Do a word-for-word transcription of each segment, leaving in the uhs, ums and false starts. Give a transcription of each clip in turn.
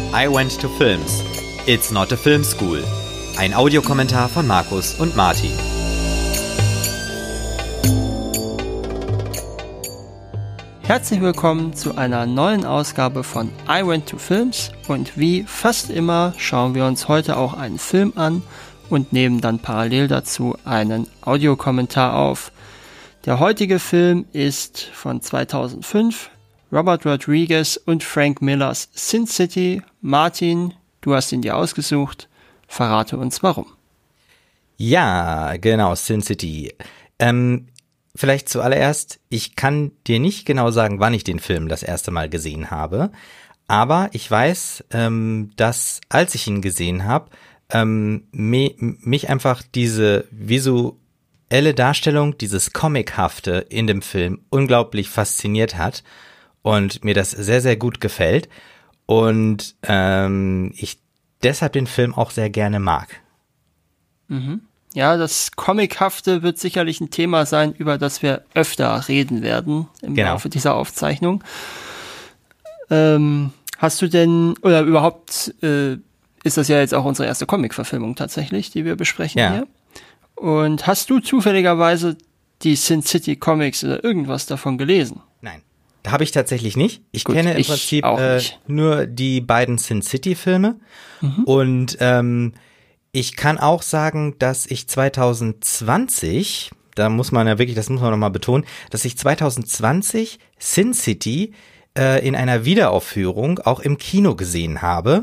I Went to Films. It's not a film school. Ein Audiokommentar von Markus und Martin. Herzlich willkommen zu einer neuen Ausgabe von I Went to Films und wie fast immer schauen wir uns heute auch einen Film an und nehmen dann parallel dazu einen Audiokommentar auf. Der heutige Film ist von zweitausendfünf, Robert Rodriguez und Frank Millers Sin City. Martin, du hast ihn dir ausgesucht. Verrate uns warum. Ja, genau, Sin City. Ähm, vielleicht zuallererst, ich kann dir nicht genau sagen, wann ich den Film das erste Mal gesehen habe, aber ich weiß, ähm, dass, als ich ihn gesehen habe, ähm, me, mich einfach diese visuelle Darstellung, dieses Comichafte in dem Film unglaublich fasziniert hat und mir das sehr, sehr gut gefällt und ähm, ich deshalb den Film auch sehr gerne mag. Mhm. Ja, das Comichafte wird sicherlich ein Thema sein, über das wir öfter reden werden im genau. Laufe dieser Aufzeichnung. Ähm, hast du denn, oder überhaupt äh, ist das ja jetzt auch unsere erste Comic-Verfilmung tatsächlich, die wir besprechen ja. hier. Und hast du zufälligerweise die Sin City Comics oder irgendwas davon gelesen? Nein, habe ich tatsächlich nicht. Ich Gut, kenne im ich Prinzip auch äh, nicht. nur die beiden Sin City Filme mhm. und ähm, ich kann auch sagen, dass ich zwanzig zwanzig, da muss man ja wirklich, das muss man nochmal betonen, dass ich zwanzig zwanzig Sin City äh, in einer Wiederaufführung auch im Kino gesehen habe.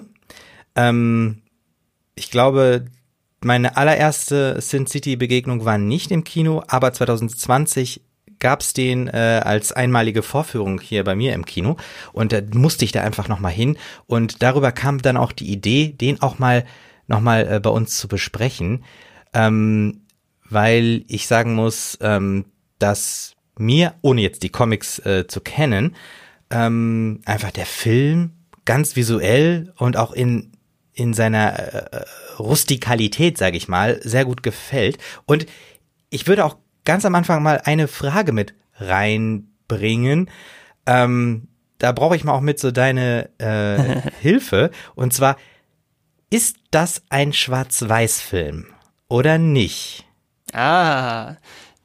Ähm, ich glaube, meine allererste Sin City Begegnung war nicht im Kino, aber zwanzig zwanzig gab's den äh, als einmalige Vorführung hier bei mir im Kino und da musste ich da einfach nochmal hin und darüber kam dann auch die Idee, den auch mal nochmal äh, bei uns zu besprechen, ähm, weil ich sagen muss, ähm, dass mir, ohne jetzt die Comics äh, zu kennen, ähm, einfach der Film ganz visuell und auch in in seiner äh, Rustikalität, sage ich mal, sehr gut gefällt. Und ich würde auch ganz am Anfang mal eine Frage mit reinbringen. Ähm, da brauche ich mal auch mit so deine äh, Hilfe. Und zwar, ist das ein Schwarz-Weiß-Film oder nicht? Ah,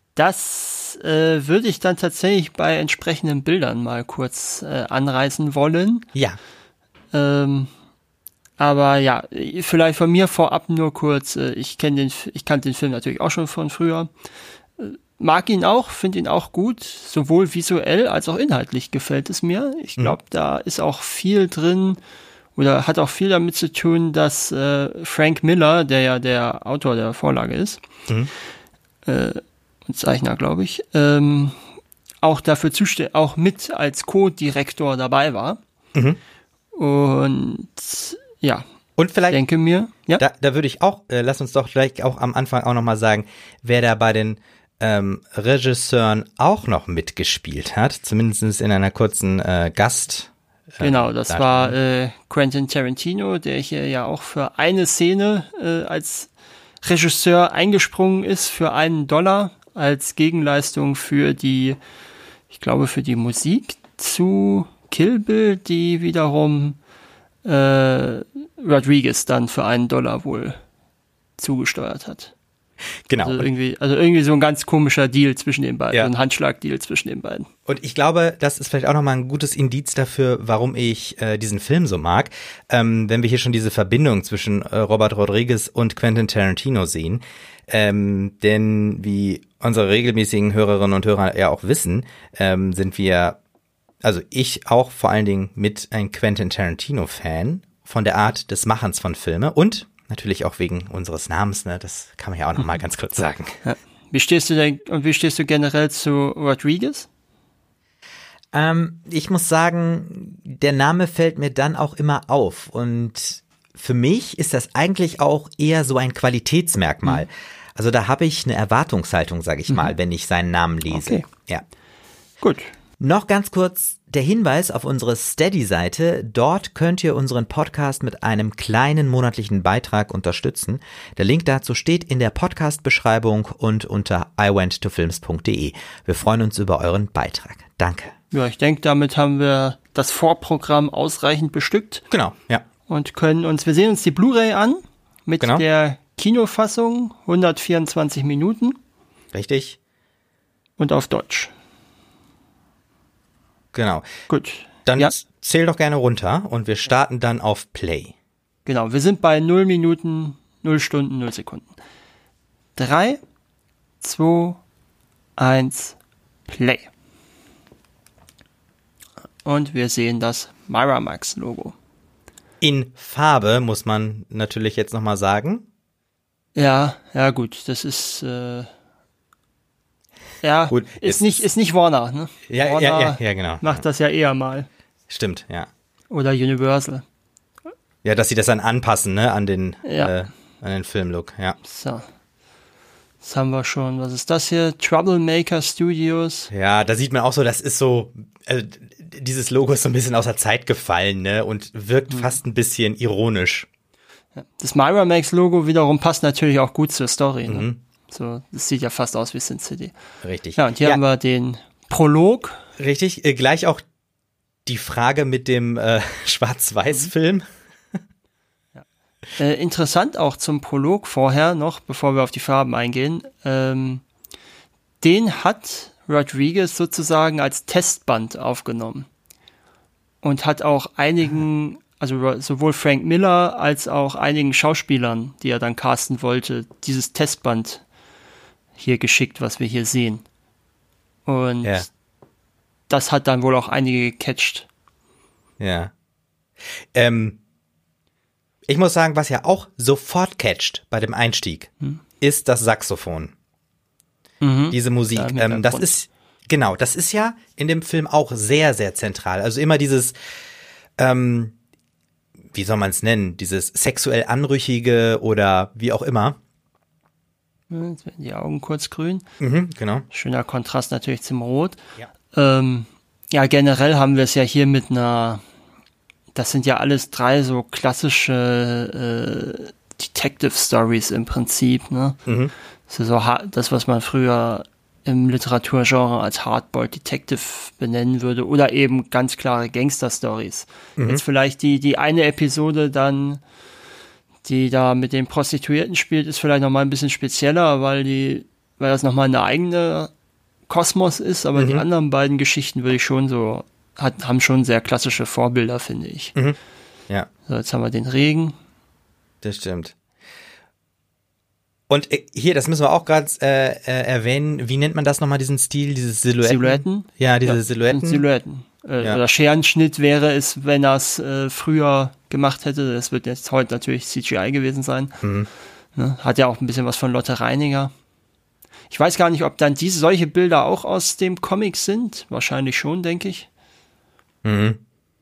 das äh, würde ich dann tatsächlich bei entsprechenden Bildern mal kurz äh, anreißen wollen. Ja. Ähm, aber ja, vielleicht von mir vorab nur kurz. Äh, ich kenne den, ich kannte den Film natürlich auch schon von früher. Äh, mag ihn auch, finde ihn auch gut. Sowohl visuell als auch inhaltlich gefällt es mir. Ich glaube, mhm. da ist auch viel drin. Oder hat auch viel damit zu tun, dass äh, Frank Miller, der ja der Autor der Vorlage ist, mhm. äh, und Zeichner, glaube ich, ähm, auch dafür zuständig, auch mit als Co-Direktor dabei war. Mhm. Und ja, und vielleicht, denke mir, ja. Da, da würde ich auch, äh, lass uns doch vielleicht auch am Anfang auch nochmal sagen, wer da bei den ähm, Regisseuren auch noch mitgespielt hat, zumindest in einer kurzen äh, Gast- Genau, das war äh, Quentin Tarantino, der hier ja auch für eine Szene äh, als Regisseur eingesprungen ist für einen Dollar als Gegenleistung für die, ich glaube, für die Musik zu Kill Bill, die wiederum äh, Rodriguez dann für einen Dollar wohl zugesteuert hat. Genau. Also irgendwie, also irgendwie so ein ganz komischer Deal zwischen den beiden, ja. so ein Handschlag-Deal zwischen den beiden. Und ich glaube, das ist vielleicht auch nochmal ein gutes Indiz dafür, warum ich äh, diesen Film so mag, ähm, wenn wir hier schon diese Verbindung zwischen äh, Robert Rodriguez und Quentin Tarantino sehen. Ähm, denn wie unsere regelmäßigen Hörerinnen und Hörer ja auch wissen, ähm, sind wir, also ich auch vor allen Dingen mit ein Quentin Tarantino-Fan von der Art des Machens von Filme und natürlich auch wegen unseres Namens, ne? Das kann man ja auch noch mal ganz kurz sagen. Ja. Wie stehst du denn und wie stehst du generell zu Rodriguez? Ähm, ich muss sagen, der Name fällt mir dann auch immer auf und für mich ist das eigentlich auch eher so ein Qualitätsmerkmal. Mhm. Also da habe ich eine Erwartungshaltung, sage ich mhm. mal, wenn ich seinen Namen lese. Okay. Ja. Gut. Noch ganz kurz der Hinweis auf unsere Steady-Seite. Dort könnt ihr unseren Podcast mit einem kleinen monatlichen Beitrag unterstützen. Der Link dazu steht in der Podcast-Beschreibung und unter i went to films punkt de. Wir freuen uns über euren Beitrag. Danke. Ja, ich denke, damit haben wir das Vorprogramm ausreichend bestückt. Genau, ja. und können uns, wir sehen uns die Blu-ray an mit Genau. der Kinofassung, hundertvierundzwanzig Minuten Richtig? und auf Deutsch. Genau. Gut. Dann Ja. zähl doch gerne runter und wir starten dann auf Play. Genau, wir sind bei null Minuten, null Stunden, null Sekunden. drei, zwei, eins, Play. Und wir sehen das Miramax-Logo. In Farbe, muss man natürlich jetzt nochmal sagen. Ja, ja gut, das ist äh, ja Gut, ist jetzt- nicht ist nicht Warner, ne? Ja, Warner ja, ja, ja, genau. macht das ja eher mal. Stimmt, ja. Oder Universal. Ja, dass sie das dann anpassen, ne, an den, Ja. äh, an den Filmlook, ja. So. Das haben wir schon. Was ist das hier? Troublemaker Studios. Ja, da sieht man auch so, das ist so, also dieses Logo ist so ein bisschen aus der Zeit gefallen, ne, und wirkt fast ein bisschen ironisch. Das Miramax-Logo wiederum passt natürlich auch gut zur Story. Ne? Mhm. So, das sieht ja fast aus wie Sin City. Richtig. Ja, und hier ja, haben wir den Prolog. Richtig, äh, gleich auch die Frage mit dem äh, Schwarz-Weiß-Film. Äh, interessant auch zum Prolog vorher noch, bevor wir auf die Farben eingehen. Ähm, den hat Rodriguez sozusagen als Testband aufgenommen. Und hat auch einigen, also sowohl Frank Miller als auch einigen Schauspielern, die er dann casten wollte, dieses Testband hier geschickt, was wir hier sehen. Und Ja. das hat dann wohl auch einige gecatcht. Ja. Ähm, ich muss sagen, was ja auch sofort catcht bei dem Einstieg, Hm. ist das Saxophon. Mhm. Diese Musik. Ja, im ähm, das Hintergrund. ist, genau, das ist ja in dem Film auch sehr, sehr zentral. Also immer dieses, ähm, wie soll man es nennen, dieses sexuell Anrüchige oder wie auch immer. Jetzt werden die Augen kurz grün. Mhm, genau. Schöner Kontrast natürlich zum Rot. Ja. Ähm, ja, generell haben wir es ja hier mit einer, das sind ja alles drei so klassische äh, Detective Stories im Prinzip, ne? Mhm. Das ist so ha- das, was man früher im Literaturgenre als Hardboiled Detective benennen würde oder eben ganz klare Gangster-Stories. Jetzt vielleicht die, die eine Episode dann, die da mit den Prostituierten spielt, ist vielleicht nochmal ein bisschen spezieller, weil die, weil das nochmal eine eigene Kosmos ist, aber die anderen beiden Geschichten würde ich schon so, hat, haben schon sehr klassische Vorbilder, finde ich. Ja, So, jetzt haben wir den Regen. das stimmt. Und äh, hier, das müssen wir auch gerade äh, äh, erwähnen, wie nennt man das nochmal, diesen Stil, diese Silhouetten? Silhouetten? Ja, diese Ja, Silhouetten. Silhouetten. Äh, Ja. Oder Scherenschnitt wäre es, wenn er es äh, früher gemacht hätte. Das wird jetzt heute natürlich C G I gewesen sein. Mhm. Ne? Hat ja auch ein bisschen was von Lotte Reiniger. Ich weiß gar nicht, ob dann diese solche Bilder auch aus dem Comic sind. Wahrscheinlich schon, denke ich. Mhm.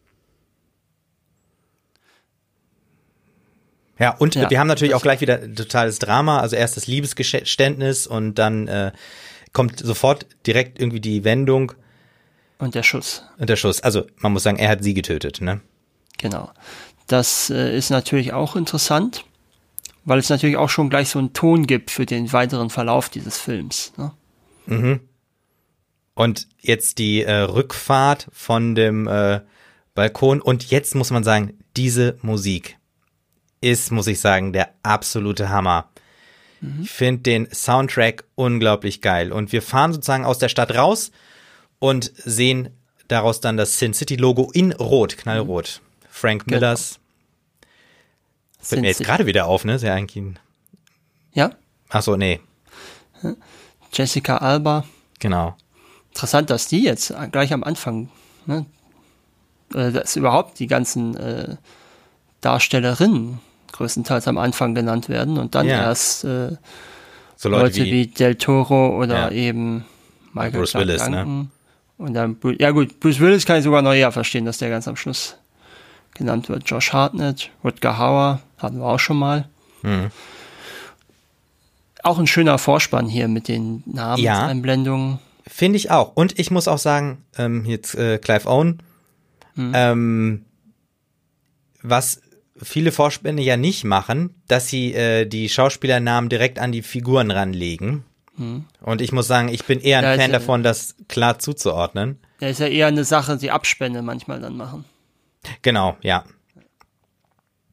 Ja, und Ja, wir haben natürlich das- auch gleich wieder totales Drama, also erst das Liebesgeständnis und dann äh, kommt sofort direkt irgendwie die Wendung Und der Schuss. und der Schuss. Also man muss sagen, er hat sie getötet, ne? Genau. Das äh, ist natürlich auch interessant, weil es natürlich auch schon gleich so einen Ton gibt für den weiteren Verlauf dieses Films. Ne? Mhm. Und jetzt die äh, Rückfahrt von dem äh, Balkon und jetzt muss man sagen, diese Musik ist, muss ich sagen, der absolute Hammer. Ich finde den Soundtrack unglaublich geil. Und wir fahren sozusagen aus der Stadt raus und sehen daraus dann das Sin City Logo in Rot, knallrot. Frank Genau. Millers. Fällt Sin mir jetzt City. gerade wieder auf, ne? Ist ja eigentlich ein, Ja, ach so, nee, Jessica Alba. genau. Interessant, dass die jetzt gleich am Anfang, ne, äh, dass überhaupt die ganzen äh, Darstellerinnen größtenteils am Anfang genannt werden und dann Ja. erst äh, So Leute, Leute wie, wie Del Toro oder Ja. eben Michael Bruce Clark Willis, ne? Duncan. Und dann, Bru- ja gut, Bruce Willis kann ich sogar noch eher verstehen, dass der ganz am Schluss genannt wird. Josh Hartnett, Rutger Hauer, hatten wir auch schon mal. Mhm. Auch ein schöner Vorspann hier mit den Ja. Namenseinblendungen. Finde ich auch. Und ich muss auch sagen, ähm, jetzt äh, Clive Owen, ähm, was viele Vorspänne ja nicht machen, dass sie äh, die Schauspielernamen direkt an die Figuren ranlegen. Und ich muss sagen, ich bin eher ein Ja, Fan ist ja- davon, das klar zuzuordnen. Ja, ist ja eher eine Sache, die Abspänne manchmal dann machen. Genau, ja.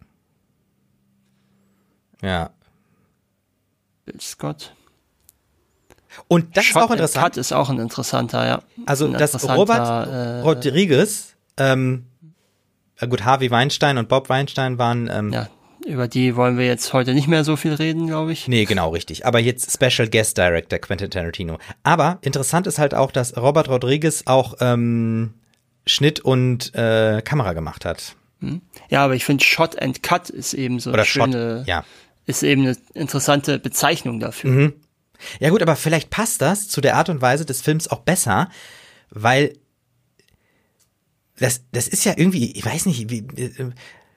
Ja. Bill Scott. Und das Shot ist auch interessant. Cut ist auch ein interessanter, ja. Also, ein dass Robert äh, Rodriguez, ähm, gut, Harvey Weinstein und Bob Weinstein waren, ähm, ja, über die wollen wir jetzt heute nicht mehr so viel reden, glaube ich. Nee, genau, richtig. Aber jetzt Special Guest Director Quentin Tarantino. Aber interessant ist halt auch, dass Robert Rodriguez auch ähm, Schnitt und äh, Kamera gemacht hat. Ja, aber ich finde Shot and Cut ist eben so Oder eine schöne, Shot, ja. ist eben eine interessante Bezeichnung dafür. Mhm. Ja gut, aber vielleicht passt das zu der Art und Weise des Films auch besser, weil das, das ist ja irgendwie, ich weiß nicht, wie, äh,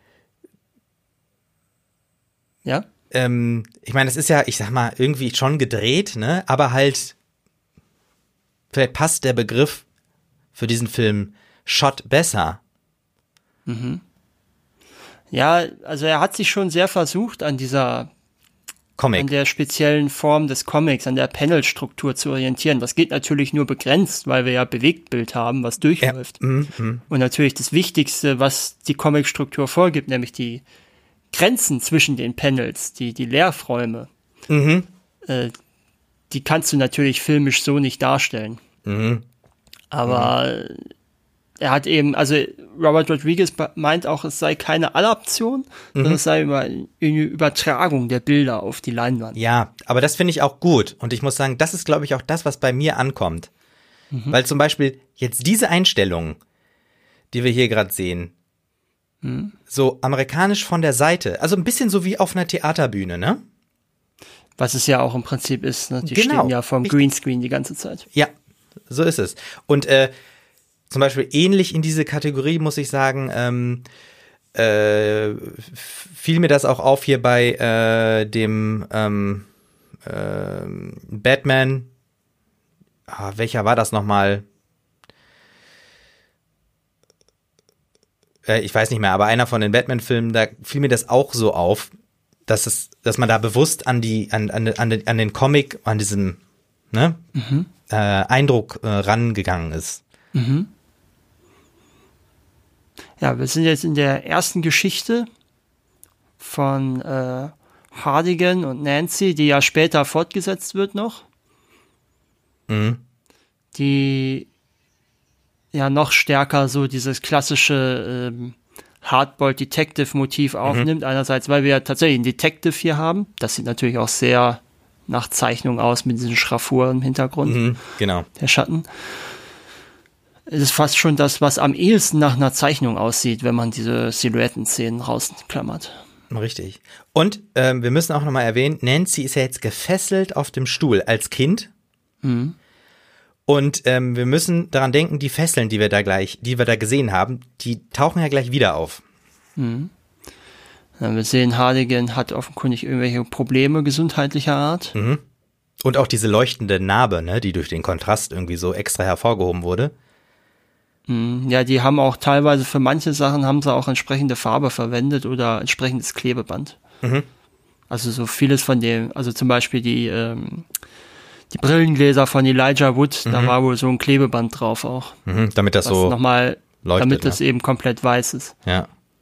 Ja? ähm, ich meine, das ist ja, ich sag mal, irgendwie schon gedreht, ne, aber halt, vielleicht passt der Begriff für diesen Film Shot besser. Mhm. Ja, also er hat sich schon sehr versucht, an dieser Comic. an der speziellen Form des Comics, an der Panelstruktur zu orientieren. Das geht natürlich nur begrenzt, weil wir ja Bewegtbild haben, was durchläuft. Ja. Mm, mm. Und natürlich das Wichtigste, was die Comicstruktur vorgibt, nämlich die Grenzen zwischen den Panels, die, die Leerräume, Mhm. äh, die kannst du natürlich filmisch so nicht darstellen. Mhm. Aber mhm. er hat eben, also Robert Rodriguez meint auch, es sei keine Adaption, mhm. sondern es sei über, eine Übertragung der Bilder auf die Leinwand. Ja, aber das finde ich auch gut. Und ich muss sagen, das ist, glaube ich, auch das, was bei mir ankommt. Mhm. Weil zum Beispiel jetzt diese Einstellungen, die wir hier gerade sehen, mhm. so amerikanisch von der Seite, also ein bisschen so wie auf einer Theaterbühne, ne? Was es ja auch im Prinzip ist, ne? Die genau. stehen ja vom Greenscreen die ganze Zeit. Ja, so ist es. Und äh, zum Beispiel ähnlich in diese Kategorie, muss ich sagen, ähm, äh, fiel mir das auch auf hier bei äh, dem ähm, äh, Batman. Ah, welcher war das nochmal? Äh, ich weiß nicht mehr, aber einer von den Batman-Filmen, da fiel mir das auch so auf, dass es, dass man da bewusst an die, an, an, an, den, an den Comic, an diesem, ne, mhm. äh, Eindruck äh, rangegangen ist. Mhm. Ja, wir sind jetzt in der ersten Geschichte von äh, Hardigan und Nancy, die ja später fortgesetzt wird noch. Mhm. Die ja noch stärker so dieses klassische ähm, Hardboiled-Detective-Motiv aufnimmt. Mhm. Einerseits, weil wir ja tatsächlich einen Detective hier haben. Das sieht natürlich auch sehr nach Zeichnung aus mit diesen Schraffuren im Hintergrund. Mhm, genau. Der Schatten. Es ist fast schon das, was am ehesten nach einer Zeichnung aussieht, wenn man diese Silhouettenszenen rausklammert. Richtig. Und ähm, wir müssen auch nochmal erwähnen, Nancy ist ja jetzt gefesselt auf dem Stuhl als Kind. Mhm. Und ähm, wir müssen daran denken, die Fesseln, die wir da gleich, die wir da gesehen haben, die tauchen ja gleich wieder auf. Mhm. Ja, wir sehen, Hardigan hat offenkundig irgendwelche Probleme gesundheitlicher Art. Mhm. Und auch diese leuchtende Narbe, ne, die durch den Kontrast irgendwie so extra hervorgehoben wurde. Ja, die haben auch teilweise für manche Sachen haben sie auch entsprechende Farbe verwendet oder entsprechendes Klebeband. Mhm. Also so vieles von dem, also zum Beispiel die ähm, die Brillengläser von Elijah Wood, mhm. da war wohl so ein Klebeband drauf auch. Mhm, damit das so nochmal, leuchtet, damit ja. das eben komplett weiß ist. Ja.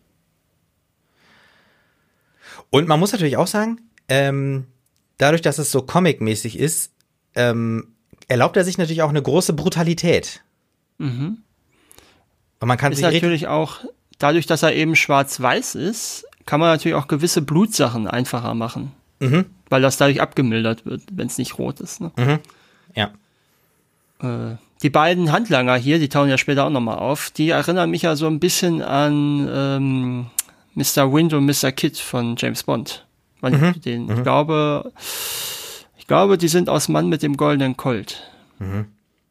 Und man muss natürlich auch sagen, ähm, dadurch, dass es so comic-mäßig ist, ähm, erlaubt er sich natürlich auch eine große Brutalität. Mhm. Und man kann ist sich natürlich auch, dadurch, dass er eben schwarz-weiß ist, kann man natürlich auch gewisse Blutsachen einfacher machen. Mhm. Weil das dadurch abgemildert wird, wenn es nicht rot ist. Ne? Mhm. Ja. Äh, die beiden Handlanger hier, die tauchen ja später auch nochmal auf, die erinnern mich ja so ein bisschen an ähm, Mister Wind und Mister Kidd von James Bond. Mhm. Den, mhm. Ich glaube, ich glaube, die sind aus Mann mit dem goldenen Colt. Mhm.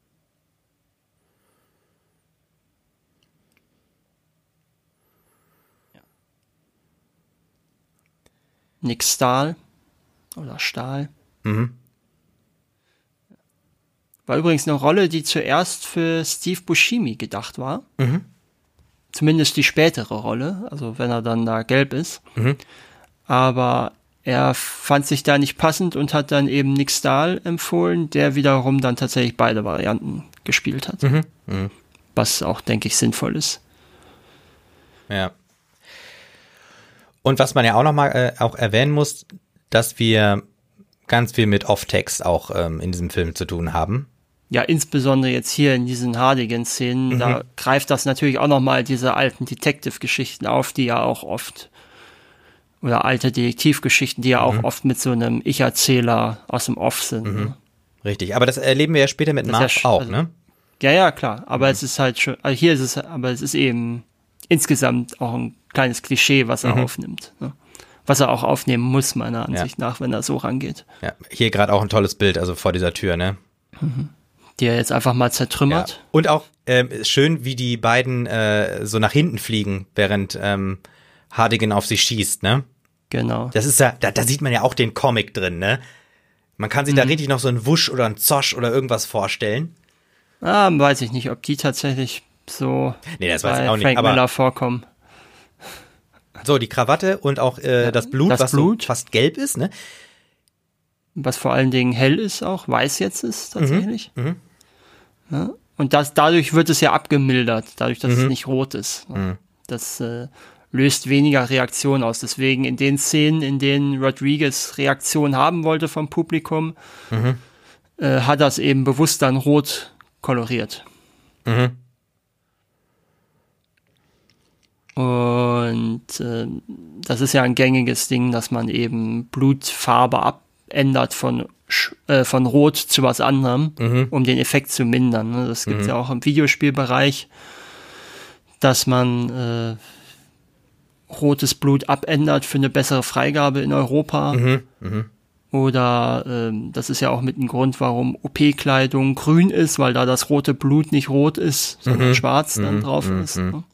Nick Stahl oder Stahl. Mhm. War übrigens eine Rolle, die zuerst für Steve Buscemi gedacht war. Mhm. Zumindest die spätere Rolle, also wenn er dann da gelb ist. Mhm. Aber er fand sich da nicht passend und hat dann eben Nick Stahl empfohlen, der wiederum dann tatsächlich beide Varianten gespielt hat. Mhm. Mhm. Was auch, denke ich, sinnvoll ist. Ja. Und was man ja auch noch mal äh, auch erwähnen muss, dass wir ganz viel mit Off-Text auch ähm, in diesem Film zu tun haben. Ja, insbesondere jetzt hier in diesen Hardigan-Szenen, mhm. da greift das natürlich auch nochmal diese alten Detective-Geschichten auf, die ja auch oft, oder alte Detektivgeschichten, die ja auch mhm. oft mit so einem Ich-Erzähler aus dem Off sind. Mhm. Ne? Richtig, aber das erleben wir ja später mit Marv ja, auch, also, ne? Ja, ja, klar, aber mhm. es ist halt schon, also hier ist es, aber es ist eben insgesamt auch ein kleines Klischee, was er mhm. aufnimmt, ne? Was er auch aufnehmen muss, meiner Ansicht ja. nach, wenn er so rangeht. Ja, hier gerade auch ein tolles Bild, also vor dieser Tür, ne? Mhm. Die er jetzt einfach mal zertrümmert. Ja. Und auch ähm, schön, wie die beiden äh, so nach hinten fliegen, während ähm, Hardigan auf sie schießt, ne? Genau. Das ist ja, da, da sieht man ja auch den Comic drin, ne? Man kann sich mhm. da richtig noch so einen Wusch oder einen Zosch oder irgendwas vorstellen. Ah, weiß ich nicht, ob die tatsächlich so nee, das bei weiß ich auch nicht, Frank aber Miller vorkommen. So, die Krawatte und auch äh, ja, das Blut, das was Blut. so fast gelb ist, ne? Was vor allen Dingen hell ist auch, weiß jetzt ist tatsächlich. Mhm. Mhm. Ja, und das, dadurch wird es ja abgemildert, dadurch, dass mhm. es nicht rot ist. Mhm. Das äh, löst weniger Reaktion aus. Deswegen in den Szenen, in denen Rodriguez Reaktion haben wollte vom Publikum, mhm. äh, hat das eben bewusst dann rot koloriert. Mhm. Und äh, das ist ja ein gängiges Ding, dass man eben Blutfarbe abändert von, äh, von Rot zu was anderem, mhm. um den Effekt zu mindern. Ne? Das gibt es mhm. ja auch im Videospielbereich, dass man äh, rotes Blut abändert für eine bessere Freigabe in Europa. Mhm. Mhm. Oder ähm, das ist ja auch mit dem Grund, warum O P-Kleidung grün ist, weil da das rote Blut nicht rot ist, sondern mhm. schwarz mhm. dann drauf mhm. ist. Ne?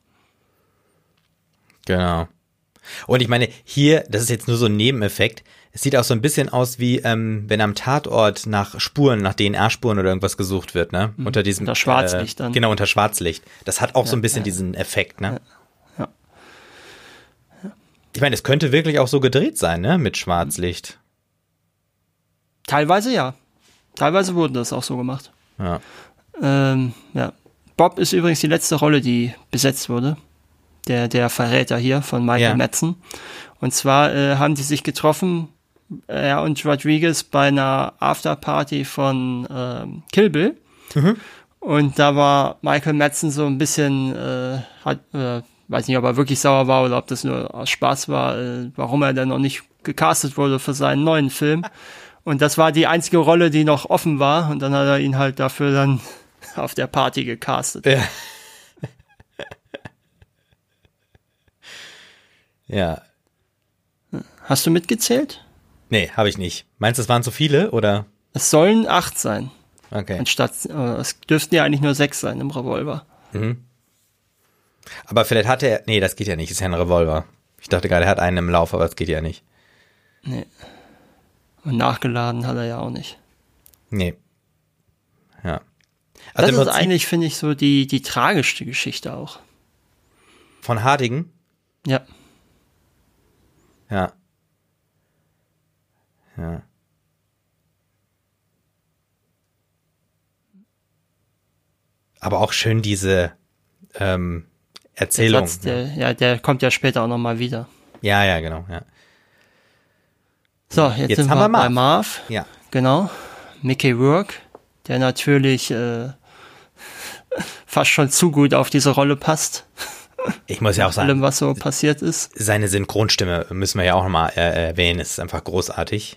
Genau. Und ich meine, hier, das ist jetzt nur so ein Nebeneffekt, es sieht auch so ein bisschen aus wie, ähm, wenn am Tatort nach Spuren, nach D N A-Spuren oder irgendwas gesucht wird, ne? Mhm. Unter diesem unter Schwarzlicht äh, dann. Genau, unter Schwarzlicht. Das hat auch ja, so ein bisschen ja. diesen Effekt, ne? Ja. ja. Ich meine, es könnte wirklich auch so gedreht sein, ne? Mit Schwarzlicht. Teilweise ja. Teilweise wurde das auch so gemacht. Ja. Ähm, ja. Bob ist übrigens die letzte Rolle, die besetzt wurde. Der, der Verräter hier von Michael ja. Madsen. Und zwar äh, haben die sich getroffen, er und Rodriguez, bei einer Afterparty von ähm, Kill Bill. Mhm. Und da war Michael Madsen so ein bisschen, äh, hat, äh, weiß nicht, ob er wirklich sauer war oder ob das nur aus Spaß war, äh, warum er denn noch nicht gecastet wurde für seinen neuen Film. Und das war die einzige Rolle, die noch offen war. Und dann hat er ihn halt dafür dann auf der Party gecastet. Ja. Ja. Hast du mitgezählt? Nee, habe ich nicht. Meinst du, es waren zu viele, oder? Es sollen acht sein. Okay. Anstatt, äh, es dürften ja eigentlich nur sechs sein im Revolver. Mhm. Aber vielleicht hatte er, nee, das geht ja nicht, ist ja ein Revolver. Ich dachte gerade, er hat einen im Lauf, aber das geht ja nicht. Nee. Und nachgeladen hat er ja auch nicht. Nee. Ja. Also das ist eigentlich, finde ich, so die, die tragischste Geschichte auch. Von Hardigan? Ja. Ja. Ja. Aber auch schön diese ähm, Erzählung. Der Satz, der, ja, der kommt ja später auch nochmal wieder. Ja, ja, genau, ja. So, jetzt, jetzt sind haben wir, wir Marv. bei Marv. Ja. Genau. Mickey Rourke, der natürlich äh, fast schon zu gut auf diese Rolle passt. Ich muss ja auch sagen, allem, was so passiert ist. Seine Synchronstimme müssen wir ja auch nochmal äh, erwähnen, ist einfach großartig.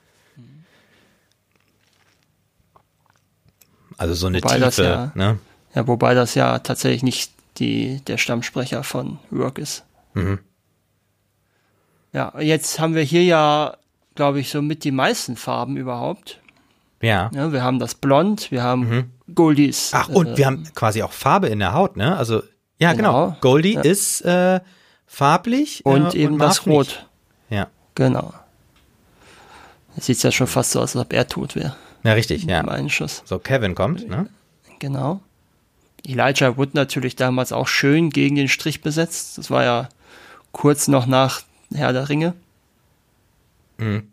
Also so eine wobei Tiefe, ja, ne? Ja, wobei das ja tatsächlich nicht die, der Stammsprecher von Rourke ist. Mhm. Ja, jetzt haben wir hier ja, glaube ich, so mit die meisten Farben überhaupt. Ja. Ja, wir haben das Blond, wir haben mhm. Goldies. Ach, und äh, wir haben quasi auch Farbe in der Haut, ne? Also, ja, genau. genau. Goldie ja. ist äh, farblich. Und äh, eben und das Rot. Nicht. Ja. Genau. Jetzt sieht es ja schon fast so aus, als ob er tot wäre. Ja, richtig, ja. Im Einschuss. So, Kevin kommt, ne? Genau. Elijah Wood natürlich damals auch schön gegen den Strich besetzt. Das war ja kurz noch nach Herr der Ringe. Mhm.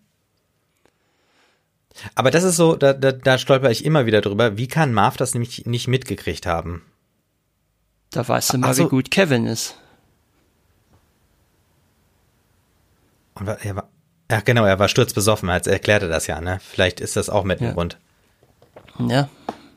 Aber das ist so, da, da, da stolper ich immer wieder drüber. Wie kann Marv das nämlich nicht mitgekriegt haben? Da weißt du mal, so. wie gut Kevin ist. Und, ja, Ach genau, er war sturzbesoffen, als erklärte das ja, ne? Vielleicht ist das auch mit Ja. dem Grund. Ja.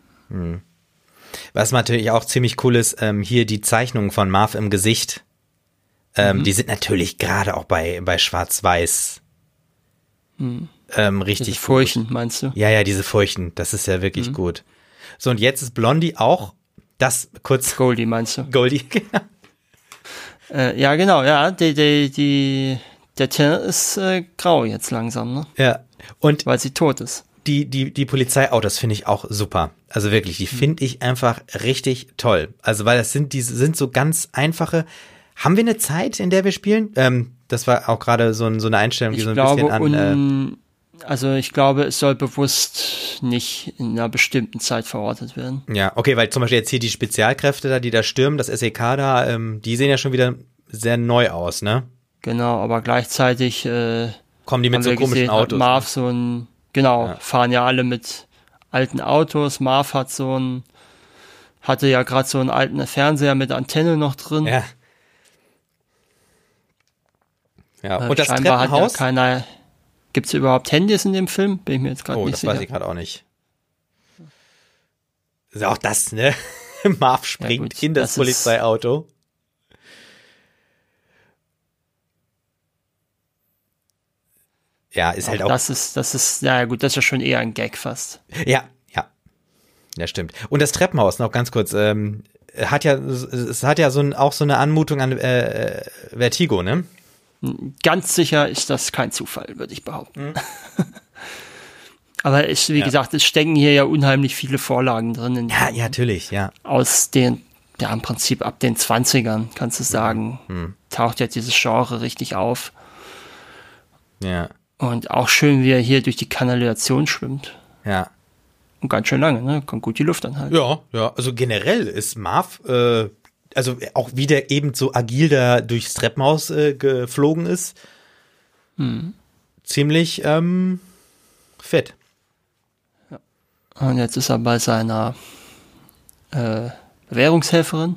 Was natürlich auch ziemlich cool ist, ähm, hier die Zeichnungen von Marv im Gesicht. Ähm, Mhm. Die sind natürlich gerade auch bei, bei Schwarz-Weiß ähm, Diese richtig Furchen, meinst du? Ja, ja, diese Furchen, das ist ja wirklich gut. So, und jetzt ist Blondie auch, das kurz, Goldie, meinst du? Goldie, genau. Äh, ja, genau, ja, die, die, die, der Teint ist äh, grau jetzt langsam, ne? Ja, und Weil sie tot ist. die, die, die Polizeiautos finde ich auch super. Also wirklich, die finde ich einfach richtig toll. Also, weil das sind, die sind so ganz einfache. Haben wir eine Zeit, in der wir spielen? Ähm, das war auch gerade so, ein, so eine Einstellung, die Ich so ein glaube, bisschen an, äh, un, also ich glaube, es soll bewusst nicht in einer bestimmten Zeit verortet werden. ja, okay, weil zum Beispiel jetzt hier die Spezialkräfte da, die da stürmen, das S E K da, ähm, die sehen ja schon wieder sehr neu aus, ne? Genau, aber gleichzeitig äh, Kommen die mit haben so wir komischen gesehen, hat Autos. Marv so ein, genau, Ja. fahren ja alle mit alten Autos. Marv hat so ein, hatte ja gerade so einen alten Fernseher mit Antenne noch drin. Ja. Ja, Äh, und das scheinbar hat ja Treppenhaus. keiner. Gibt es überhaupt Handys in dem Film? Bin ich mir jetzt gerade Oh, nicht das sicher. weiß ich gerade auch nicht. Ist auch das, ne? Marv springt gut, in das, das ist- Polizeiauto. Ja, ist halt Auch auch. das ist, das ist, ja gut, das ist ja schon eher ein Gag fast. Ja, ja. Ja, stimmt. Und das Treppenhaus, noch ganz kurz, ähm, hat ja, es hat ja so ein, auch so eine Anmutung an äh, Vertigo, ne? Ganz sicher ist das kein Zufall, würde ich behaupten. Aber ich, wie Ja. gesagt, es stecken hier ja unheimlich viele Vorlagen drin. In Ja, ja, natürlich, ja. Aus den, ja im Prinzip ab den zwanzigern, kannst du sagen, Mhm. taucht ja dieses Genre richtig auf. Ja, Und auch schön, wie er hier durch die Kanalisation schwimmt. ja. Und ganz schön lange, ne? Kommt gut die Luft anhalten. Ja, ja, also generell ist Marv, äh, also auch wie der eben so agil da durchs Treppenhaus äh, geflogen ist, ziemlich ähm, fit. Und jetzt ist er bei seiner äh, Bewährungshelferin.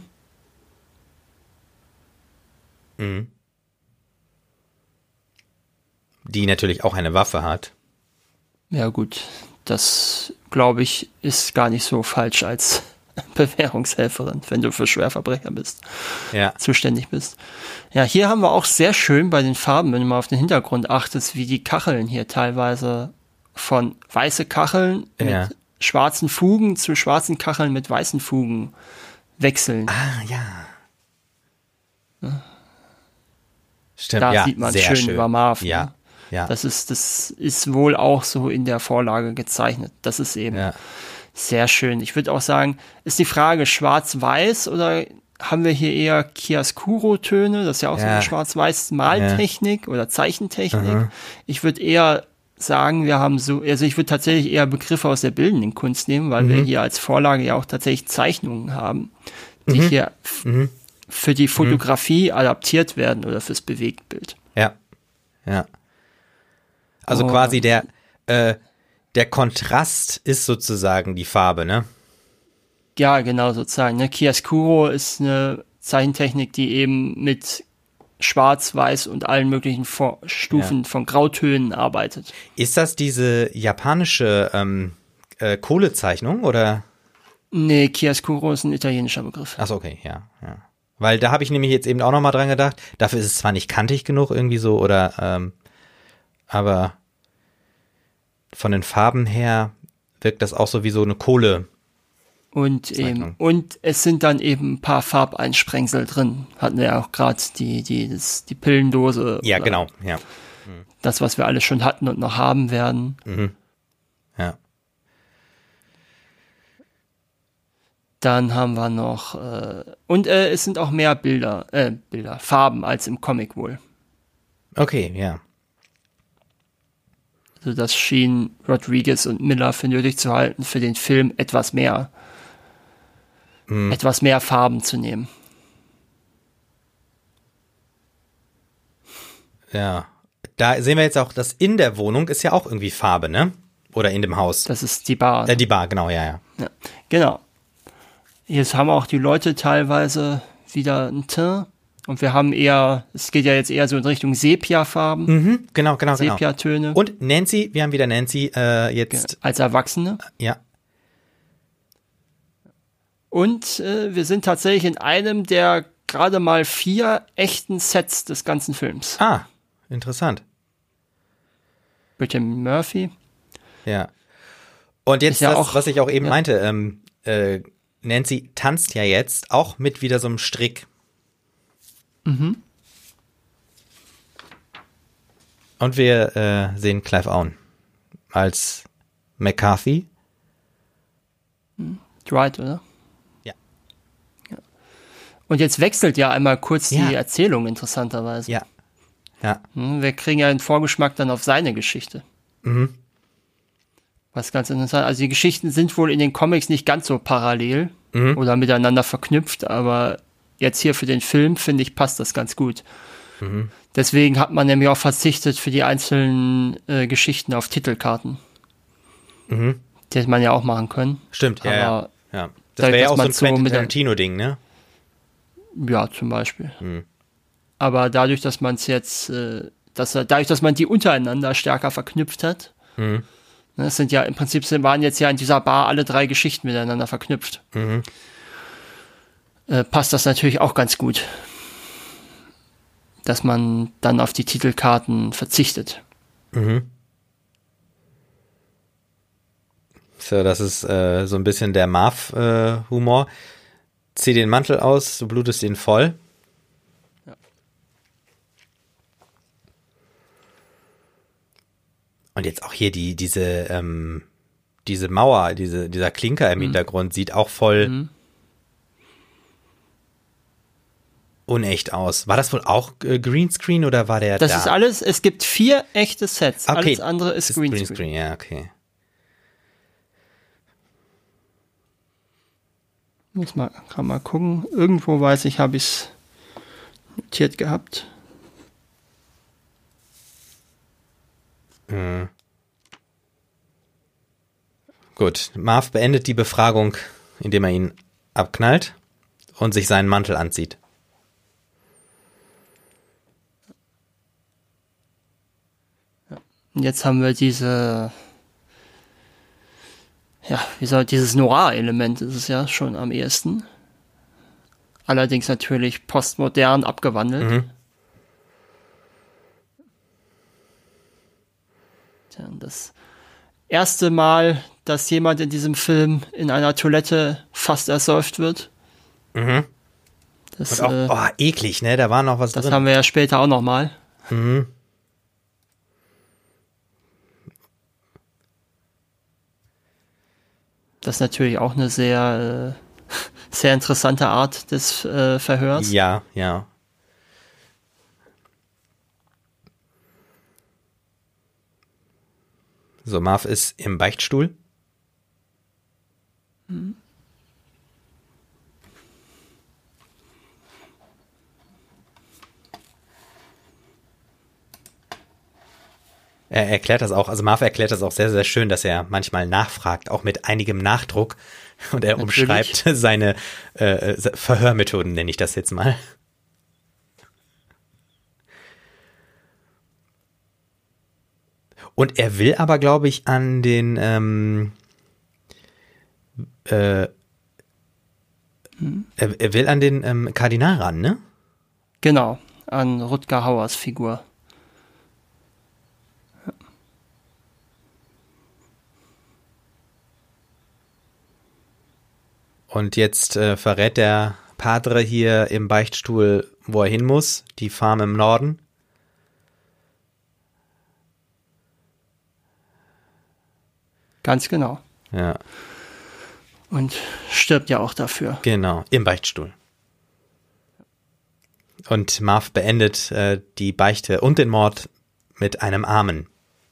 Die natürlich auch eine Waffe hat. Ja gut, das glaube ich ist gar nicht so falsch als Bewährungshelferin, wenn du für Schwerverbrecher bist, Ja, zuständig bist. Ja, hier haben wir auch sehr schön bei den Farben, wenn du mal auf den Hintergrund achtest, wie die Kacheln hier teilweise von weiße Kacheln Ja. mit schwarzen Fugen zu schwarzen Kacheln mit weißen Fugen wechseln. ah, ja. Stimmt, Da ja, sieht man sehr schön, schön. war Marv. Ja, Ne? ja, Das ist, das ist wohl auch so in der Vorlage gezeichnet. Das ist eben ja. sehr schön. Ich würde auch sagen, ist die Frage schwarz-weiß oder haben wir hier eher Chiaroscuro-Töne? Das ist ja auch so Ja. eine schwarz-weiß-Maltechnik oder Zeichentechnik. Ich würde eher sagen, wir haben so, also ich würde tatsächlich eher Begriffe aus der bildenden Kunst nehmen, weil wir hier als Vorlage ja auch tatsächlich Zeichnungen haben, die hier f- für die Fotografie adaptiert werden oder fürs Bewegtbild. Ja, ja. Also Oh. quasi der, äh, der Kontrast ist sozusagen die Farbe, ne? Ja, genau, sozusagen. Ne? Chiaroscuro ist eine Zeichentechnik, die eben mit Schwarz, Weiß und allen möglichen Vor- Stufen von Grautönen arbeitet. Ist das diese japanische ähm, äh, Kohlezeichnung oder? Nee, Chiaroscuro ist ein italienischer Begriff. Achso, okay, ja, ja. Weil da habe ich nämlich jetzt eben auch nochmal dran gedacht. Dafür ist es zwar nicht kantig genug irgendwie so, oder, ähm, aber von den Farben her wirkt das auch so wie so eine Kohle. Und Zeichnung. eben, und es sind dann eben ein paar Farbeinsprengsel drin. Hatten wir ja auch gerade die, die, das, die Pillendose. Ja, oder genau, ja, Das, was wir alles schon hatten und noch haben werden. ja. Dann haben wir noch, äh, und äh, es sind auch mehr Bilder, äh, Bilder, Farben als im Comic wohl. Okay, ja. Also das schien Rodriguez und Miller für nötig zu halten, für den Film etwas mehr, etwas mehr Farben zu nehmen. Ja. Da sehen wir jetzt auch, dass in der Wohnung ist ja auch irgendwie Farbe, ne? Oder in dem Haus. Das ist die Bar. Äh, die Bar, genau, ja, ja. Ja, genau. Jetzt haben auch die Leute teilweise wieder ein Teint. Und wir haben eher, es geht ja jetzt eher so in Richtung Sepia-Farben. Mhm, genau, genau, genau. Sepia-Töne. Und Nancy, wir haben wieder Nancy äh, jetzt. Als Erwachsene. Ja. Und äh, wir sind tatsächlich in einem der gerade mal vier echten Sets des ganzen Films. Ah, interessant. Brittany Murphy. Ja. Und jetzt ja das, auch, was ich auch eben ja. meinte, ähm, äh, Nancy tanzt ja jetzt auch mit wieder so einem Strick. Mhm. Und wir äh, sehen Clive Owen als McCarthy. Dwight, oder? Ja. ja. Und jetzt wechselt ja einmal kurz Ja. die Erzählung, interessanterweise. Ja. Ja. Hm, Wir kriegen ja einen Vorgeschmack dann auf seine Geschichte. Mhm. Was ganz interessant. Also die Geschichten sind wohl in den Comics nicht ganz so parallel Mhm. oder miteinander verknüpft, aber jetzt hier für den Film, finde ich, passt das ganz gut. Mhm. Deswegen hat man nämlich auch verzichtet für die einzelnen äh, Geschichten auf Titelkarten. Mhm. Die hätte man ja auch machen können. Stimmt, ja, ja. Aber ja. Das dadurch, wäre ja dass auch so man ein so Quentin mit der- Tarantino-Ding, ne? Ja, zum Beispiel. Mhm. Aber dadurch, dass man es jetzt, äh, dass er, dadurch, dass man die untereinander stärker verknüpft hat, Mhm. ne, es sind ja im Prinzip sind, waren jetzt ja in dieser Bar alle drei Geschichten miteinander verknüpft. Mhm. Äh, passt das natürlich auch ganz gut, dass man dann auf die Titelkarten verzichtet. Mhm. So, das ist äh, so ein bisschen der Marv-Humor. Zieh den Mantel aus, du blutest ihn voll. Ja. Und jetzt auch hier die, diese, ähm, diese Mauer, diese, dieser Klinker im Mhm. Hintergrund sieht auch voll Mhm. unecht aus. War das wohl auch äh, Greenscreen oder war der Das da? ist alles, es gibt vier echte Sets. Okay, Alles andere ist das Greenscreen. Greenscreen, ja, okay. Muss mal, kann mal gucken. Irgendwo weiß ich, habe ich es notiert gehabt. Mhm. Gut, Marv beendet die Befragung, indem er ihn abknallt und sich seinen Mantel anzieht. Und jetzt haben wir diese, ja, wie soll dieses Noir-Element ist es ja schon am ehesten. Allerdings natürlich postmodern abgewandelt. Mhm. Tja, und das erste Mal, dass jemand in diesem Film in einer Toilette fast ersäuft wird. Mhm. Das, Und auch, äh, oh, eklig, ne? Da war noch was das drin. haben wir ja später auch nochmal. Mhm. Das ist natürlich auch eine sehr, äh, sehr interessante Art des äh, Verhörs. Ja, ja. So, Marv ist im Beichtstuhl. Mhm. Er erklärt das auch, also Marv erklärt das auch sehr, sehr schön, dass er manchmal nachfragt, auch mit einigem Nachdruck. Und er Natürlich. umschreibt seine äh, Verhörmethoden, nenne ich das jetzt mal. Und er will aber, glaube ich, an den ähm, äh, Mhm. er, er will an den ähm, Kardinal ran, ne? Genau, an Rutger Hauers Figur. Und jetzt äh, verrät der Padre hier im Beichtstuhl, wo er hin muss, die Farm im Norden. Ganz genau. Ja, Und stirbt ja auch dafür. genau, im Beichtstuhl. Und Marv beendet äh, die Beichte und den Mord mit einem Amen.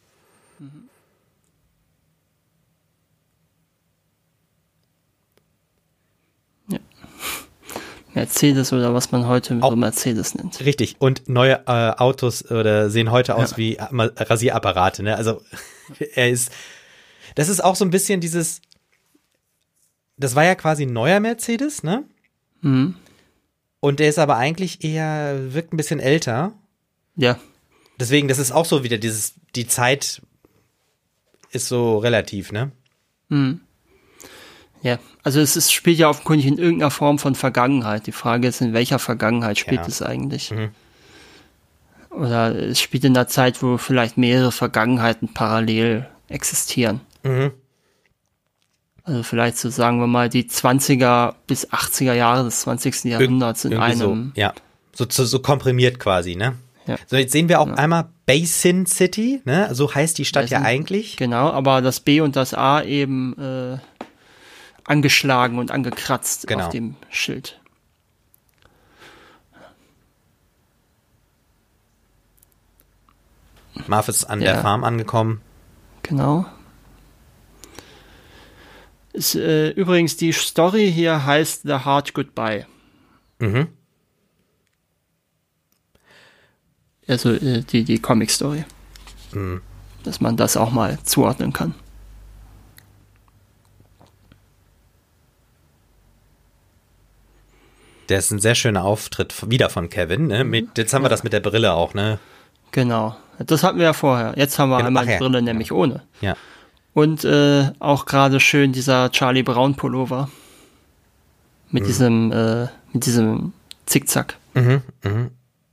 Mercedes oder was man heute Auch- so Mercedes nennt. Richtig. Und neue äh, Autos oder sehen heute aus Ja. wie Ama- Rasierapparate, ne? Also er ist, das ist auch so ein bisschen dieses, das war ja quasi ein neuer Mercedes, ne? Mhm. Und der ist aber eigentlich eher, wirkt ein bisschen älter. Ja. Deswegen, das ist auch so wieder dieses, die Zeit ist so relativ, ne? Hm. Ja, also es ist, spielt ja offenkundig in irgendeiner Form von Vergangenheit. Die Frage ist, in welcher Vergangenheit spielt Ja. es eigentlich? Mhm. Oder es spielt in einer Zeit, wo vielleicht mehrere Vergangenheiten parallel existieren. Mhm. Also vielleicht so, sagen wir mal, die zwanziger bis achtziger Jahre des zwanzigsten Jahrhunderts in Irgendwie einem. So, ja, so, so, so komprimiert quasi, ne? Ja. So, jetzt sehen wir auch Ja. einmal Basin City, ne? So heißt die Stadt ja Basin- eigentlich. Genau, aber das B und das A eben äh, angeschlagen und angekratzt Genau. auf dem Schild. Marv ist an Ja. der Farm angekommen. Genau. Ist, äh, übrigens, die Story hier heißt The Hard Goodbye. Mhm. Also äh, die, die Comic-Story. Mhm. Dass man das auch mal zuordnen kann. Der ist ein sehr schöner Auftritt wieder von Kevin, ne? Mit, jetzt haben wir das mit der Brille auch, ne? Genau. Das hatten wir ja vorher. Jetzt haben wir Genau. einmal Ach die ja. Brille nämlich ohne. Ja. Und äh, auch gerade schön dieser Charlie Brown Pullover. Mit diesem, äh, mit diesem Zickzack. Mhm. Mhm.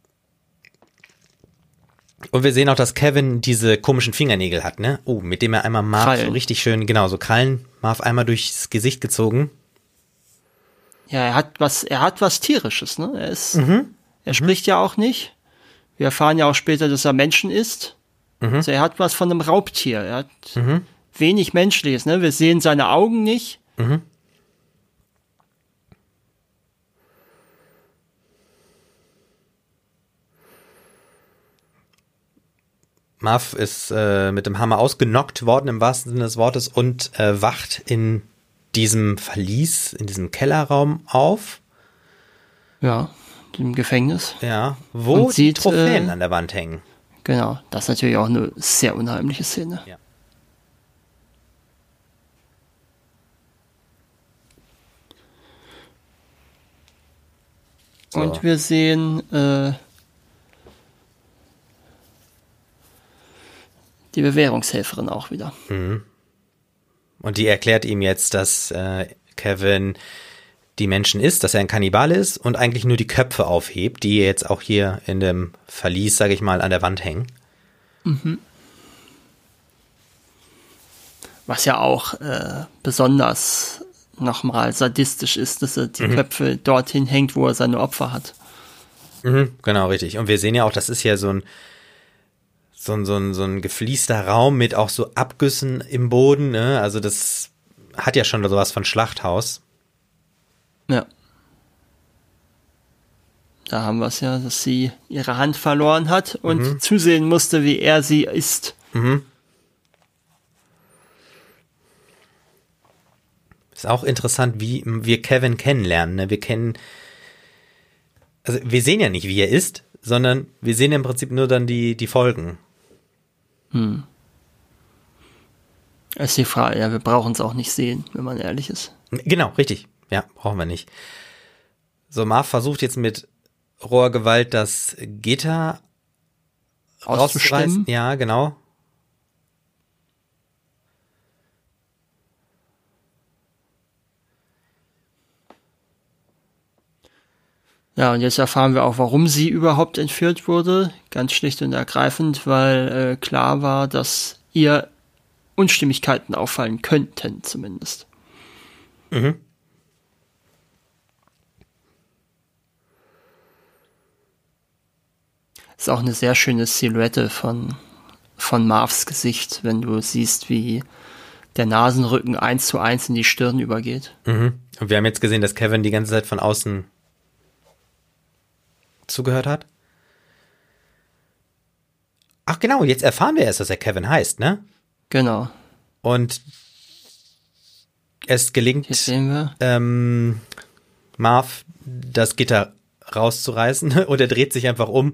Und wir sehen auch, dass Kevin diese komischen Fingernägel hat, ne? Oh, mit dem er einmal Marv Krallen. so richtig schön, genau, so Krallen, Marv einmal durchs Gesicht gezogen. Ja, er hat was, er hat was Tierisches, ne? Er ist, er spricht ja auch nicht. Wir erfahren ja auch später, dass er Menschen isst. Also er hat was von einem Raubtier. Er hat wenig Menschliches, ne? Wir sehen seine Augen nicht. Marv ist äh, mit dem Hammer ausgenockt worden, im wahrsten Sinne des Wortes, und äh, wacht in diesem Verlies, in diesem Kellerraum auf, Ja, im Gefängnis. ja, wo Und die sieht, Trophäen äh, an der Wand hängen. Genau. Das ist natürlich auch eine sehr unheimliche Szene. Ja. So. Und wir sehen äh, die Bewährungshelferin auch wieder. Und die erklärt ihm jetzt, dass äh, Kevin die Menschen ist, dass er ein Kannibale ist und eigentlich nur die Köpfe aufhebt, die jetzt auch hier in dem Verlies, sage ich mal, an der Wand hängen. Was ja auch äh, besonders nochmal sadistisch ist, dass er die Köpfe dorthin hängt, wo er seine Opfer hat. Mhm, genau, richtig. Und wir sehen ja auch, das ist ja so ein so ein, so ein, so ein gefliester Raum mit auch so Abgüssen im Boden, ne? Also das hat ja schon sowas von Schlachthaus. Ja. Da haben wir es ja, dass sie ihre Hand verloren hat und zusehen musste, wie er sie isst. Ist auch interessant, wie wir Kevin kennenlernen, ne? Wir kennen, also wir sehen ja nicht, wie er ist, sondern wir sehen im Prinzip nur dann die, die Folgen. Das ist die Frage, ja, wir brauchen es auch nicht sehen, wenn man ehrlich ist. Genau, richtig. Ja, brauchen wir nicht. So, Marv versucht jetzt mit roher Gewalt das Gitter rauszureißen. Auszustemmen. Ja, genau. Ja, und jetzt erfahren wir auch, warum sie überhaupt entführt wurde. Ganz schlicht und ergreifend, weil äh, klar war, dass ihr Unstimmigkeiten auffallen könnten, zumindest. Mhm. Ist auch eine sehr schöne Silhouette von, von Marvs Gesicht, wenn du siehst, wie der Nasenrücken eins zu eins in die Stirn übergeht. Mhm. Und wir haben jetzt gesehen, dass Kevin die ganze Zeit von außen zugehört hat. Ach genau, jetzt erfahren wir erst, dass er Kevin heißt, ne? Genau. Und es gelingt Hier sehen wir. ähm, Marv, das Gitter rauszureißen und er dreht sich einfach um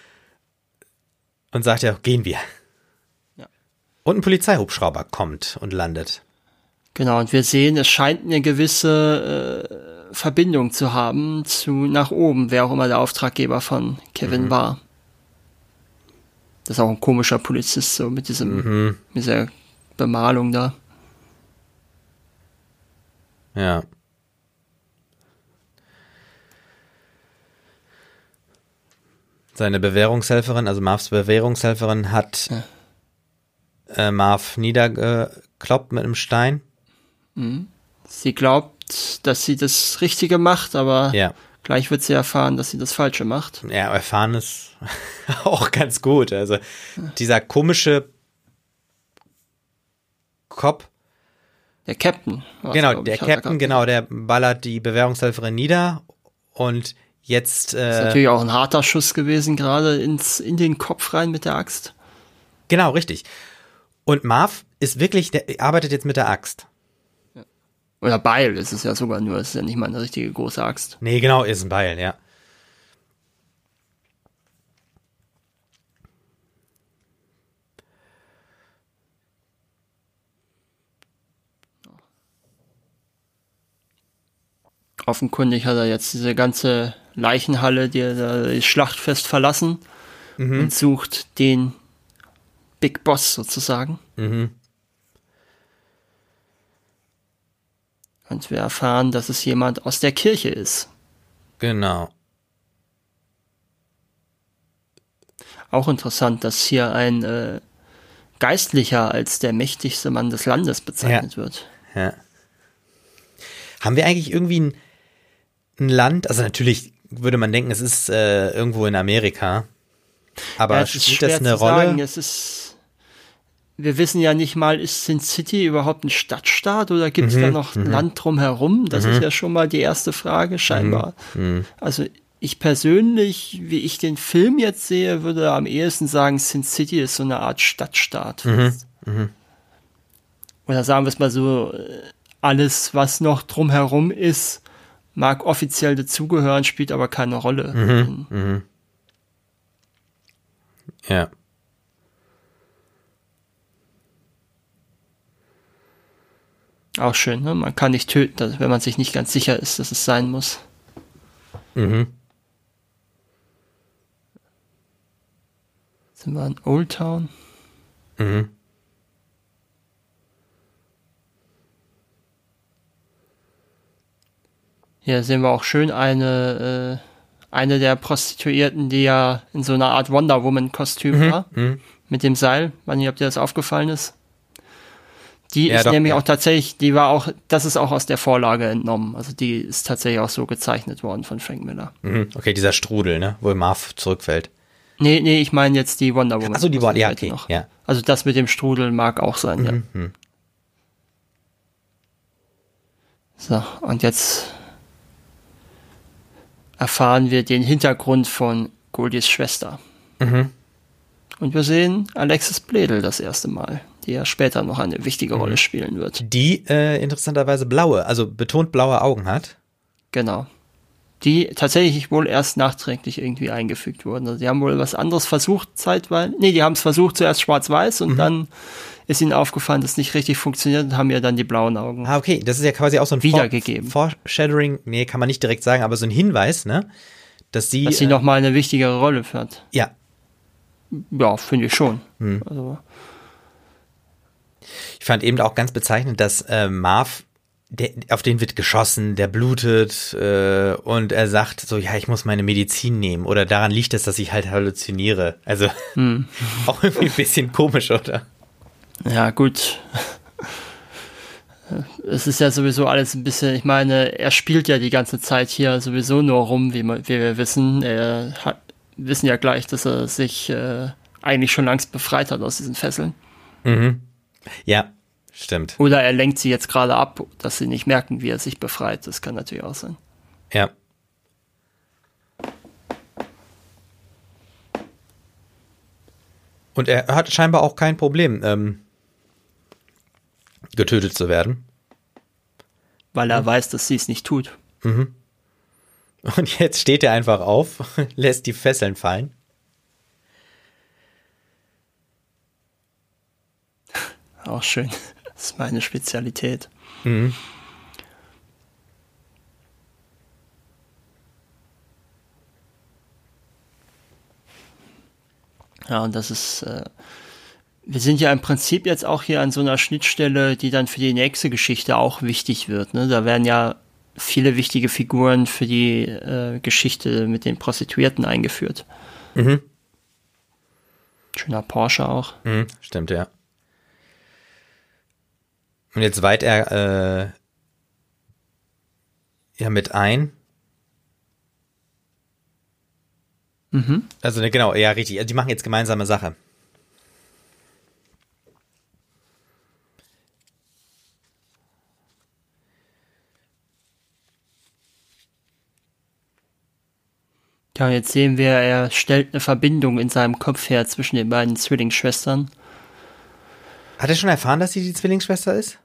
und sagt ja, gehen wir. Ja. Und ein Polizeihubschrauber kommt und landet. Genau, und wir sehen, es scheint eine gewisse Verbindung zu haben zu nach oben, wer auch immer der Auftraggeber von Kevin mhm. war. Das ist auch ein komischer Polizist, so mit diesem, mhm. mit dieser Bemalung da. Ja. Seine Bewährungshelferin, also Marvs Bewährungshelferin, hat ja. äh, Marv niedergekloppt mit einem Stein. Mhm. Sie glaubt, dass sie das Richtige macht, aber ja. gleich wird sie erfahren, dass sie das Falsche macht. Ja, erfahren ist auch ganz gut. Also ja. dieser komische Cop. Der Captain. Genau, der Captain, genau, der ballert die Bewährungshelferin nieder und jetzt. Äh, das ist natürlich auch ein harter Schuss gewesen, gerade ins in den Kopf rein mit der Axt. Genau, richtig. Und Marv ist wirklich, der arbeitet jetzt mit der Axt. Ja. Oder Beil ist es ja sogar nur, es ist ja nicht mal eine richtige große Axt. Nee, genau, ist ein Beil, ja. Offenkundig hat er jetzt diese ganze Leichenhalle, die das Schlachtfest verlassen mhm. und sucht den Big Boss sozusagen. Mhm. Und wir erfahren, dass es jemand aus der Kirche ist. Genau. Auch interessant, dass hier ein äh, Geistlicher als der mächtigste Mann des Landes bezeichnet ja. wird. Ja. Haben wir eigentlich irgendwie ein ein Land, also natürlich würde man denken, es ist äh, irgendwo in Amerika, aber ja, spielt das eine zu Rolle? Sagen. Es ist, wir wissen ja nicht mal, ist Sin City überhaupt ein Stadtstaat oder gibt es mhm, da noch ein mhm. Land drumherum? Das mhm. ist ja schon mal die erste Frage, scheinbar. Mhm. Also ich persönlich, wie ich den Film jetzt sehe, würde am ehesten sagen, Sin City ist so eine Art Stadtstaat. Mhm. Mhm. Oder sagen wir es mal so, alles, was noch drumherum ist, mag offiziell dazugehören, spielt aber keine Rolle. Mhm, mhm. Ja. Auch schön, ne? Man kann nicht töten, wenn man sich nicht ganz sicher ist, dass es sein muss. Mhm. Jetzt sind wir in Old Town. Mhm. Hier sehen wir auch schön eine, äh, eine der Prostituierten, die ja in so einer Art Wonder Woman-Kostüm mhm. war. Mhm. Mit dem Seil. Ich weiß nicht, ob dir das aufgefallen ist. Die ja, ist doch, nämlich ja. auch tatsächlich, die war auch, das ist auch aus der Vorlage entnommen. Also die ist tatsächlich auch so gezeichnet worden von Frank Miller. Mhm. Okay, dieser Strudel, ne, wo Marv zurückfällt. Nee, nee, ich meine jetzt die Wonder Woman. Achso, die Wonder, ja, okay, noch. Ja. Also das mit dem Strudel mag auch sein, ja. Mhm. So, und jetzt erfahren wir den Hintergrund von Goldies Schwester. Mhm. Und wir sehen Alexis Bledel das erste Mal, die ja später noch eine wichtige mhm. Rolle spielen wird. Die äh, interessanterweise blaue, also betont blaue Augen hat. Genau. Die tatsächlich wohl erst nachträglich irgendwie eingefügt wurden. Also die haben wohl was anderes versucht, zeitweise. Nee, die haben es versucht, zuerst schwarz-weiß und mhm. dann ist ihnen aufgefallen, dass es nicht richtig funktioniert und haben ja dann die blauen Augen Ah, okay, das ist ja quasi auch so ein wiedergegeben. Foreshadowing, nee, kann man nicht direkt sagen, aber so ein Hinweis, ne? Dass sie, dass sie äh, nochmal eine wichtigere Rolle hat. Ja. Ja, finde ich schon. Hm. Also. Ich fand eben auch ganz bezeichnend, dass äh, Marv, der, auf den wird geschossen, der blutet äh, und er sagt so, ja, ich muss meine Medizin nehmen oder daran liegt es, dass ich halt halluziniere. Also hm. auch irgendwie ein bisschen komisch, oder? Ja, gut. Es ist ja sowieso alles ein bisschen, ich meine, er spielt ja die ganze Zeit hier sowieso nur rum, wie, wir, wie wir wissen. Er hat, wissen ja gleich, dass er sich äh, eigentlich schon längst befreit hat aus diesen Fesseln. Mhm. Ja, stimmt. Oder er lenkt sie jetzt gerade ab, dass sie nicht merken, wie er sich befreit. Das kann natürlich auch sein. Ja. Und er hat scheinbar auch kein Problem, ähm, getötet zu werden. Weil er mhm. weiß, dass sie es nicht tut. Mhm. Und jetzt steht er einfach auf, lässt die Fesseln fallen. Auch schön. Das ist meine Spezialität. Mhm. Ja, und das ist, äh, wir sind ja im Prinzip jetzt auch hier an so einer Schnittstelle, die dann für die nächste Geschichte auch wichtig wird. Ne? Da werden ja viele wichtige Figuren für die äh, Geschichte mit den Prostituierten eingeführt. Mhm. Schöner Porsche auch. Mhm, stimmt, ja. Und jetzt weiht er äh, ja mit ein. Mhm. Also ne, genau, ja, richtig. Die machen jetzt gemeinsame Sache. Ja, jetzt sehen wir, er stellt eine Verbindung in seinem Kopf her zwischen den beiden Zwillingsschwestern. Hat er schon erfahren, dass sie die Zwillingsschwester ist?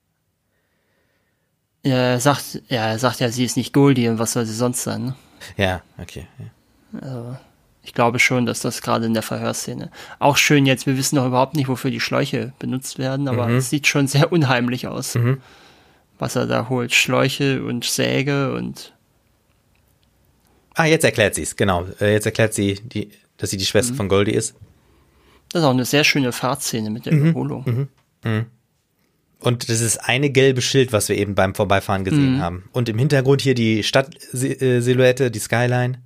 Ja, er sagt, ja, er sagt ja, sie ist nicht Goldie und was soll sie sonst sein, ne? Ja, okay. Ja. Also, ich glaube schon, dass das gerade in der Verhörszene. Auch schön jetzt, wir wissen noch überhaupt nicht, wofür die Schläuche benutzt werden, aber Mhm. es sieht schon sehr unheimlich aus, Mhm. was er da holt. Schläuche und Säge und Ah, jetzt erklärt sie es, genau. Äh, Jetzt erklärt sie, die, dass sie die Schwester Mhm. von Goldie ist. das ist auch eine sehr schöne Fahrtszene mit der Mhm. Überholung. Mhm. Und das ist eine gelbe Schild, was wir eben beim Vorbeifahren gesehen Mhm. haben. Und im Hintergrund hier die Stadtsilhouette, die Skyline.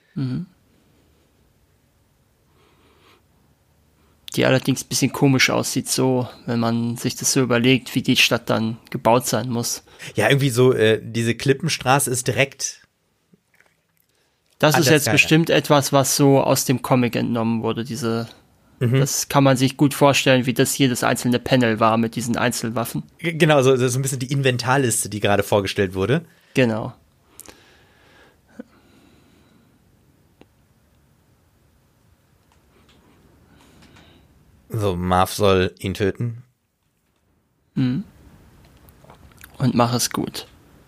Die allerdings ein bisschen komisch aussieht, so, wenn man sich das so überlegt, wie die Stadt dann gebaut sein muss. Ja, irgendwie so, äh, diese Klippenstraße ist direkt. Das An ist der jetzt Skyline. bestimmt etwas, was so aus dem Comic entnommen wurde, diese, Mhm. das kann man sich gut vorstellen, wie das jedes einzelne Panel war mit diesen Einzelwaffen. G- Genau, so, so ein bisschen die Inventarliste, die gerade vorgestellt wurde. Genau. So, Marv soll ihn töten. Und mach es gut.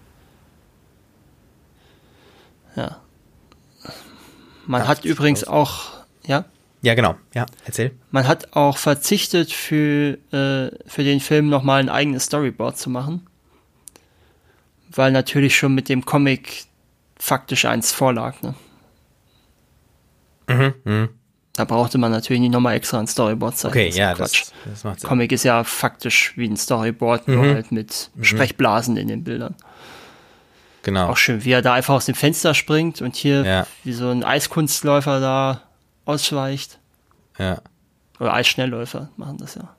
Ja. Man Ach, hat das sieht übrigens aus. auch, ja, Ja, genau. Ja, erzähl. man hat auch verzichtet für, äh, für den Film nochmal ein eigenes Storyboard zu machen. Weil natürlich schon mit dem Comic faktisch eins vorlag, ne? Mhm. Mhm. Da brauchte man natürlich nicht nochmal extra ein Storyboard zeigen. Okay, ist ja, Quatsch. das, das macht Sinn. Comic ist ja faktisch wie ein Storyboard, nur Mhm. halt mit Sprechblasen in den Bildern. Genau. Auch schön, wie er da einfach aus dem Fenster springt und hier Ja. wie so ein Eiskunstläufer da ausschweicht. Ja. Oder Eisschnellläufer machen das ja.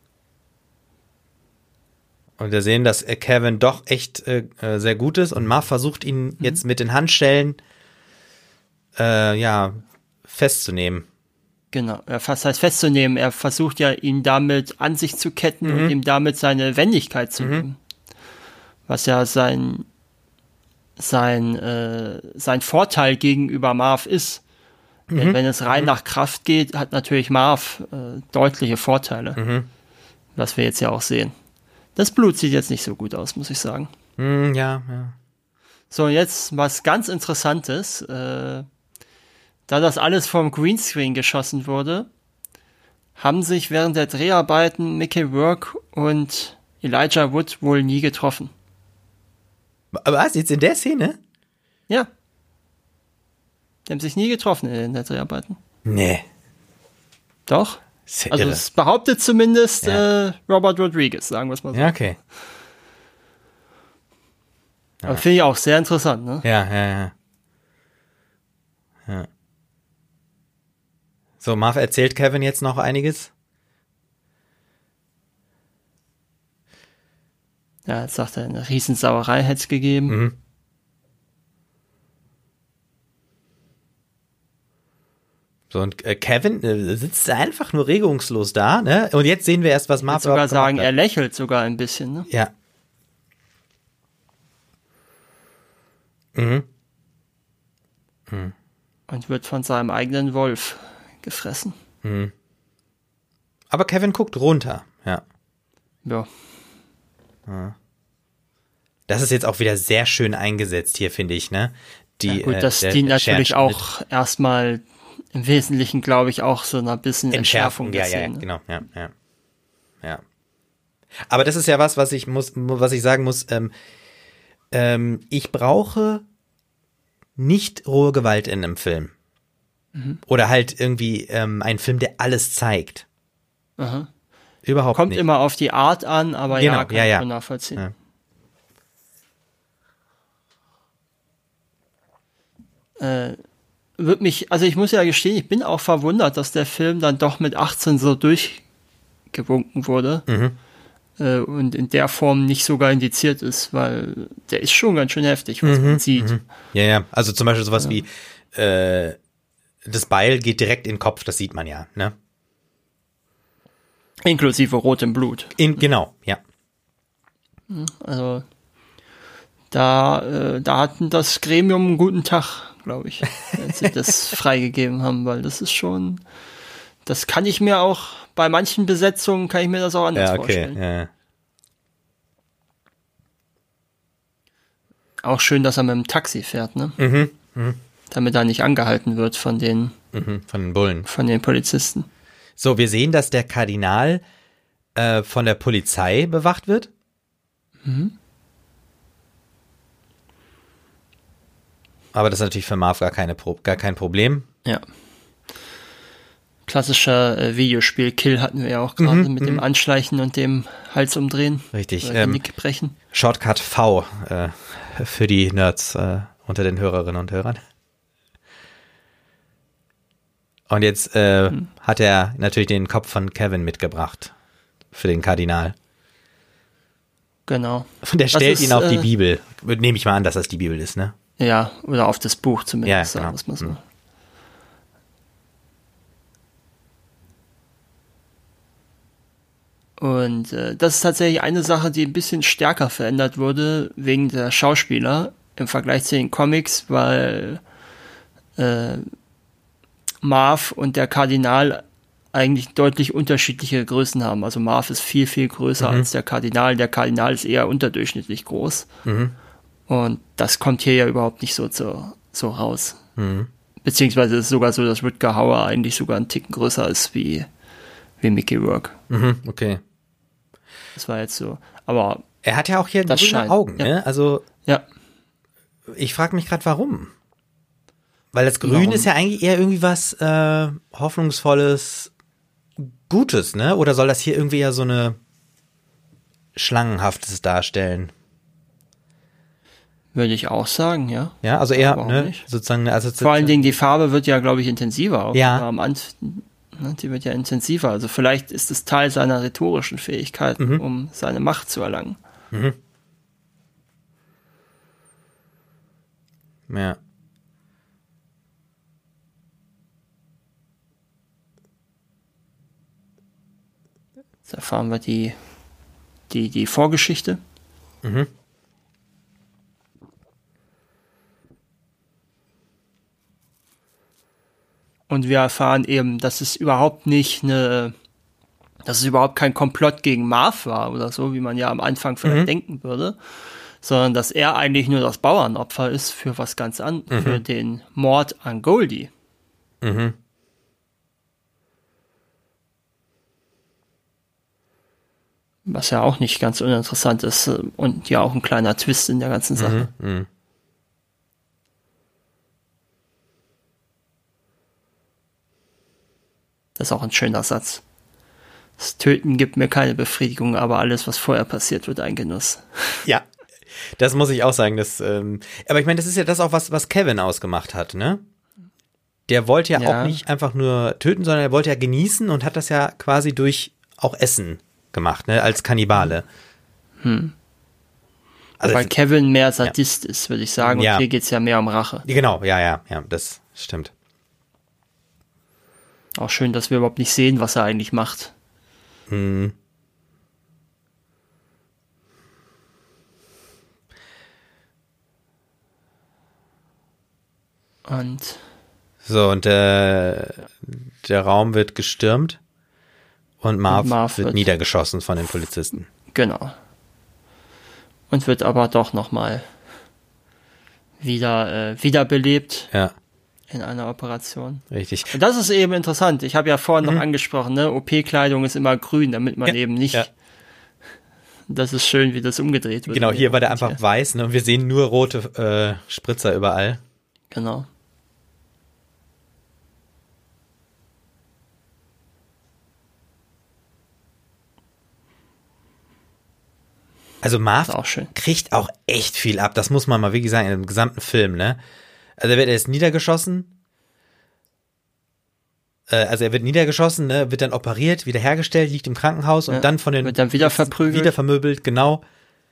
Und wir sehen, dass äh, Kevin doch echt äh, äh, sehr gut ist und Marv versucht ihn Mhm. jetzt mit den Handschellen äh, ja festzunehmen. Genau, er was heißt festzunehmen, er versucht ja ihn damit an sich zu ketten Mhm. und ihm damit seine Wendigkeit zu nehmen. Was ja sein sein äh, sein Vorteil gegenüber Marv ist. Mhm. Denn wenn es rein nach Kraft geht, hat natürlich Marv äh, deutliche Vorteile. Mhm. Was wir jetzt ja auch sehen. Das Blut sieht jetzt nicht so gut aus, muss ich sagen. Hm, ja, ja. So, jetzt was ganz Interessantes. Äh, da das alles vom Greenscreen geschossen wurde, haben sich während der Dreharbeiten Mickey Rourke und Elijah Wood wohl nie getroffen. Aber was, jetzt in der Szene? Ja. Die haben sich nie getroffen in den Dreharbeiten. Nee. Doch. Ist ja Also irre. es behauptet zumindest Ja. äh, Robert Rodriguez, sagen wir es mal so. Ja, okay. Aber finde ich auch sehr interessant, ne? Ja, ja, ja. Ja. So, Marv erzählt Kevin jetzt noch einiges. Ja, jetzt sagt er, eine Riesensauerei hätte es gegeben. Mhm. So, und äh, Kevin äh, sitzt einfach nur regungslos da, ne? Und jetzt sehen wir erst, was Ich Marv würde sogar überhaupt sagen, gemacht er hat. lächelt sogar ein bisschen, ne? Ja. Mhm. Und wird von seinem eigenen Wolf gefressen. Aber Kevin guckt runter, ja. Ja. Das ist jetzt auch wieder sehr schön eingesetzt hier, finde ich, ne? Die, Ja, gut, äh, das der- dient der natürlich Scherenschnitt. auch erstmal im Wesentlichen, glaube ich, auch so einer bisschen Entschärfung, Entschärfung, der ja, ja, ja, Szene. genau, ja, ja. Ja. Aber das ist ja was, was ich muss, was ich sagen muss, ähm, ähm, ich brauche nicht rohe Gewalt in einem Film. Mhm. Oder halt irgendwie ähm, ein Film, der alles zeigt. Aha. Überhaupt Kommt nicht. immer auf die Art an, aber Genau, ja, kann ja, ich ja. schon nachvollziehen. Ja. Äh, wird mich, also ich muss ja gestehen, ich bin auch verwundert, dass der Film dann doch mit achtzehn so durchgewunken wurde. Mhm. Äh, und in der Form nicht sogar indiziert ist, weil der ist schon ganz schön heftig, was Mhm, man sieht. mhm. Ja, ja, also zum Beispiel sowas Ja. wie äh, das Beil geht direkt in den Kopf, das sieht man ja, ne? Inklusive rotem Blut. In, genau, ja. Also da, äh, da hatten das Gremium einen guten Tag, glaube ich, als sie das freigegeben haben, weil das ist schon, das kann ich mir auch, bei manchen Besetzungen kann ich mir das auch anders Ja, okay. vorstellen. Ja. Auch schön, dass er mit dem Taxi fährt, ne? Mhm, mhm, Damit er nicht angehalten wird von den, mhm, von den Bullen. von den Polizisten. So, wir sehen, dass der Kardinal äh, von der Polizei bewacht wird. Mhm. Aber das ist natürlich für Marv gar, keine Pro- gar kein Problem. Ja. Klassischer äh, Videospiel-Kill hatten wir ja auch gerade Mhm, mit dem Anschleichen und dem Hals umdrehen. Richtig. Oder Ähm, Genick brechen. Shortcut V äh, für die Nerds äh, unter den Hörerinnen und Hörern. Und jetzt äh, Mhm. hat er natürlich den Kopf von Kevin mitgebracht für den Kardinal. Genau. Und der Das stellt ist, ihn auf die äh, Bibel. Nehme ich mal an, dass das die Bibel ist, ne? Ja, oder auf das Buch zumindest, Ja, sagen genau. wir es mal so. Mhm. Und äh, das ist tatsächlich eine Sache, die ein bisschen stärker verändert wurde wegen der Schauspieler im Vergleich zu den Comics, weil äh, Marv und der Kardinal eigentlich deutlich unterschiedliche Größen haben. Also Marv ist viel, viel größer Mhm. als der Kardinal. Der Kardinal ist eher unterdurchschnittlich groß. Mhm. Und das kommt hier ja überhaupt nicht so, so, so raus. Mhm. Beziehungsweise ist es sogar so, dass Rutger Hauer eigentlich sogar einen Ticken größer ist wie, wie Mickey Rourke. Mhm. Okay. Das war jetzt so. Aber Er hat ja auch hier Das grüne scheint, Augen, ja. ne? Also ja, ich frage mich gerade, warum? Weil das Grün Warum? ist ja eigentlich eher irgendwie was äh, Hoffnungsvolles, Gutes, ne? Oder soll das hier irgendwie ja so eine Schlangenhaftes darstellen? würde ich auch sagen, ja. Ja, also eher, Warum ne? nicht? Sozusagen, also Vor allen Dingen die Farbe wird ja, glaube ich, intensiver. Auch Ja. Am Anfang, ne, die wird ja intensiver. Also vielleicht ist es Teil seiner rhetorischen Fähigkeiten, Mhm. um seine Macht zu erlangen. Mhm. Ja. Jetzt erfahren wir die, die, die Vorgeschichte. Mhm. Und wir erfahren eben, dass es überhaupt nicht eine, dass es überhaupt kein Komplott gegen Marv war oder so, wie man ja am Anfang vielleicht Mhm. denken würde, sondern dass er eigentlich nur das Bauernopfer ist für was ganz anderes, für den Mord an Goldie. Mhm. Was ja auch nicht ganz uninteressant ist äh, und ja auch ein kleiner Twist in der ganzen Sache. Mhm. Das ist auch ein schöner Satz. Das Töten gibt mir keine Befriedigung, aber alles, was vorher passiert, wird ein Genuss. Ja, das muss ich auch sagen. Das, ähm, aber ich meine, das ist ja das auch, was, was Kevin ausgemacht hat, ne? Der wollte ja, Ja. auch nicht einfach nur töten, sondern er wollte ja genießen und hat das ja quasi durch auch Essen gemacht, ne? Als Kannibale. Hm. Also Weil es- Kevin mehr Sadist ist, würde ich sagen. Ja. Und hier geht's ja mehr um Rache. genau, ja, ja, ja, das stimmt. Auch schön, dass wir überhaupt nicht sehen, was er eigentlich macht. Mhm. Und So, und äh, der Raum wird gestürmt und Marv, Und Marv wird wird- niedergeschossen von den Polizisten. genau. Und wird aber doch nochmal wieder, äh, wiederbelebt Ja, in einer Operation. richtig. Und das ist eben interessant. Ich habe ja vorhin noch angesprochen, ne? O P-Kleidung ist immer grün, damit man Ja, eben nicht. ja. Das ist schön, wie das umgedreht wird. Genau, hier war der Und einfach weiß, ne? Und wir sehen nur rote äh, Spritzer überall. Genau. Also Marv auch schön. kriegt auch echt viel ab, das muss man mal wirklich sagen, in dem gesamten Film, ne? Also er wird erst niedergeschossen, äh, also er wird niedergeschossen, ne, wird dann operiert, wiederhergestellt, liegt im Krankenhaus und ja, dann von den... Wird dann wieder verprügelt. Wieder vermöbelt, genau.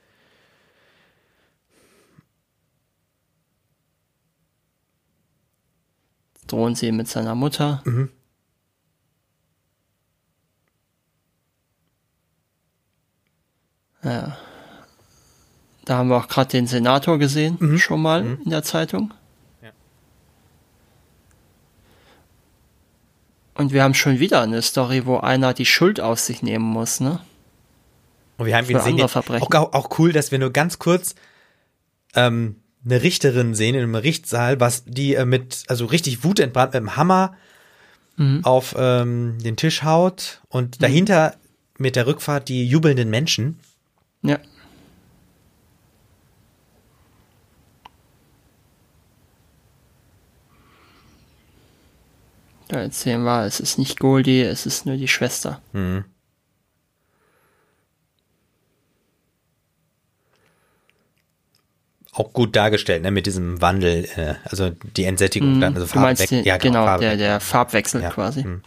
Drohen sie mit seiner Mutter. Mhm. Ja. Da haben wir auch gerade den Senator gesehen, Mhm. schon mal Mhm. in der Zeitung. Ja. Und wir haben schon wieder eine Story, wo einer die Schuld auf sich nehmen muss, ne? Und wir haben Für ihn sehen, andere Verbrechen. auch, auch cool, dass wir nur ganz kurz ähm, eine Richterin sehen in einem Gerichtssaal, was die äh, mit, also richtig wutentbrannt mit dem Hammer Mhm. auf ähm, den Tisch haut und dahinter mit der Rückfahrt die jubelnden Menschen. Ja. Da erzählen wir, es ist nicht Goldie, es ist nur die Schwester. Mhm. Auch gut dargestellt, ne, mit diesem Wandel, äh, also die Entsättigung Mhm. dann, also Du meinst Farbwechsel. den, Ja, genau, Farbe- der, der Farbwechsel Ja. quasi. Mhm.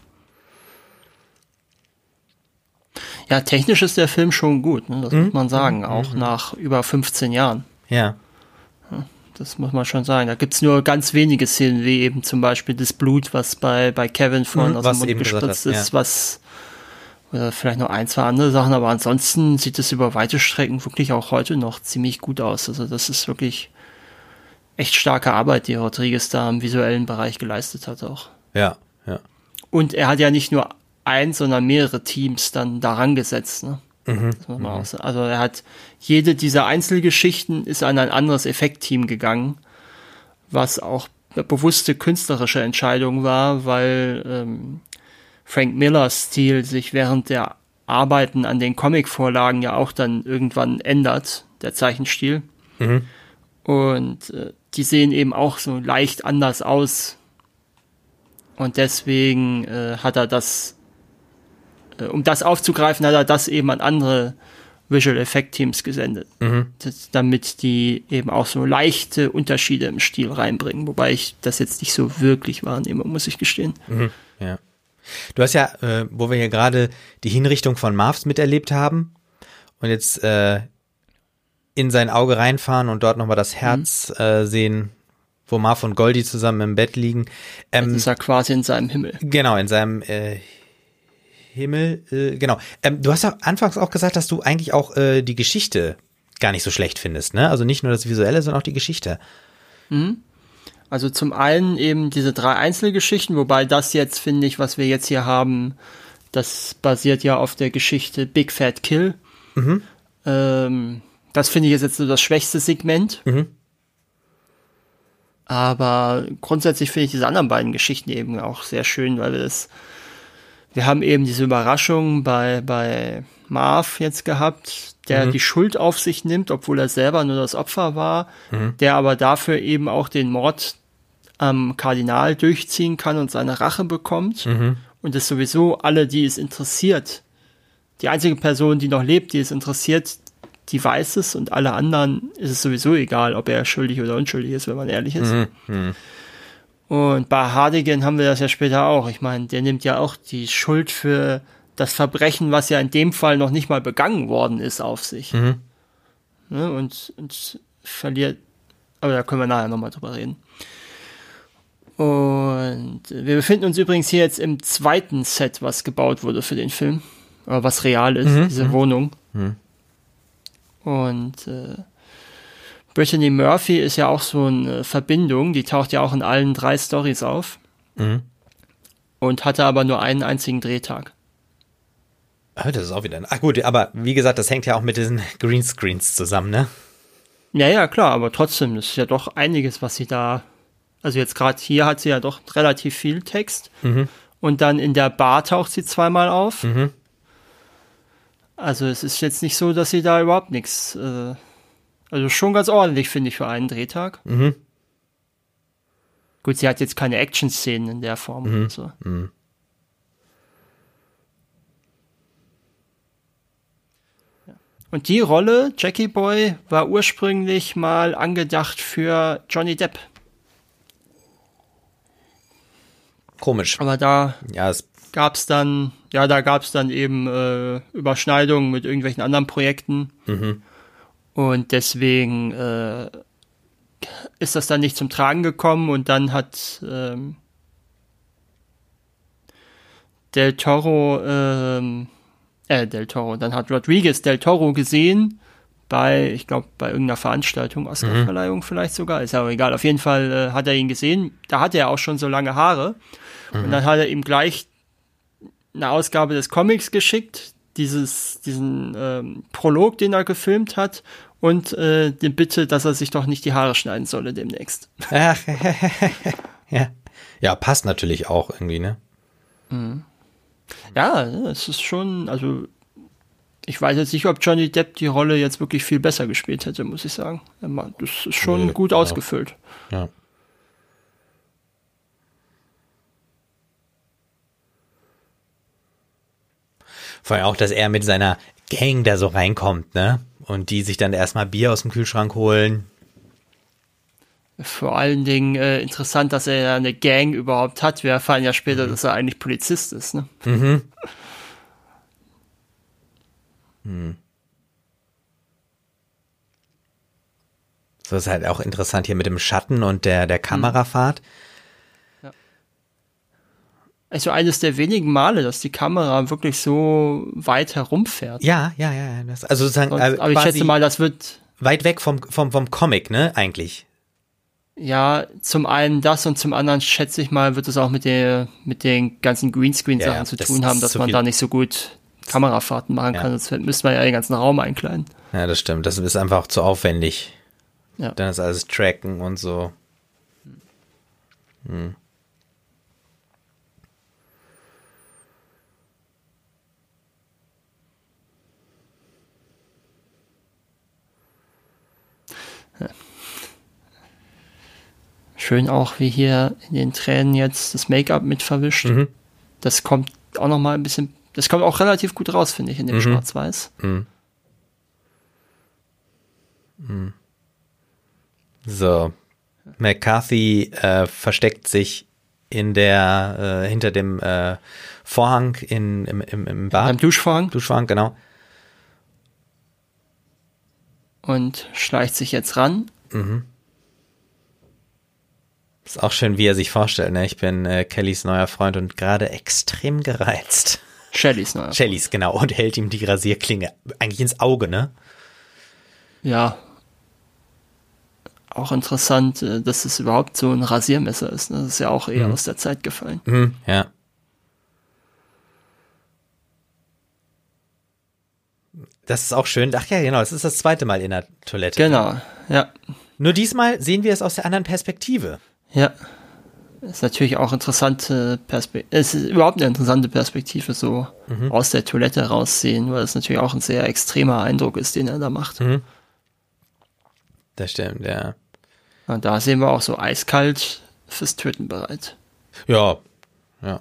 Ja, technisch ist der Film schon gut, ne? Das Mhm. muss man sagen, Mhm. auch nach über fünfzehn Jahren. Ja. Das muss man schon sagen. Da gibt's nur ganz wenige Szenen, wie eben zum Beispiel das Blut, was bei, bei Kevin vorhin Mhm, aus was dem Mund eben gesagt gespritzt hat, ist, ja. was, oder vielleicht noch ein, zwei andere Sachen, aber ansonsten sieht es über weite Strecken wirklich auch heute noch ziemlich gut aus. Also das ist wirklich echt starke Arbeit, die Rodriguez da im visuellen Bereich geleistet hat auch. Ja, ja. Und er hat ja nicht nur ein, sondern mehrere Teams dann daran gesetzt, ne? Mhm. Das muss man auch sagen. Also er hat jede dieser Einzelgeschichten ist an ein anderes Effektteam gegangen, was auch eine bewusste künstlerische Entscheidung war, weil ähm, Frank Millers Stil sich während der Arbeiten an den Comicvorlagen ja auch dann irgendwann ändert, der Zeichenstil. Mhm. Und äh, die sehen eben auch so leicht anders aus. Und deswegen äh, hat er das um das aufzugreifen, hat er das eben an andere Visual Effect Teams gesendet, Mhm. das, damit die eben auch so leichte Unterschiede im Stil reinbringen, wobei ich das jetzt nicht so wirklich wahrnehme, muss ich gestehen. Mhm. Ja. Du hast ja, äh, wo wir hier gerade die Hinrichtung von Marvs miterlebt haben und jetzt äh, in sein Auge reinfahren und dort nochmal das Herz mhm. äh, sehen, wo Marv und Goldie zusammen im Bett liegen. Ähm, das ist ja quasi in seinem Himmel. Genau, in seinem äh, Himmel, äh, genau. Ähm, du hast ja anfangs auch gesagt, dass du eigentlich auch äh, die Geschichte gar nicht so schlecht findest, ne? Also nicht nur das Visuelle, sondern auch die Geschichte. Mhm. Also zum einen eben diese drei Einzelgeschichten, wobei das jetzt, finde ich, was wir jetzt hier haben, das basiert ja auf der Geschichte Big Fat Kill. Mhm. Ähm, das finde ich jetzt so das schwächste Segment. Mhm. Aber grundsätzlich finde ich diese anderen beiden Geschichten eben auch sehr schön, weil wir das Wir haben eben diese Überraschung bei, bei Marv jetzt gehabt, der mhm. die Schuld auf sich nimmt, obwohl er selber nur das Opfer war, mhm. der aber dafür eben auch den Mord am Kardinal durchziehen kann und seine Rache bekommt. Mhm. Und es sowieso alle, die es interessiert, die einzige Person, die noch lebt, die es interessiert, die weiß es und alle anderen ist es sowieso egal, ob er schuldig oder unschuldig ist, wenn man ehrlich ist. Mhm. Mhm. Und bei Hardigan haben wir das ja später auch. Ich meine, der nimmt ja auch die Schuld für das Verbrechen, was ja in dem Fall noch nicht mal begangen worden ist, auf sich. Mhm. Ne, und, und verliert, aber da können wir nachher nochmal drüber reden. Und wir befinden uns übrigens hier jetzt im zweiten Set, was gebaut wurde für den Film. Oder was real ist, Mhm. diese Wohnung. Mhm. Und äh, Brittany Murphy ist ja auch so eine Verbindung, die taucht ja auch in allen drei Storys auf Mhm. und hatte aber nur einen einzigen Drehtag. Ah, das ist auch wieder. Ach gut, aber wie gesagt, das hängt ja auch mit diesen Greenscreens zusammen, ne? Ja, ja, klar, aber trotzdem, das ist ja doch einiges, was sie da, also jetzt gerade hier hat sie ja doch relativ viel Text Mhm. und dann in der Bar taucht sie zweimal auf. Mhm. Also es ist jetzt nicht so, dass sie da überhaupt nichts, äh, also schon ganz ordentlich, finde ich, für einen Drehtag. Mhm. Gut, sie hat jetzt keine Action-Szenen in der Form. Mhm. Und so. Mhm. Und die Rolle, Jackie Boy, war ursprünglich mal angedacht für Johnny Depp. Komisch. Aber da Ja, es gab's dann, ja, da gab's dann eben äh, Überschneidungen mit irgendwelchen anderen Projekten. Mhm. Und deswegen äh, ist das dann nicht zum Tragen gekommen und dann hat ähm, Del Toro, ähm, äh, Del Toro, dann hat Rodriguez Del Toro gesehen bei, ich glaube, bei irgendeiner Veranstaltung, Oscarverleihung mhm. vielleicht sogar, ist ja auch egal, auf jeden Fall äh, hat er ihn gesehen, da hatte er auch schon so lange Haare mhm. und dann hat er ihm gleich eine Ausgabe des Comics geschickt, dieses, diesen ähm, Prolog, den er gefilmt hat und äh, die Bitte, dass er sich doch nicht die Haare schneiden solle demnächst. Ach, ja. Ja, passt natürlich auch irgendwie, ne? Mhm. Ja, es ist schon, also ich weiß jetzt nicht, ob Johnny Depp die Rolle jetzt wirklich viel besser gespielt hätte, muss ich sagen. Das ist schon nee, gut ja. ausgefüllt. Ja. Vor allem auch, dass er mit seiner Gang da so reinkommt, ne? Und die sich dann erstmal Bier aus dem Kühlschrank holen. Vor allen Dingen äh, interessant, dass er ja eine Gang überhaupt hat. Wir erfahren ja später, mhm. dass er eigentlich Polizist ist, ne? Mhm. Hm. So ist halt auch interessant hier mit dem Schatten und der, der Kamerafahrt. Ja. Also eines der wenigen Male, dass die Kamera wirklich so weit herumfährt. Ja, ja, ja. Das, also sozusagen, und, äh, aber ich schätze mal, das wird weit weg vom, vom, vom Comic, ne, eigentlich. Ja, zum einen das und zum anderen schätze ich mal, wird es auch mit der, mit den ganzen Greenscreen-Sachen ja, ja, zu tun haben, dass man da nicht so gut Kamerafahrten machen kann, ja. Sonst müsste man ja den ganzen Raum einkleiden. Ja, das stimmt. Das ist einfach zu aufwendig. Ja. Dann ist alles tracken und so. Hm. Ja. Schön auch, wie hier in den Tränen jetzt das Make-up mit verwischt. Mhm. Das kommt auch noch mal ein bisschen, das kommt auch relativ gut raus, finde ich, in dem mhm. Schwarz-Weiß. Mhm. Mhm. So, McCarthy äh, versteckt sich in der, äh, hinter dem äh, Vorhang in, im, im, im Bad. Beim Duschvorhang. Duschvorhang, genau. Und schleicht sich jetzt ran. Mhm. Ist auch schön, wie er sich vorstellt, ne? Ich bin äh, Kellys neuer Freund und gerade extrem gereizt. Shellys neuer Freund. Shellys, genau. Und hält ihm die Rasierklinge eigentlich ins Auge, ne? Ja. Auch interessant, dass es überhaupt so ein Rasiermesser ist. Ne? Das ist ja auch eher mhm. aus der Zeit gefallen. Mhm, ja. Das ist auch schön. Ach ja, genau. Es ist das zweite Mal in der Toilette. Genau, ja. Nur diesmal sehen wir es aus der anderen Perspektive. Ja. Ist natürlich auch interessante Perspektive. Es ist überhaupt eine interessante Perspektive, so mhm. aus der Toilette raussehen, weil es natürlich auch ein sehr extremer Eindruck ist, den er da macht. Mhm. Das stimmt, ja. Und da sehen wir auch so eiskalt fürs Töten bereit. Ja, ja.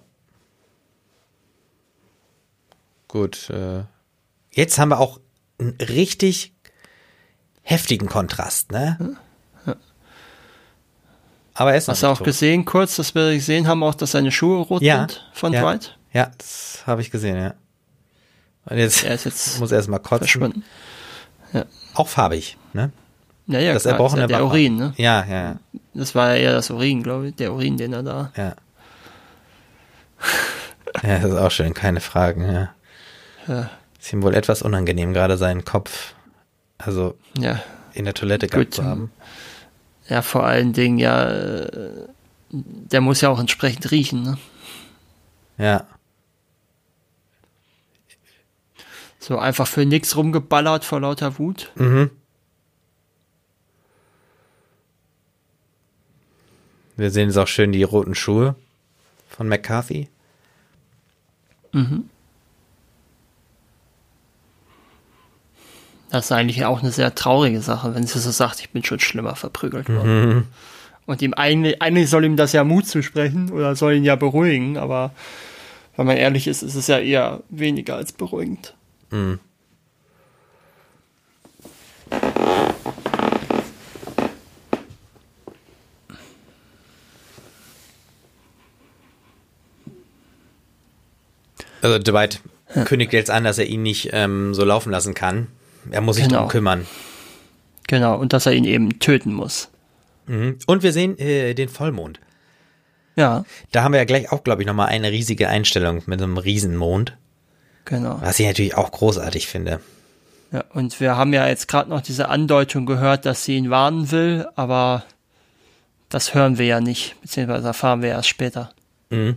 Gut. Äh, jetzt haben wir auch einen richtig heftigen Kontrast, ne? Ja. Aber er ist Hast du auch tot. gesehen, kurz, dass wir gesehen haben, auch, dass seine Schuhe rot ja, sind von ja, Dwight? Ja, das habe ich gesehen, ja. Und jetzt, er ist jetzt muss er erst mal kotzen. Verschwunden. Ja. Auch farbig, ne? Ja, ja, das klar, erbrochene das ja der Wasser. Urin, ne? Ja, ja. Das war ja eher das Urin, glaube ich, der Urin, den er da. Ja. Ja, das ist auch schön, keine Fragen, ja. Ja. Ist ihm wohl etwas unangenehm, gerade seinen Kopf, also ja. in der Toilette Gut. gehabt zu haben. Ja, vor allen Dingen, ja, der muss ja auch entsprechend riechen, ne? Ja. So einfach für nix rumgeballert vor lauter Wut. Mhm. Wir sehen jetzt auch schön die roten Schuhe von McCarthy. Mhm. Das ist eigentlich auch eine sehr traurige Sache, wenn sie so sagt, ich bin schon schlimmer verprügelt worden. Mhm. Und ihm eigentlich, eigentlich soll ihm das ja Mut zusprechen oder soll ihn ja beruhigen, aber wenn man ehrlich ist, ist es ja eher weniger als beruhigend. Mhm. Also Dwight ja. kündigt jetzt an, dass er ihn nicht ähm, so laufen lassen kann. Er muss sich genau. darum kümmern. Genau, und dass er ihn eben töten muss. Mhm. Und wir sehen äh, den Vollmond. Ja. Da haben wir ja gleich auch, glaube ich, nochmal eine riesige Einstellung mit einem Riesenmond. Genau. Was ich natürlich auch großartig finde. Ja, und wir haben ja jetzt gerade noch diese Andeutung gehört, dass sie ihn warnen will, aber das hören wir ja nicht, beziehungsweise erfahren wir erst später. Mhm.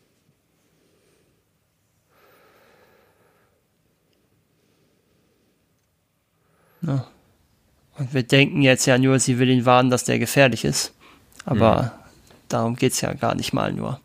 Ja. Und wir denken jetzt ja nur, sie will ihn warnen, dass der gefährlich ist. Aber mhm. darum geht's ja gar nicht mal nur.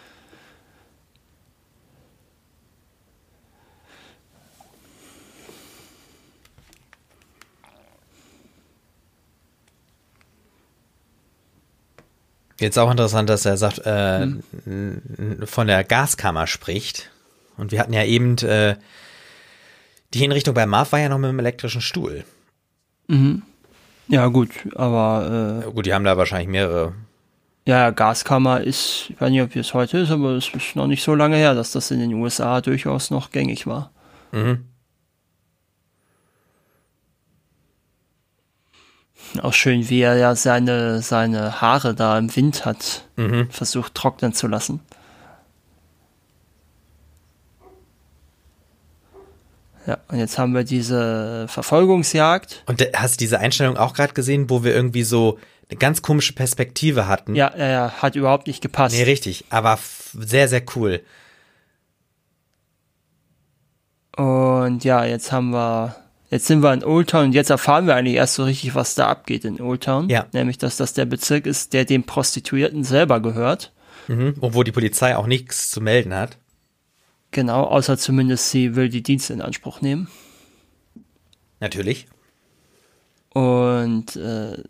Jetzt auch interessant, dass er sagt, äh, hm. von der Gaskammer spricht. Und wir hatten ja eben, äh, die Hinrichtung bei Marv war ja noch mit dem elektrischen Stuhl. Mhm. Ja, gut, aber. Äh, ja, gut, die haben da wahrscheinlich mehrere. Ja, Gaskammer ist, ich weiß nicht, ob es heute ist, aber es ist noch nicht so lange her, dass das in den U S A durchaus noch gängig war. Mhm. Auch schön, wie er ja seine, seine Haare da im Wind hat mhm. versucht trocknen zu lassen. Ja, und jetzt haben wir diese Verfolgungsjagd. Und hast du diese Einstellung auch gerade gesehen, wo wir irgendwie so eine ganz komische Perspektive hatten? Ja, ja, ja, hat überhaupt nicht gepasst. Nee, richtig, aber f- sehr, sehr cool. Und ja, jetzt haben wir, jetzt sind wir in Old Town und jetzt erfahren wir eigentlich erst so richtig, was da abgeht in Old Town. Ja. Nämlich, dass das der Bezirk ist, der dem Prostituierten selber gehört. Mhm. Obwohl die Polizei auch nichts zu melden hat. Genau, außer zumindest sie will die Dienste in Anspruch nehmen. Natürlich. Und äh,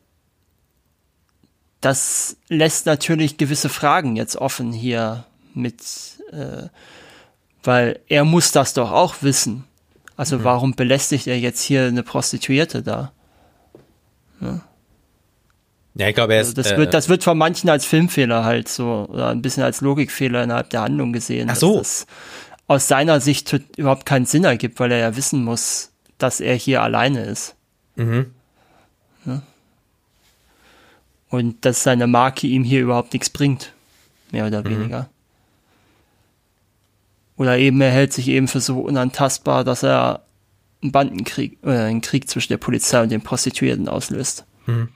das lässt natürlich gewisse Fragen jetzt offen hier mit, äh, weil er muss das doch auch wissen. Also mhm. warum belästigt er jetzt hier eine Prostituierte da? Ja, ja ich glaube, er ist... Also das, äh, wird, das wird von manchen als Filmfehler halt so, oder ein bisschen als Logikfehler innerhalb der Handlung gesehen. Ach so. Dass das aus seiner Sicht überhaupt keinen Sinn ergibt, weil er ja wissen muss, dass er hier alleine ist. Mhm. Ja. Und dass seine Marke ihm hier überhaupt nichts bringt. Mehr oder mhm. weniger. Oder eben er hält sich eben für so unantastbar, dass er einen Bandenkrieg, äh, einen Krieg zwischen der Polizei und den Prostituierten auslöst. Mhm.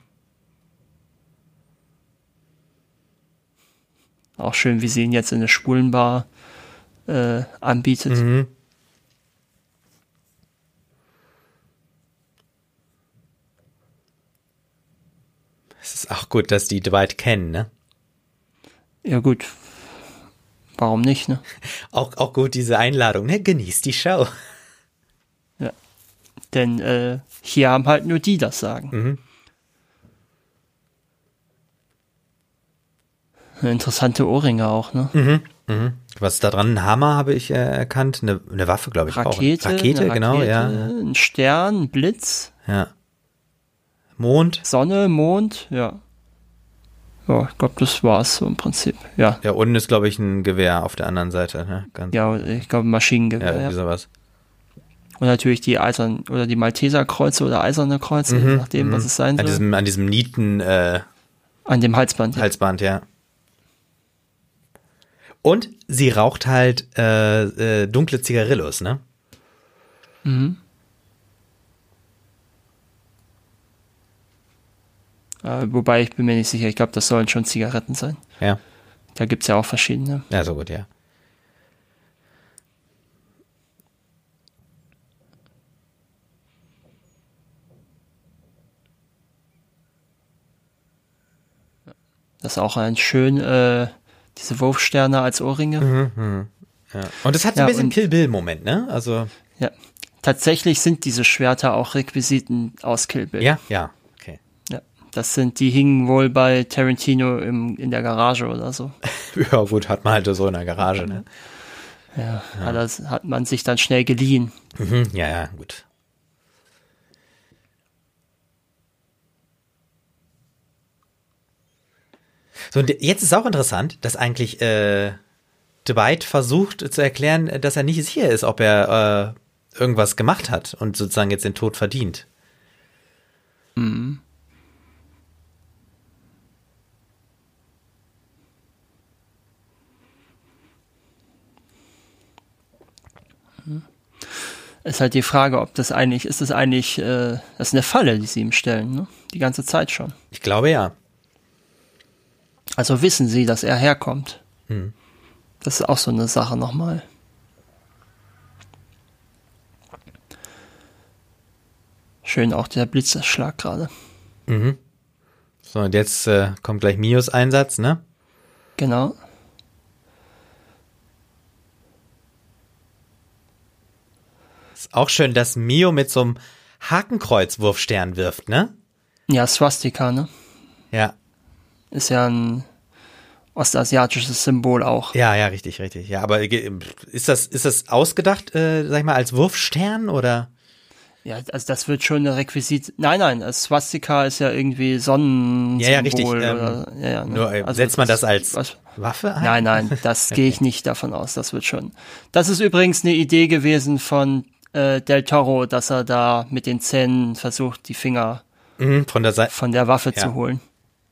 Auch schön, wie sie ihn jetzt in eine Schwulenbar äh, anbietet. Mhm. Es ist auch gut, dass die Dwight kennen, ne? Ja gut, warum nicht, ne? Auch, auch gut diese Einladung, ne? Genießt die Show. Ja, denn äh, hier haben halt nur die das Sagen. Mhm. Interessante Ohrringe auch, ne? Mhm. Mhm. Was ist da dran? Ein Hammer habe ich äh, erkannt. Eine, eine Waffe, glaube ich. Rakete, auch. Rakete, eine genau, Rakete, ja. Ein Stern, ein Blitz. Ja. Mond. Sonne, Mond, ja. Ja, ich glaube, das war's so im Prinzip, ja. Ja, unten ist, glaube ich, ein Gewehr auf der anderen Seite. Ne? Ganz ja, ich glaube, Maschinengewehr. Ja, irgendwie ja. sowas. Und natürlich die Eisern oder die Malteserkreuze oder eiserne Kreuze, Mhm, je nachdem, mhm. was es sein an soll. diesem, an diesem Nieten äh, An dem Halsband. Halsband, ja. Und sie raucht halt äh, äh, dunkle Zigarillos, ne? Mhm. Äh, wobei, ich bin mir nicht sicher, ich glaube, das sollen schon Zigaretten sein. Ja. Da gibt's ja auch verschiedene. Ja, so gut, ja. Das ist auch ein schön, äh, diese Wurfsterne als Ohrringe. Mhm, mh. Ja. Und es hat so Ja, ein bisschen und- Kill Bill-Moment, ne? Also, Ja. Tatsächlich sind diese Schwerter auch Requisiten aus Kill Bill. ja, ja, okay. Ja. Das sind, die hingen wohl bei Tarantino im, in der Garage oder so. Ja, gut, hat man halt so in der Garage, ne? Ja, Hat, das, hat man sich dann schnell geliehen. Mhm, ja, ja, gut. So, und jetzt ist auch interessant, dass eigentlich äh, Dwight versucht zu erklären, dass er nicht sicher ist, ob er äh, irgendwas gemacht hat und sozusagen jetzt den Tod verdient. Mhm. Ist halt die Frage, ob das eigentlich, ist das eigentlich, äh, das ist eine Falle, die sie ihm stellen, ne? Die ganze Zeit schon. Ich glaube ja. Also wissen sie, dass er herkommt. Hm. Das ist auch so eine Sache nochmal. Schön auch der Blitzschlag gerade. Mhm. So, und jetzt äh, kommt gleich Mios Einsatz, ne? Genau. Ist auch schön, dass Mio mit so einem Hakenkreuzwurfstern wirft, ne? Ja, Swastika, ne? Ja. Ist ja ein ostasiatisches Symbol auch. Ja, ja, richtig, richtig. Ja, aber ist das, ist das ausgedacht, äh, sag ich mal, als Wurfstern oder? Ja, also das wird schon eine Requisit. Nein, nein, das Swastika ist ja irgendwie Sonnensymbol. Ja, ja, richtig. Ähm, oder, ja, ja, ne? Nur, äh, also setzt man das, das als was, Waffe ein? Nein, nein, das okay. Gehe ich nicht davon aus. Das wird schon. Das ist übrigens eine Idee gewesen von äh, Del Toro, dass er da mit den Zähnen versucht, die Finger mhm, von der Seite von der Waffe ja. zu holen.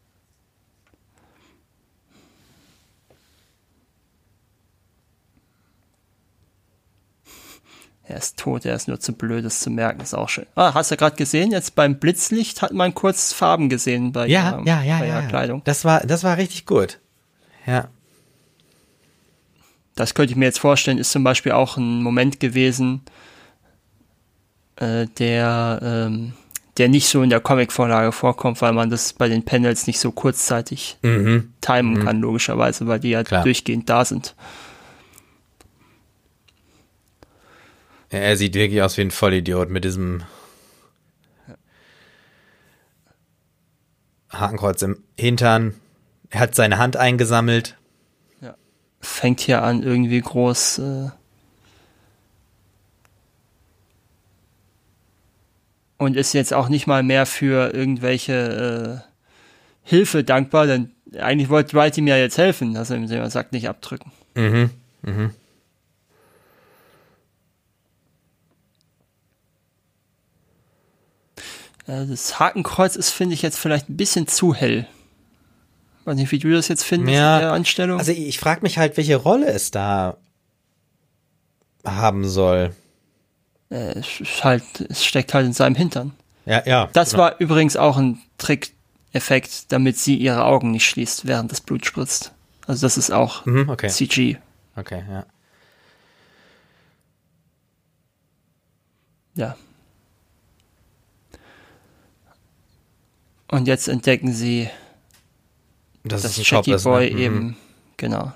Er ist tot, er ist nur zu blöd, das zu merken, ist auch schön. Ah, hast du gerade gesehen, jetzt beim Blitzlicht hat man kurz Farben gesehen bei ja, ihrer, ja, ja, bei ihrer ja. Kleidung. Das war, das war richtig gut. Ja. Das könnte ich mir jetzt vorstellen, ist zum Beispiel auch ein Moment gewesen, äh, der, ähm, der nicht so in der Comic-Vorlage vorkommt, weil man das bei den Panels nicht so kurzzeitig Mhm. timen mhm. kann, logischerweise, weil die ja Klar. durchgehend da sind. Er sieht wirklich aus wie ein Vollidiot mit diesem Hakenkreuz im Hintern. Er hat seine Hand eingesammelt. Ja. Fängt hier an, irgendwie groß äh und ist jetzt auch nicht mal mehr für irgendwelche äh, Hilfe dankbar, denn eigentlich wollte Dwight ihm ja jetzt helfen, dass er ihm sagt, nicht abdrücken. Mhm, mhm. Das Hakenkreuz ist, finde ich, jetzt vielleicht ein bisschen zu hell. Ich weiß nicht, wie du das jetzt findest ja, in der Anstellung. Also ich frage mich halt, welche Rolle es da haben soll. Äh, es, ist halt, es steckt halt in seinem Hintern. Ja, ja. Das genau. war übrigens auch ein Trick-Effekt, damit sie ihre Augen nicht schließt, während das Blut spritzt. Also das ist auch mhm, okay. C G. Okay, ja. Ja. Und jetzt entdecken sie, Das dass ist ein Jackie Shop, Boy ist, ne? eben, mhm. genau,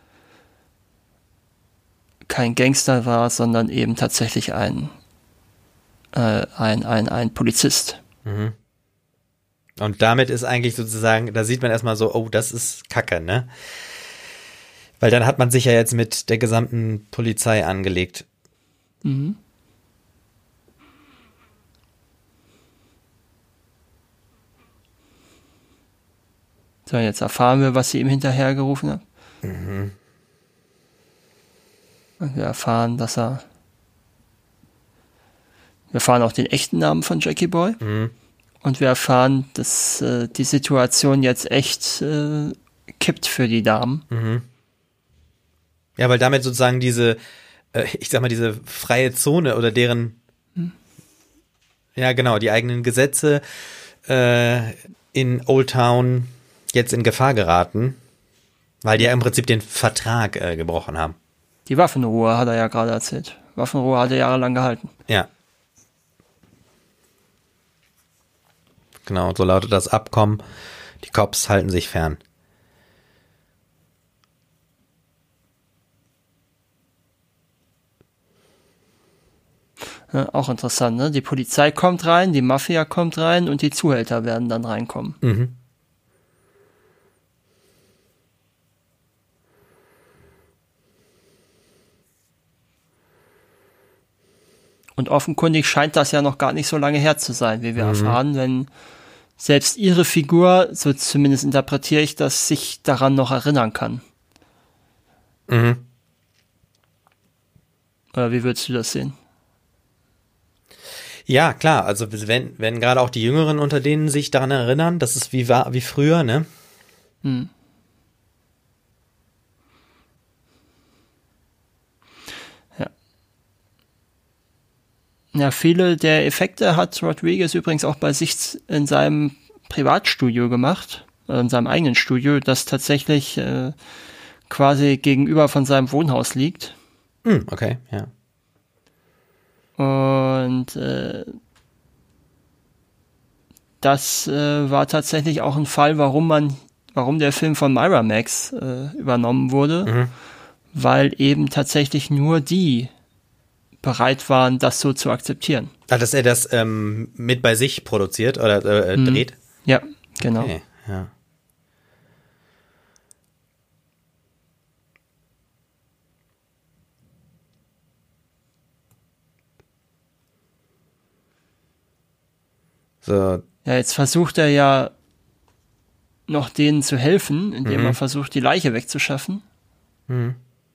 kein Gangster war, sondern eben tatsächlich ein, äh, ein, ein, ein Polizist. Mhm. Und damit ist eigentlich sozusagen, da sieht man erstmal so, oh, das ist Kacke, ne? Weil dann hat man sich ja jetzt mit der gesamten Polizei angelegt. Mhm. So, jetzt erfahren wir, was sie ihm hinterhergerufen hat. Mhm. Und wir erfahren, dass er. Wir erfahren auch den echten Namen von Jackie Boy. Mhm. Und wir erfahren, dass äh, die Situation jetzt echt äh, kippt für die Damen. Mhm. Ja, weil damit sozusagen diese, äh, ich sag mal, diese freie Zone oder deren, mhm. ja genau, die eigenen Gesetze äh, in Old Town jetzt in Gefahr geraten, weil die ja im Prinzip den Vertrag äh, gebrochen haben. Die Waffenruhe hat er ja gerade erzählt. Waffenruhe hat er jahrelang gehalten. Ja. Genau, so lautet das Abkommen. Die Cops halten sich fern. Ja, auch interessant, ne? Die Polizei kommt rein, die Mafia kommt rein und die Zuhälter werden dann reinkommen. Mhm. Und offenkundig scheint das ja noch gar nicht so lange her zu sein, wie wir mhm. erfahren, wenn selbst ihre Figur, so zumindest interpretiere ich das, sich daran noch erinnern kann. Mhm. Oder wie würdest du das sehen? Ja, klar, also wenn, wenn gerade auch die Jüngeren unter denen sich daran erinnern, dass es wie war, wie früher, ne? Hm. Ja. Ja, viele der Effekte hat Rodriguez übrigens auch bei sich in seinem Privatstudio gemacht, äh, in seinem eigenen Studio, das tatsächlich äh, quasi gegenüber von seinem Wohnhaus liegt. Hm, okay, ja. Und äh, das äh, war tatsächlich auch ein Fall, warum man, warum der Film von Miramax äh, übernommen wurde, Mhm. weil eben tatsächlich nur die bereit waren, das so zu akzeptieren. Ah, dass er das ähm, mit bei sich produziert oder äh, Mhm. dreht? Ja, genau. Okay, ja. So, Ja, jetzt versucht er ja noch denen zu helfen, indem Mhm. er versucht, die Leiche wegzuschaffen. mhm.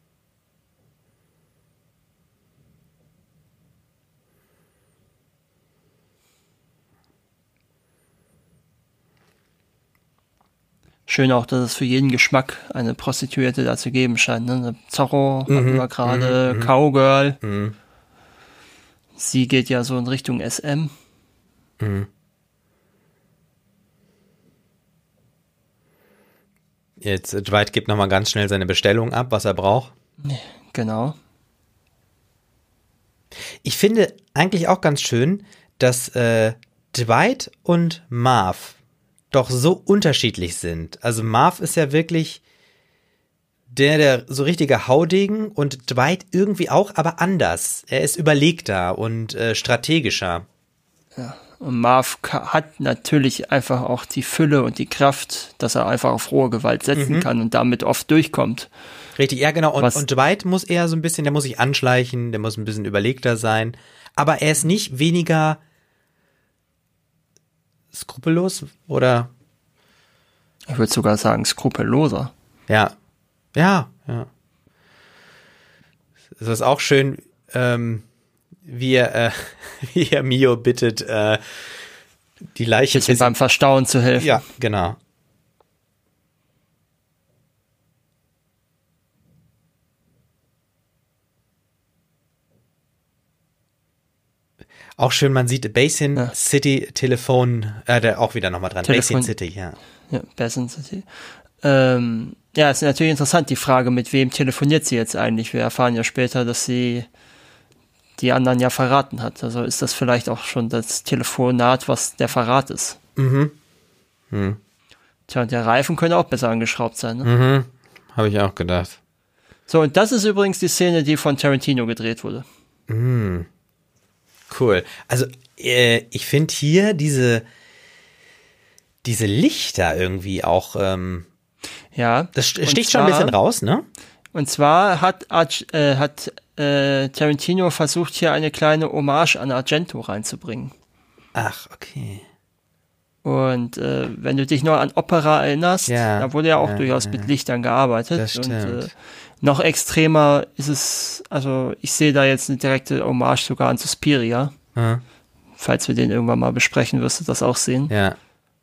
Schön auch, dass es für jeden Geschmack eine Prostituierte da zu geben scheint. Ne? Eine Zorro hatten Mhm, wir gerade, mhm, mhm. Cowgirl. Mhm. Sie geht ja so in Richtung S M. Mhm. Jetzt, äh, Dwight gibt nochmal ganz schnell seine Bestellung ab, was er braucht. Genau. Ich finde eigentlich auch ganz schön, dass äh, Dwight und Marv doch so unterschiedlich sind. Also Marv ist ja wirklich der, der so richtige Haudegen und Dwight irgendwie auch, aber anders. Er ist überlegter und äh, strategischer. Und Marv ka- hat natürlich einfach auch die Fülle und die Kraft, dass er einfach auf rohe Gewalt setzen Mhm. kann und damit oft durchkommt. Richtig, ja genau. Und, Was- und Dwight muss eher so ein bisschen, der muss sich anschleichen, der muss ein bisschen überlegter sein. Aber er ist nicht weniger skrupellos oder Ich würde sogar sagen, skrupelloser. ja. Ja, ja. Es ist auch schön, ähm, wie er, äh, wie er Mio bittet, äh, die Leiche Bisschen beim Verstauen zu helfen. Ja, genau. Auch schön, man sieht Basin Ja. City Telefon, äh, der auch wieder nochmal dran. Telefon- Basin City, ja. Ja, Basin City. Ähm, ja, ist natürlich interessant, die Frage, mit wem telefoniert sie jetzt eigentlich? Wir erfahren ja später, dass sie die anderen ja verraten hat. Also ist das vielleicht auch schon das Telefonat, was der Verrat ist. Mhm. Mhm. Tja, und der Reifen könnte auch besser angeschraubt sein. Ne? Mhm. Habe ich auch gedacht. So, und das ist übrigens die Szene, die von Tarantino gedreht wurde. Mhm. Cool. Also, äh, ich finde hier diese, diese Lichter irgendwie auch, ähm, Ja. das st- und sticht schon ein zwar- bisschen raus, ne? Und zwar hat, Arg- äh, hat äh, Tarantino versucht, hier eine kleine Hommage an Argento reinzubringen. Ach, okay. Und äh, wenn du dich noch an Opera erinnerst, Ja, da wurde ja auch ja, durchaus ja. mit Lichtern gearbeitet. Das und stimmt. äh, noch extremer ist es, also ich sehe da jetzt eine direkte Hommage sogar an Suspiria. Hm. Falls wir den irgendwann mal besprechen, wirst du das auch sehen. Ja.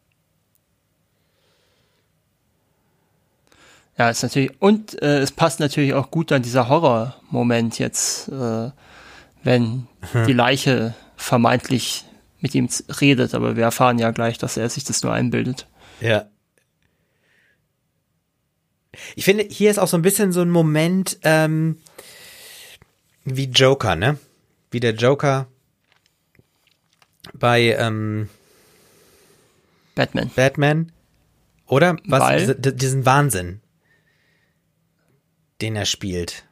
Ja, ist natürlich, und äh, es passt natürlich auch gut an dieser Horror-Moment jetzt, äh, wenn die Leiche vermeintlich mit ihm z- redet, aber wir erfahren ja gleich, dass er sich das nur einbildet. Ja. Ich finde, hier ist auch so ein bisschen so ein Moment, ähm, wie Joker, ne? Wie der Joker bei ähm, Batman. Batman. Oder? Was? Weil? Diese, d- diesen Wahnsinn, den er spielt.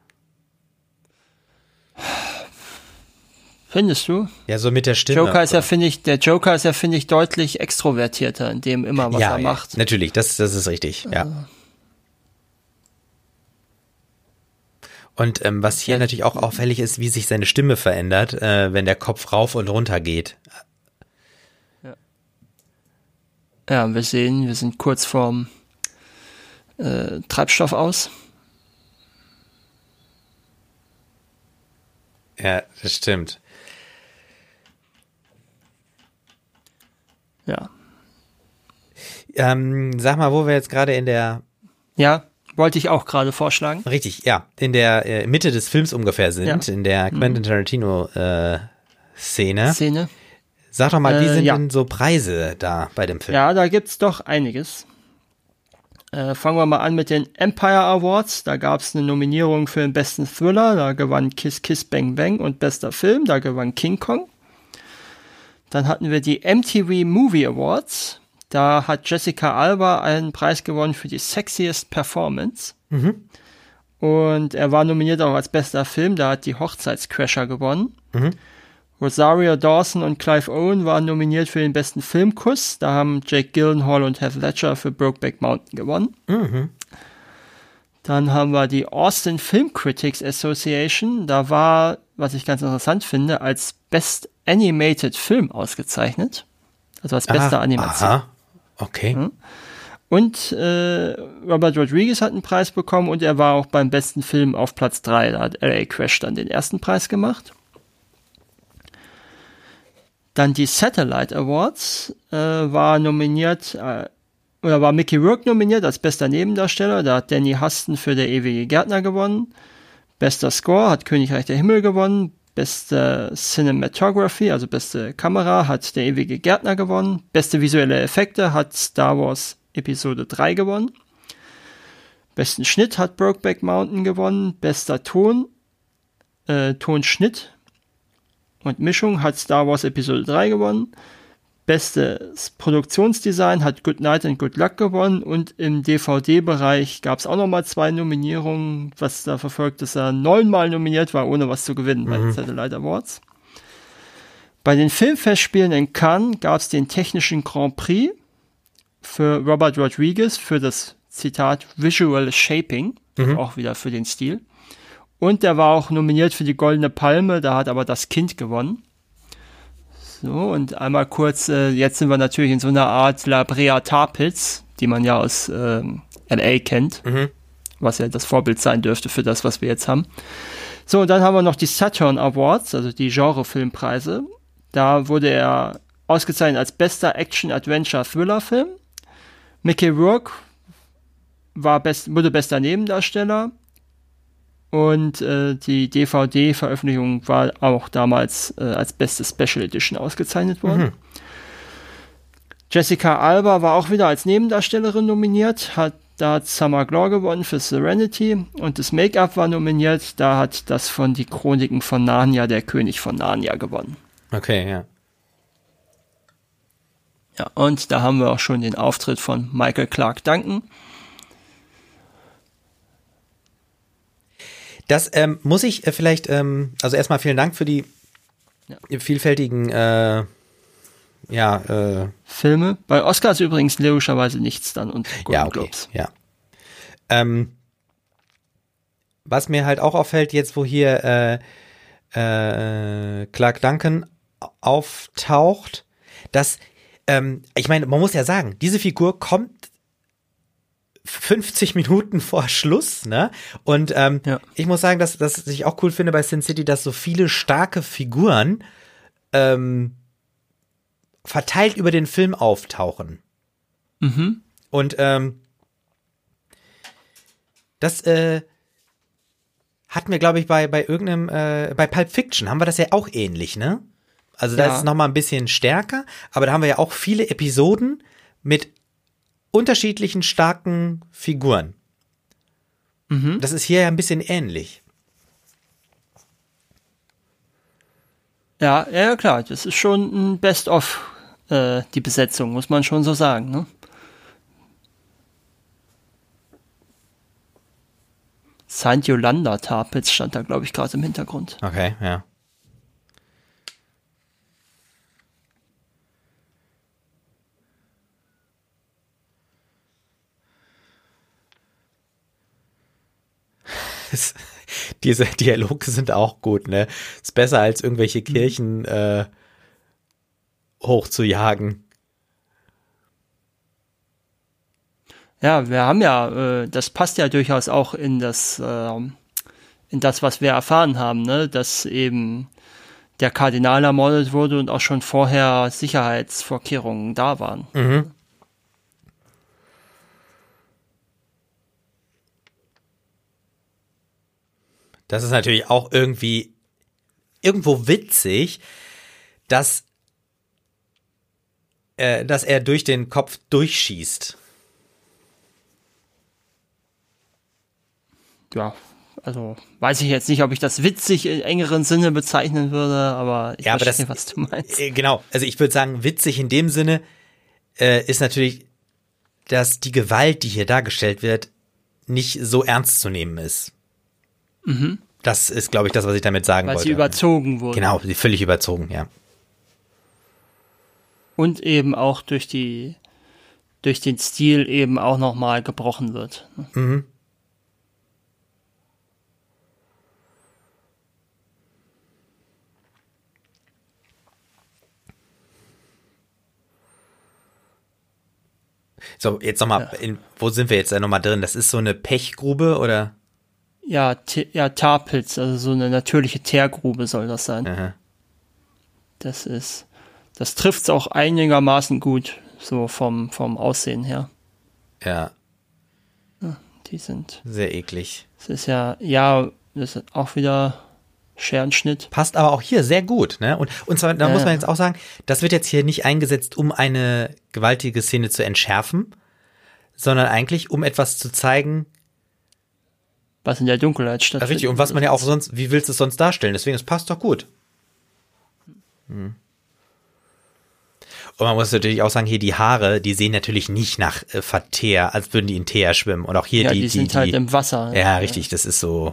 Findest du? Ja, so mit der Stimme. Joker ist ja, finde ich, der Joker ist ja, finde ich, deutlich extrovertierter in dem immer, was ja, er ja, macht. natürlich, das, das ist richtig, ja. Und ähm, was hier Ja. natürlich auch auffällig ist, wie sich seine Stimme verändert, äh, wenn der Kopf rauf und runter geht. Ja, wir sehen, wir sind kurz vorm äh, Treibstoff aus. ja, das stimmt. Ja. Ähm, sag mal, wo wir jetzt gerade in der Ja, wollte ich auch gerade vorschlagen. Richtig, ja, in der äh, Mitte des Films ungefähr sind, Ja. in der Quentin Tarantino äh, Szene. Szene. Sag doch mal, wie Äh, sind ja. denn so Preise da bei dem Film? Ja, da gibt's doch einiges. Äh, fangen wir mal an mit den Empire Awards. Da gab's eine Nominierung für den besten Thriller. Da gewann Kiss Kiss Bang Bang und bester Film. Da gewann King Kong. Dann hatten wir die M T V Movie Awards. Da hat Jessica Alba einen Preis gewonnen für die Sexiest Performance. Mhm. Und er war nominiert auch als bester Film. Da hat die Hochzeitscrasher gewonnen. Mhm. Rosario Dawson und Clive Owen waren nominiert für den besten Filmkuss. Da haben Jake Gyllenhaal und Heath Ledger für Brokeback Mountain gewonnen. Mhm. Dann haben wir die Austin Film Critics Association. Da war, was ich ganz interessant finde, als Best Animated Film ausgezeichnet. Also als beste Aha, Animation. Aha, okay. Mhm. Und äh, Robert Rodriguez hat einen Preis bekommen und er war auch beim besten Film auf Platz drei. Da hat L A Crash dann den ersten Preis gemacht. Dann die Satellite Awards äh, war nominiert, äh, oder war Mickey Rourke nominiert als bester Nebendarsteller. Da hat Danny Huston für Der ewige Gärtner gewonnen. Bester Score hat Königreich der Himmel gewonnen. Beste Cinematography, also beste Kamera, hat Der ewige Gärtner gewonnen. Beste visuelle Effekte hat Star Wars Episode drei gewonnen. Besten Schnitt hat Brokeback Mountain gewonnen. Bester Ton, äh, Tonschnitt und Mischung hat Star Wars Episode drei gewonnen. Bestes Produktionsdesign hat Good Night and Good Luck gewonnen. Und im D V D-Bereich gab es auch nochmal zwei Nominierungen, was da verfolgt, dass er neunmal nominiert war, ohne was zu gewinnen mhm. bei den Satellite Awards. Bei den Filmfestspielen in Cannes gab es den technischen Grand Prix für Robert Rodriguez für das, Zitat, Visual Shaping, mhm. auch wieder für den Stil. Und der war auch nominiert für die Goldene Palme, da hat aber Das Kind gewonnen. So, und einmal kurz, äh, jetzt sind wir natürlich in so einer Art La Brea Tar Pits, die man ja aus ähm, L A kennt, mhm. was ja das Vorbild sein dürfte für das, was wir jetzt haben. So, und dann haben wir noch die Saturn Awards, also die Genre-Filmpreise. Da wurde er ausgezeichnet als bester Action-Adventure-Thriller-Film. Mickey Rourke war best, wurde bester Nebendarsteller. Und äh, die D V D-Veröffentlichung war auch damals äh, als beste Special Edition ausgezeichnet worden. Mhm. Jessica Alba war auch wieder als Nebendarstellerin nominiert. Hat, da hat Summer Glau gewonnen für Serenity. Und das Make-up war nominiert. Da hat das von Die Chroniken von Narnia, der König von Narnia, gewonnen. Okay, ja. Ja, und da haben wir auch schon den Auftritt von Michael Clarke Duncan. Das ähm, muss ich äh, vielleicht, ähm, also erstmal vielen Dank für die ja. vielfältigen äh, ja, äh, Filme. Bei Oscars übrigens logischerweise nichts dann und Golden ja, okay, Globes. Ja. Ähm, was mir halt auch auffällt, jetzt wo hier äh, äh, Clarke Duncan auftaucht, dass, ähm, ich meine, man muss ja sagen, diese Figur kommt fünfzig Minuten vor Schluss, ne? Und ähm, ja. ich muss sagen, dass, dass ich auch cool finde bei Sin City, dass so viele starke Figuren ähm, verteilt über den Film auftauchen. Mhm. Und ähm, das äh, hatten wir, glaube ich, bei bei irgendeinem, äh, bei Pulp Fiction haben wir das ja auch ähnlich, ne? Also da ja. ist es nochmal ein bisschen stärker, aber da haben wir ja auch viele Episoden mit unterschiedlichen starken Figuren. Mhm. Das ist hier ja ein bisschen ähnlich. Ja, ja, klar, das ist schon ein Best-of, äh, die Besetzung, muss man schon so sagen, ne? Saint Yolanda Tar Pits stand da, glaube ich, gerade im Hintergrund. Okay, ja. Diese Dialoge sind auch gut, ne? Ist besser als irgendwelche Kirchen äh, hochzujagen. Ja, wir haben ja, äh, das passt ja durchaus auch in das, äh, in das, was wir erfahren haben, ne, dass eben der Kardinal ermordet wurde und auch schon vorher Sicherheitsvorkehrungen da waren. Mhm. Das ist natürlich auch irgendwie irgendwo witzig, dass, äh, dass er durch den Kopf durchschießt. Ja, also weiß ich jetzt nicht, ob ich das witzig im engeren Sinne bezeichnen würde, aber ich ja, aber verstehe, das, was du meinst. Äh, genau, also ich würde sagen, witzig in dem Sinne äh, ist natürlich, dass die Gewalt, die hier dargestellt wird, nicht so ernst zu nehmen ist. Mhm. Das ist, glaube ich, das, was ich damit sagen Weil wollte. sie überzogen wurde. Genau, sie völlig überzogen, ja. Und eben auch durch die durch den Stil eben auch nochmal gebrochen wird. Mhm. So, jetzt nochmal, ja. Wo sind wir jetzt da nochmal drin? Das ist so eine Pechgrube, oder? Ja, ja, Tarpilz, also so eine natürliche Teergrube soll das sein. Aha. Das ist, das trifft's auch einigermaßen gut, so vom, vom Aussehen her. Ja. Ja, die sind. Sehr eklig. Das ist ja, ja, das ist auch wieder Scherenschnitt. Passt aber auch hier sehr gut, ne? Und, und zwar, da ja. muss man jetzt auch sagen, das wird jetzt hier nicht eingesetzt, um eine gewaltige Szene zu entschärfen, sondern eigentlich, um etwas zu zeigen, was in der Dunkelheit stattfindet. Richtig, und was man ja auch sonst, wie willst du es sonst darstellen? Deswegen, es passt doch gut. Hm. Und man muss natürlich auch sagen, hier die Haare, die sehen natürlich nicht nach äh, Verteer, als würden die in Teer schwimmen. Und auch hier ja, die, die, die sind die, halt im Wasser. Ja, ja, richtig, das ist so.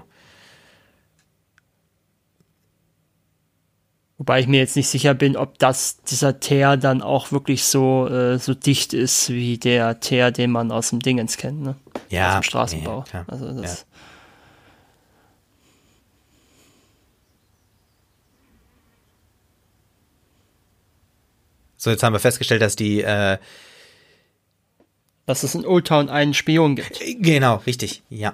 Wobei ich mir jetzt nicht sicher bin, ob das dieser Teer dann auch wirklich so äh, so dicht ist wie der Teer, den man aus dem Dingens kennt, ne? Ja. Aus dem Straßenbau. Nee, also das ja. So, jetzt haben wir festgestellt, dass die äh dass es in Old Town einen Spion gibt. Genau, richtig, ja.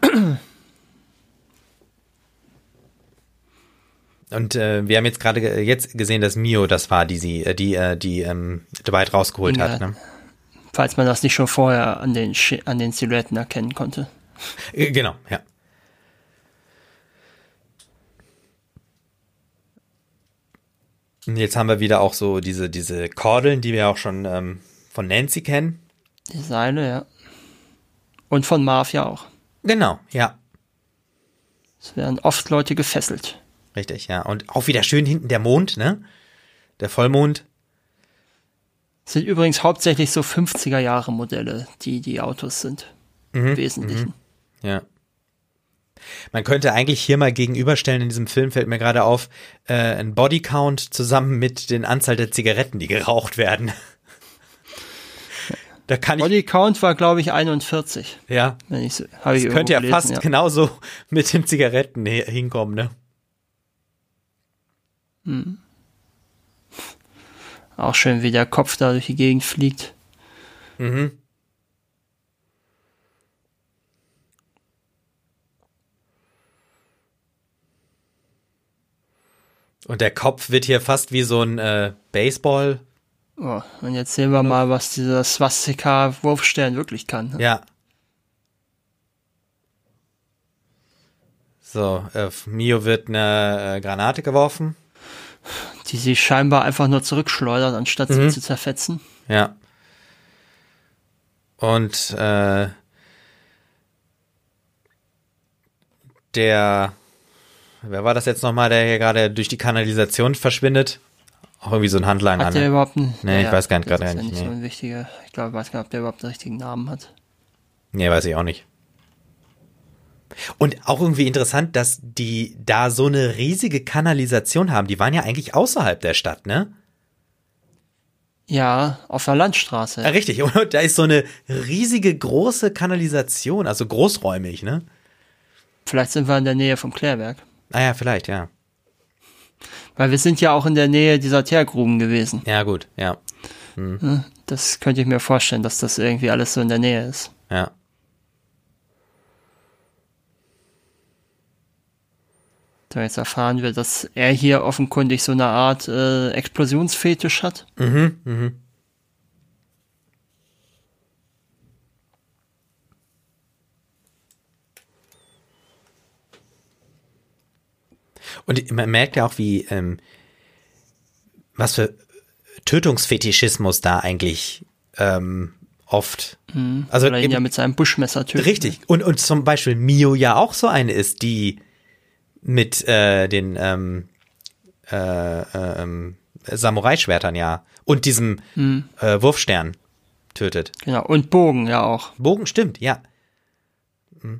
Und äh, wir haben jetzt gerade ge- jetzt gesehen, dass Mio das war, die sie, äh, die, äh, die ähm, Dwight rausgeholt ja, hat. Ne? Falls man das nicht schon vorher an den Sch- an den Silhouetten erkennen konnte. Äh, genau, ja. Und jetzt haben wir wieder auch so diese, diese Kordeln, die wir auch schon ähm, von Nancy kennen. Die Seile, ja. Und von Marv ja auch. Genau, ja. Es werden oft Leute gefesselt. Richtig, ja. Und auch wieder schön hinten der Mond, ne? Der Vollmond. Das sind übrigens hauptsächlich so fünfziger-Jahre-Modelle, die die Autos sind. Mhm, Im Wesentlichen. Mhm, ja. Man könnte eigentlich hier mal gegenüberstellen, in diesem Film fällt mir gerade auf, äh, ein Bodycount zusammen mit den Anzahl der Zigaretten, die geraucht werden. Da kann ich, Bodycount war, glaube ich, einundvierzig. Ja. Wenn ich so, hab das ich könnte ja gelesen, fast ja. genauso mit den Zigaretten hinkommen, ne? Hm. Auch schön, wie der Kopf da durch die Gegend fliegt. Mhm. Und der Kopf wird hier fast wie so ein äh, Baseball. Oh, und jetzt sehen wir mal, was dieser Swastika-Wurfstern wirklich kann. Ne? Ja. So, äh, Mio wird eine äh, Granate geworfen. Die sie scheinbar einfach nur zurückschleudert, anstatt Mhm. sie zu zerfetzen. Ja. Und äh, der, wer war das jetzt nochmal, der hier gerade durch die Kanalisation verschwindet? Auch irgendwie so ein Handlanger. Hat der Ne? überhaupt einen... Nee, ich ja, weiß gar nicht das gerade ist ja nicht. nicht Nee. so ein wichtiger... Ich glaube, ich weiß gar nicht, ob der überhaupt einen richtigen Namen hat. Nee, weiß ich auch nicht. Und auch irgendwie interessant, dass die da so eine riesige Kanalisation haben. Die waren ja eigentlich außerhalb der Stadt, ne? Ja, auf der Landstraße. Ja, richtig. Und da ist so eine riesige, große Kanalisation, also großräumig, ne? Vielleicht sind wir in der Nähe vom Klärwerk. Ah ja, vielleicht, ja. Weil wir sind ja auch in der Nähe dieser Teergruben gewesen. Ja, gut, ja. Hm. Das könnte ich mir vorstellen, dass das irgendwie alles so in der Nähe ist. Ja. Da jetzt erfahren wir, dass er hier offenkundig so eine Art äh, Explosionsfetisch hat. Mhm, mhm. Und man merkt ja auch, wie, ähm, was für Tötungsfetischismus da eigentlich ähm, oft. Mhm, also weil er ihn eben, ja mit seinem Buschmesser tötet. Richtig. Und, und zum Beispiel Mio ja auch so eine ist, die mit äh, den ähm, äh, ähm, Samurai-Schwertern ja und diesem Mhm. äh, Wurfstern tötet. Genau, und Bogen ja auch. Bogen, stimmt, ja. Mhm.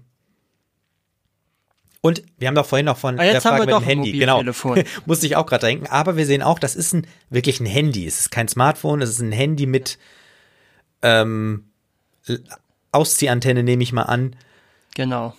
Und wir haben doch vorhin noch von Ah, jetzt der haben Frage wir mit doch dem ein Handy, genau. Mobiltelefon. Musste ich auch gerade denken. Aber wir sehen auch, das ist ein wirklich ein Handy. Es ist kein Smartphone, es ist ein Handy mit ähm, Ausziehantenne, nehme ich mal an. Genau.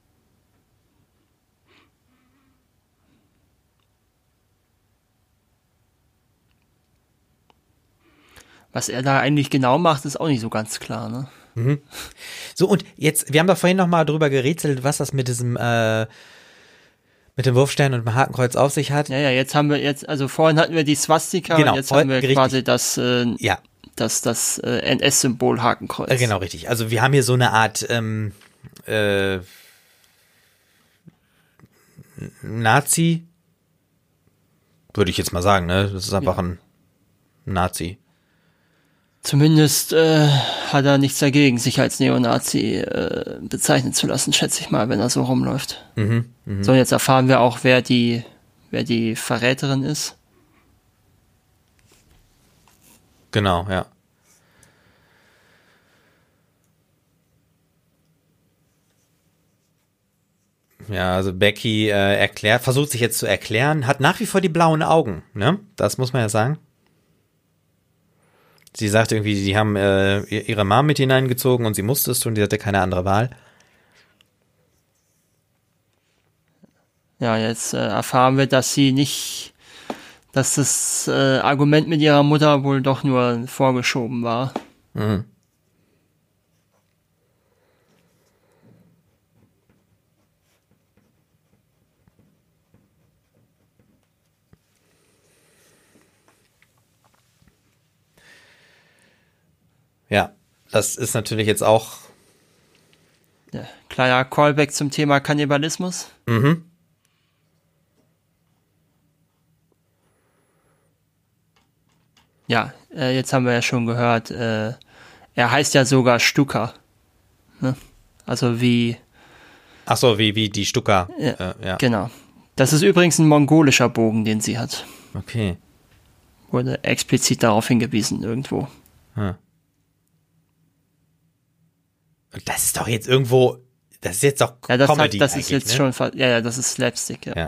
Was er da eigentlich genau macht, ist auch nicht so ganz klar, ne? Mhm. So, und jetzt, wir haben doch vorhin noch mal drüber gerätselt, was das mit diesem, äh, mit dem Wurfstern und dem Hakenkreuz auf sich hat. Ja, ja, jetzt haben wir jetzt, also vorhin hatten wir die Swastika Genau, und jetzt voll- haben wir richtig. quasi das, äh, Ja, das, das äh, N S-Symbol Hakenkreuz. äh, genau, richtig. Also wir haben hier so eine Art ähm, äh, Nazi, würde ich jetzt mal sagen, ne? Das ist einfach Ja. ein Nazi. Zumindest äh, hat er nichts dagegen, sich als Neonazi äh, bezeichnen zu lassen, schätze ich mal, wenn er so rumläuft. Mhm, mhm. So, jetzt erfahren wir auch, wer die, wer die Verräterin ist. Genau, ja. Ja, also Becky äh, erklärt, versucht sich jetzt zu erklären, hat nach wie vor die blauen Augen, ne? Das muss man ja sagen. Sie sagt irgendwie, sie haben äh, ihre Mom mit hineingezogen und sie musste es tun, sie hatte keine andere Wahl. Ja, jetzt äh, erfahren wir, dass sie nicht, dass das äh, Argument mit ihrer Mutter wohl doch nur vorgeschoben war. Mhm. Ja, das ist natürlich jetzt auch. Ja, kleiner Callback zum Thema Kannibalismus. Mhm. Ja, äh, jetzt haben wir ja schon gehört, äh, er heißt ja sogar Stuka. Ne? Also wie, Ach so, wie, wie die Stuka. Ja, Äh, ja. genau. Das ist übrigens ein mongolischer Bogen, den sie hat. Okay. Wurde explizit darauf hingewiesen irgendwo. Hm. Und das ist doch jetzt irgendwo, das ist jetzt doch Ja, das, Comedy hat, das ist eigentlich, jetzt ne? schon, fa- ja, ja, das ist Slapstick, ja. Ja.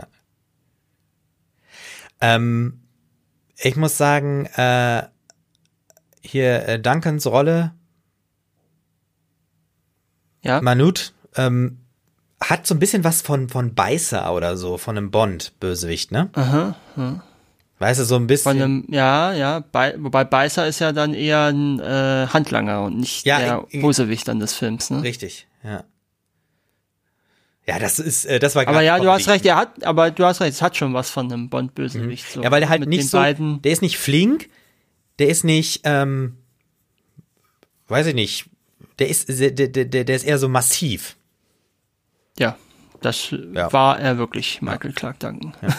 Ähm, ich muss sagen, äh, hier äh, Duncans Rolle, Ja, Manute, ähm, hat so ein bisschen was von, von Beißer oder so, von einem Bond-Bösewicht, ne? aha, aha. Weißt du, so ein bisschen. Von einem, ja, ja, bei, wobei Beißer ist ja dann eher ein äh, Handlanger und nicht Ja, der ich- ich- Bösewicht dann des Films, ne? Richtig, ja. Ja, das ist, äh, das war Aber gerade ja, du Comedy. hast recht, er hat, aber du hast recht, es hat schon was von einem Bond-Bösewicht. So. Ja, weil der halt Mit nicht den so, beiden, der ist nicht flink, der ist nicht, ähm, weiß ich nicht, der ist, der, der, der, der ist eher so massiv. ja, das Ja. war er wirklich, Michael Clarke Duncan. Ja.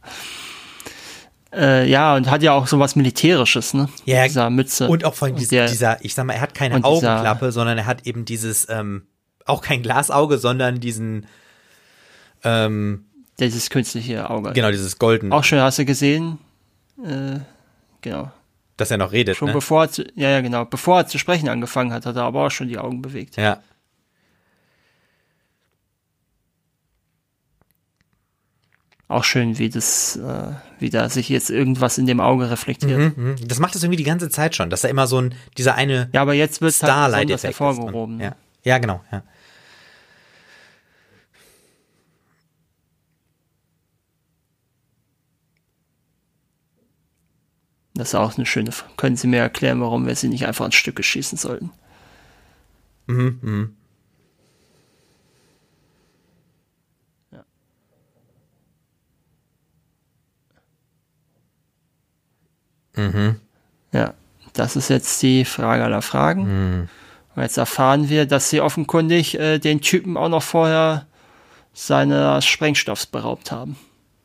äh, ja, und hat ja auch sowas Militärisches, ne? Ja, Mit dieser Mütze. Und auch von Und diesem, der- dieser, ich sag mal, er hat keine und dieser- Augenklappe, sondern er hat eben dieses, ähm, auch kein Glasauge, sondern diesen, ähm, Dieses künstliche Auge. genau, dieses golden, Auch schön, hast du gesehen? Äh, genau. dass er noch redet, Schon ne? bevor er zu, ja, ja, genau. Bevor er zu sprechen angefangen hat, hat er aber auch schon die Augen bewegt. Ja. Auch schön, wie das, äh, wie da sich jetzt irgendwas in dem Auge reflektiert. Mhm, mhm. Das macht es irgendwie die ganze Zeit schon, dass er immer so ein, dieser eine Ja, aber jetzt wird es halt besonders Starlight-Effekt ist. hervorgehoben. Und, ja. ja, genau, ja. Das ist auch eine schöne. F- Können Sie mir erklären, warum wir sie nicht einfach in Stücke schießen sollten? Mhm, mhm. Mhm. Ja, das ist jetzt die Frage aller Fragen. Mhm. Und jetzt erfahren wir, dass sie offenkundig äh, den Typen auch noch vorher seines Sprengstoffs beraubt haben.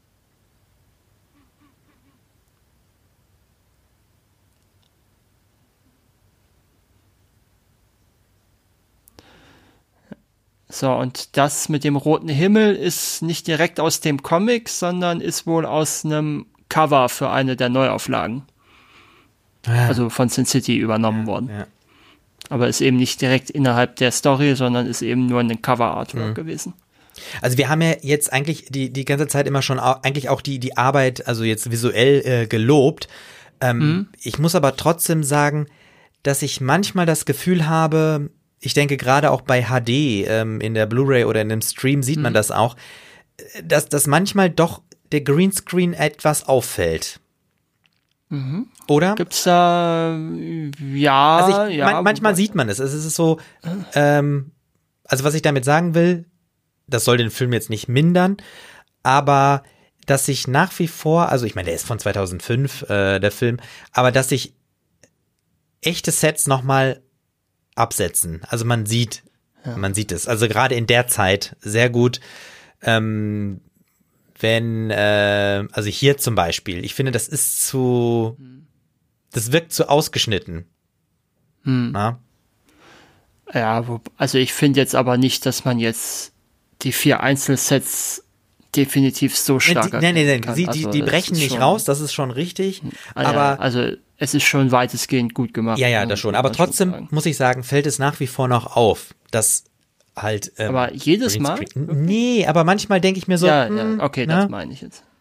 So, und das mit dem roten Himmel ist nicht direkt aus dem Comic, sondern ist wohl aus einem Cover für eine der Neuauflagen. Ja. Also von Sin City übernommen worden. Ja. Aber ist eben nicht direkt innerhalb der Story, sondern ist eben nur ein Cover-Artwork Mhm. gewesen. Also wir haben ja jetzt eigentlich die, die ganze Zeit immer schon au- eigentlich auch die, die Arbeit, also jetzt visuell äh, gelobt. Ähm, Mhm. Ich muss aber trotzdem sagen, dass ich manchmal das Gefühl habe, ich denke gerade auch bei H D ähm, in der Blu-ray oder in dem Stream sieht man das auch, dass, dass manchmal doch der Greenscreen etwas auffällt. Mhm. Oder? Gibt's da, ja, Also ich, ja. man, manchmal wobei- sieht man es. Es ist so, ähm, also was ich damit sagen will, das soll den Film jetzt nicht mindern, aber dass sich nach wie vor, also ich meine, der ist von zweitausendfünf, äh, der Film, aber dass sich echte Sets nochmal absetzen. Also man sieht, Ja. man sieht es. Also gerade in der Zeit sehr gut. Ähm, wenn, äh, also hier zum Beispiel, ich finde, das ist zu, das wirkt zu ausgeschnitten. Hm. Ja? Ja, wo, also ich finde jetzt aber nicht, dass man jetzt die vier Einzelsets definitiv so stark Nein, nein, nein, erkennen kann. sie, die, Also die es brechen ist nicht schon- raus, das ist schon richtig. Ah, ja, Aber also es ist schon weitestgehend gut gemacht. ja, ja, ne, das schon. muss Aber man schon trotzdem sagen. muss ich sagen, fällt es nach wie vor noch auf, dass halt. Ähm, Aber jedes Mal? Greenscreen- Nee, aber manchmal denke ich mir so. ja, hm, ja, okay, na? das meine ich jetzt.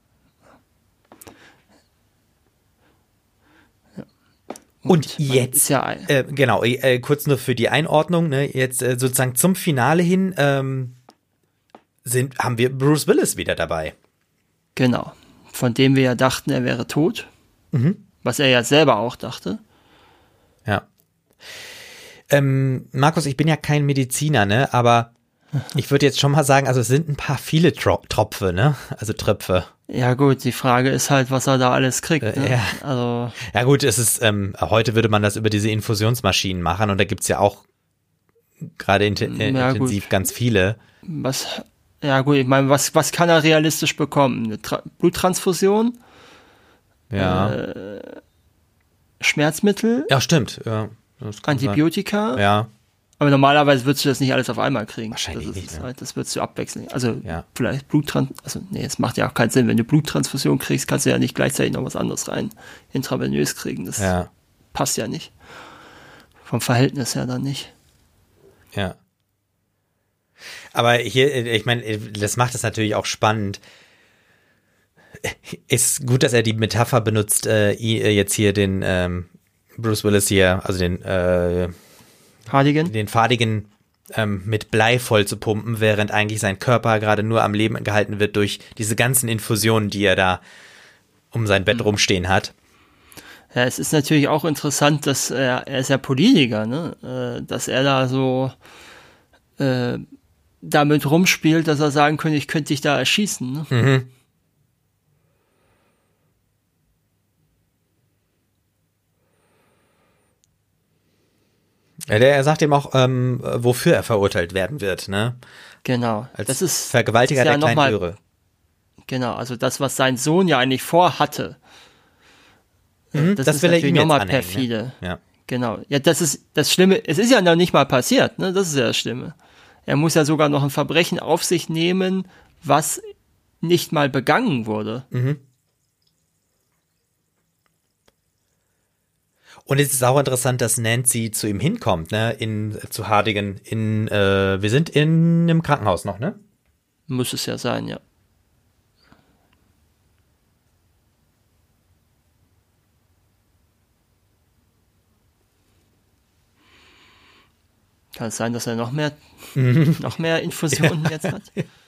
Ja. Und man jetzt, ist ja ein- äh, genau, äh, kurz nur für die Einordnung, ne, jetzt äh, sozusagen zum Finale hin ähm, sind, haben wir Bruce Willis wieder dabei. Genau. Von dem wir ja dachten, er wäre tot. Mhm. Was er ja selber auch dachte. Ja. Ähm, Markus, ich bin ja kein Mediziner, ne, aber ich würde jetzt schon mal sagen, also es sind ein paar viele Tro- Tropfe, ne, also Tröpfe. Ja gut, die Frage ist halt, was er da alles kriegt. Äh, Ne? ja. Also Ja gut, es ist, ähm, heute würde man das über diese Infusionsmaschinen machen und da gibt's ja auch gerade inten äh, Ja, intensiv gut. ganz viele. was, ja gut, ich meine, was, was kann er realistisch bekommen? Eine Tra- Bluttransfusion, Ja. Schmerzmittel, Ja, stimmt. Ja, das kann sein. Antibiotika. Ja, Aber normalerweise würdest du das nicht alles auf einmal kriegen. Wahrscheinlich das ist nicht, es ne? halt, das würdest du abwechseln. Also Ja. vielleicht Bluttrans, also nee, es macht ja auch keinen Sinn. Wenn du Bluttransfusion kriegst, kannst du ja nicht gleichzeitig noch was anderes rein intravenös kriegen. Das ja, passt ja nicht. Vom Verhältnis her dann nicht. ja. Aber hier, äh, ich meine, das macht es natürlich auch spannend. Ist gut, dass er die Metapher benutzt, äh, i- äh, jetzt hier den ähm, Bruce Willis hier, also den äh, Hardigan? den Fadigen ähm, mit Blei voll zu pumpen, während eigentlich sein Körper gerade nur am Leben gehalten wird durch diese ganzen Infusionen, die er da um sein Bett rumstehen hat. Ja, es ist natürlich auch interessant, dass er, er ist ja Politiker, ne? Äh, dass er da so äh, damit rumspielt, dass er sagen könnte, ich könnte dich da erschießen. Ne? Mhm. Ja, der, er sagt ihm auch, ähm, wofür er verurteilt werden wird, ne? Genau. Als das ist Vergewaltiger das ist ja der kleinen noch mal- Göre. Genau, also das, was sein Sohn ja eigentlich vorhatte. Mhm, das, das ist will er natürlich ihm jetzt nochmal anhängen, perfide. Ne? Ja. Genau. Ja, das ist das Schlimme. Es ist ja noch nicht mal passiert, ne? Das ist ja das Schlimme. Er muss ja sogar noch ein Verbrechen auf sich nehmen, was nicht mal begangen wurde. Mhm. Und es ist auch interessant, dass Nancy zu ihm hinkommt, ne, in, zu Hardigan, in, äh, wir sind in einem Krankenhaus noch, ne? Muss es ja sein, ja. Kann es sein, dass er noch mehr, noch mehr Infusionen jetzt hat?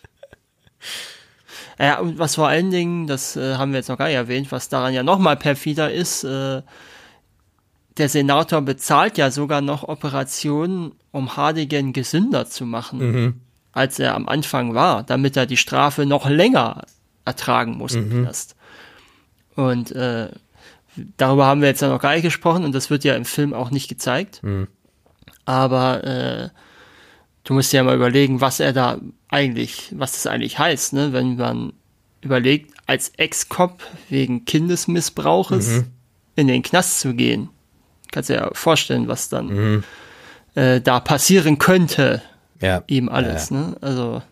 Ja, und was vor allen Dingen, das äh, haben wir jetzt noch gar nicht erwähnt, was daran ja noch mal perfider ist, äh, der Senator bezahlt ja sogar noch Operationen, um Hardigan gesünder zu machen, Mhm. als er am Anfang war, damit er die Strafe noch länger ertragen muss im Knast. Und äh, darüber haben wir jetzt ja noch gar nicht gesprochen und das wird ja im Film auch nicht gezeigt. Mhm. Aber äh, du musst dir ja mal überlegen, was er da eigentlich, was das eigentlich heißt, ne? Wenn man überlegt, als Ex-Cop wegen Kindesmissbrauches Mhm. in den Knast zu gehen. Kannst dir ja vorstellen, was dann Mhm. äh, da passieren könnte, Ja. ihm alles, Ja. ne? Also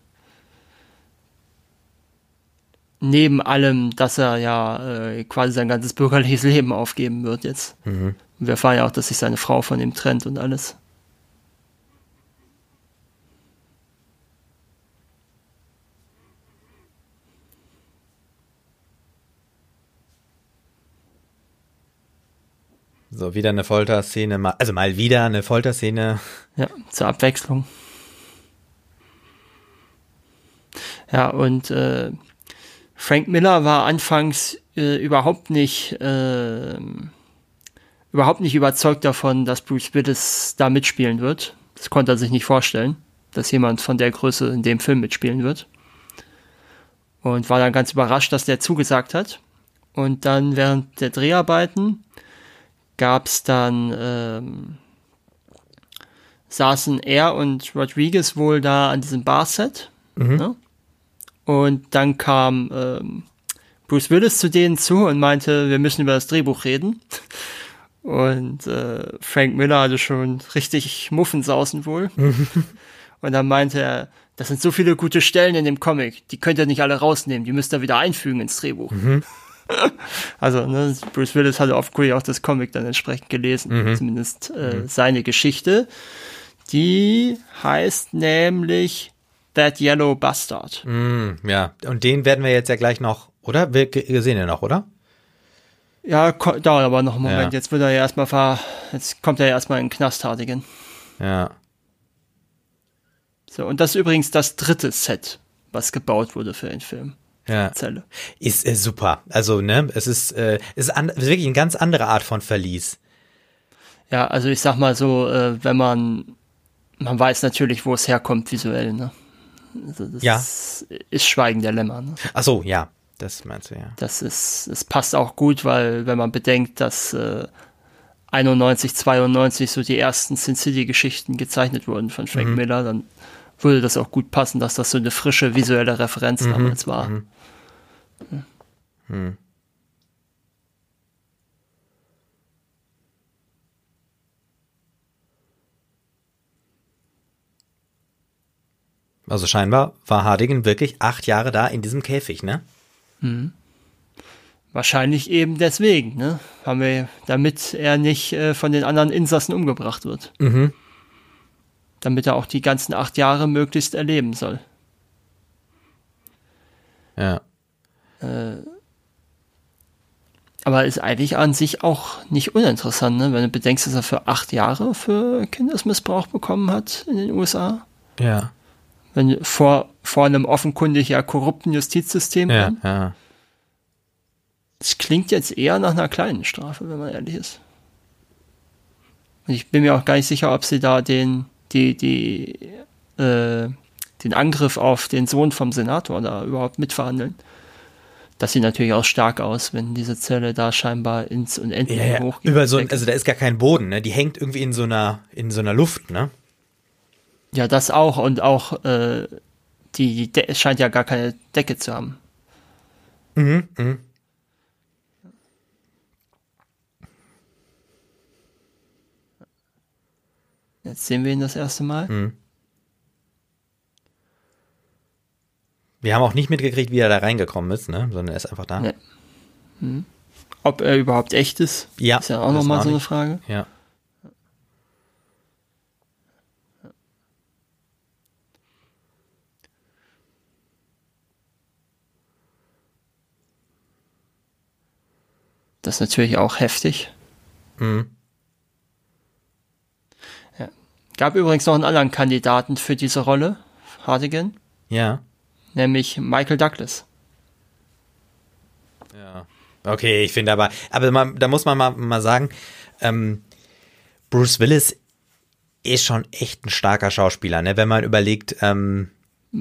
neben allem, dass er ja äh, quasi sein ganzes bürgerliches Leben aufgeben wird jetzt. Mhm. Und wir erfahren ja auch, dass sich seine Frau von ihm trennt und alles. So, wieder eine Folterszene, mal- also mal wieder eine Folterszene. Ja, zur Abwechslung. Ja, und äh, Frank Miller war anfangs äh, überhaupt nicht äh, überhaupt nicht überzeugt davon, dass Bruce Willis da mitspielen wird. Das konnte er sich nicht vorstellen, dass jemand von der Größe in dem Film mitspielen wird. Und war dann ganz überrascht, dass der zugesagt hat. Und dann während der Dreharbeiten gab es dann ähm, saßen er und Rodriguez wohl da an diesem Barset. Mhm. Ne? Und dann kam ähm, Bruce Willis zu denen zu und meinte, wir müssen über das Drehbuch reden. Und äh, Frank Miller hatte schon richtig Muffensausen wohl. Und dann meinte er, das sind so viele gute Stellen in dem Comic, die könnt ihr nicht alle rausnehmen, die müsst ihr wieder einfügen ins Drehbuch. Mhm. Also, ne, Bruce Willis hatte offenkundig auch das Comic dann entsprechend gelesen, Mhm. zumindest äh, seine Geschichte. Die heißt nämlich That Yellow Bastard. Mm, ja, und den werden wir jetzt ja gleich noch, oder? Wir, wir sehen ihn noch, oder? Ja, ko- dauert aber noch einen Moment. Ja. Jetzt wird er ja erstmal ver... Jetzt kommt er ja erstmal in den Knast Hartigan. Ja. So, und das ist übrigens das dritte Set, was gebaut wurde für den Film. Ja. Zelle. Ist äh, super. Also, ne, es ist, äh, es ist, an, es ist wirklich eine ganz andere Art von Verlies. Ja, also ich sag mal so, äh, wenn man... Man weiß natürlich, wo es herkommt visuell, ne? Also das Ja. ist, ist Schweigen der Lämmer, ne? Ach so, ja. Das meinst du, ja. Das ist, es passt auch gut, weil wenn man bedenkt, dass äh, einundneunzig, zweiundneunzig so die ersten Sin City-Geschichten gezeichnet wurden von Frank Mhm. Miller, dann würde das auch gut passen, dass das so eine frische visuelle Referenz Mhm. damals war. Mhm. Hm. Also scheinbar war Hartigan wirklich acht Jahre da in diesem Käfig, ne? Wahrscheinlich eben deswegen, ne? Haben wir, damit er nicht äh, von den anderen Insassen umgebracht wird. Mhm. Damit er auch die ganzen acht Jahre möglichst erleben soll. Ja. Aber ist eigentlich an sich auch nicht uninteressant, ne? Wenn du bedenkst, dass er für acht Jahre für Kindesmissbrauch bekommen hat in den U S A. Ja. Wenn vor, vor einem offenkundig ja korrupten Justizsystem Ja, kam. ja. Das klingt jetzt eher nach einer kleinen Strafe, wenn man ehrlich ist. Und ich bin mir auch gar nicht sicher, ob sie da den, die, die, äh, den Angriff auf den Sohn vom Senator da überhaupt mitverhandeln. Das sieht natürlich auch stark aus, wenn diese Zelle da scheinbar ins Unendliche Ja, ja. hochgeht. Über so ein, also da ist gar kein Boden, ne? Die hängt irgendwie in so einer, in so einer Luft, ne? Ja, das auch und auch äh, die, die De- es scheint ja gar keine Decke zu haben. Mhm, mhm. Jetzt sehen wir ihn das erste Mal. Mhm. Wir haben auch nicht mitgekriegt, wie er da reingekommen ist, ne? Sondern er ist einfach da. Ja. Hm. Ob er überhaupt echt ist, Ja, ist ja auch das nochmal auch so eine nicht. Frage. Ja. Das ist natürlich auch heftig. Mhm. Gab übrigens noch einen anderen Kandidaten für diese Rolle, Hartigan, Ja. nämlich Michael Douglas. Ja. Okay, ich finde aber, aber man, da muss man mal, mal sagen, ähm, Bruce Willis ist schon echt ein starker Schauspieler, ne? Wenn man überlegt, ähm,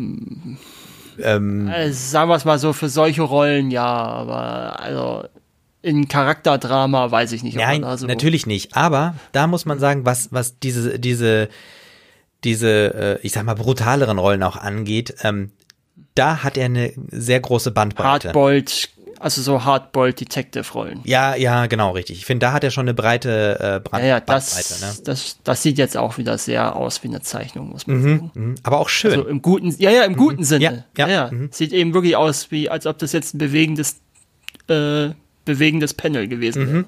ähm, Also, sagen wir es mal so, für solche Rollen ja, aber also in Charakterdrama weiß ich nicht. Ob Nein, man da so natürlich nicht. Aber da muss man sagen, was, was diese, diese, diese, äh, ich sag mal, brutaleren Rollen auch angeht, ähm, da hat er eine sehr große Bandbreite. Hardboiled, also so Hardboiled-Detective-Rollen. Ja, ja, genau, richtig. Ich finde, da hat er schon eine breite äh, Brand- Ja, ja, Bandbreite. das, Ne? das, das sieht jetzt auch wieder sehr aus wie eine Zeichnung, muss man Mhm, sagen. mhm. Aber auch schön. Also im guten, ja, ja, im guten Sinne. Ja, ja, ja. mhm. Sieht eben wirklich aus, wie als ob das jetzt ein bewegendes, äh, bewegendes Panel gewesen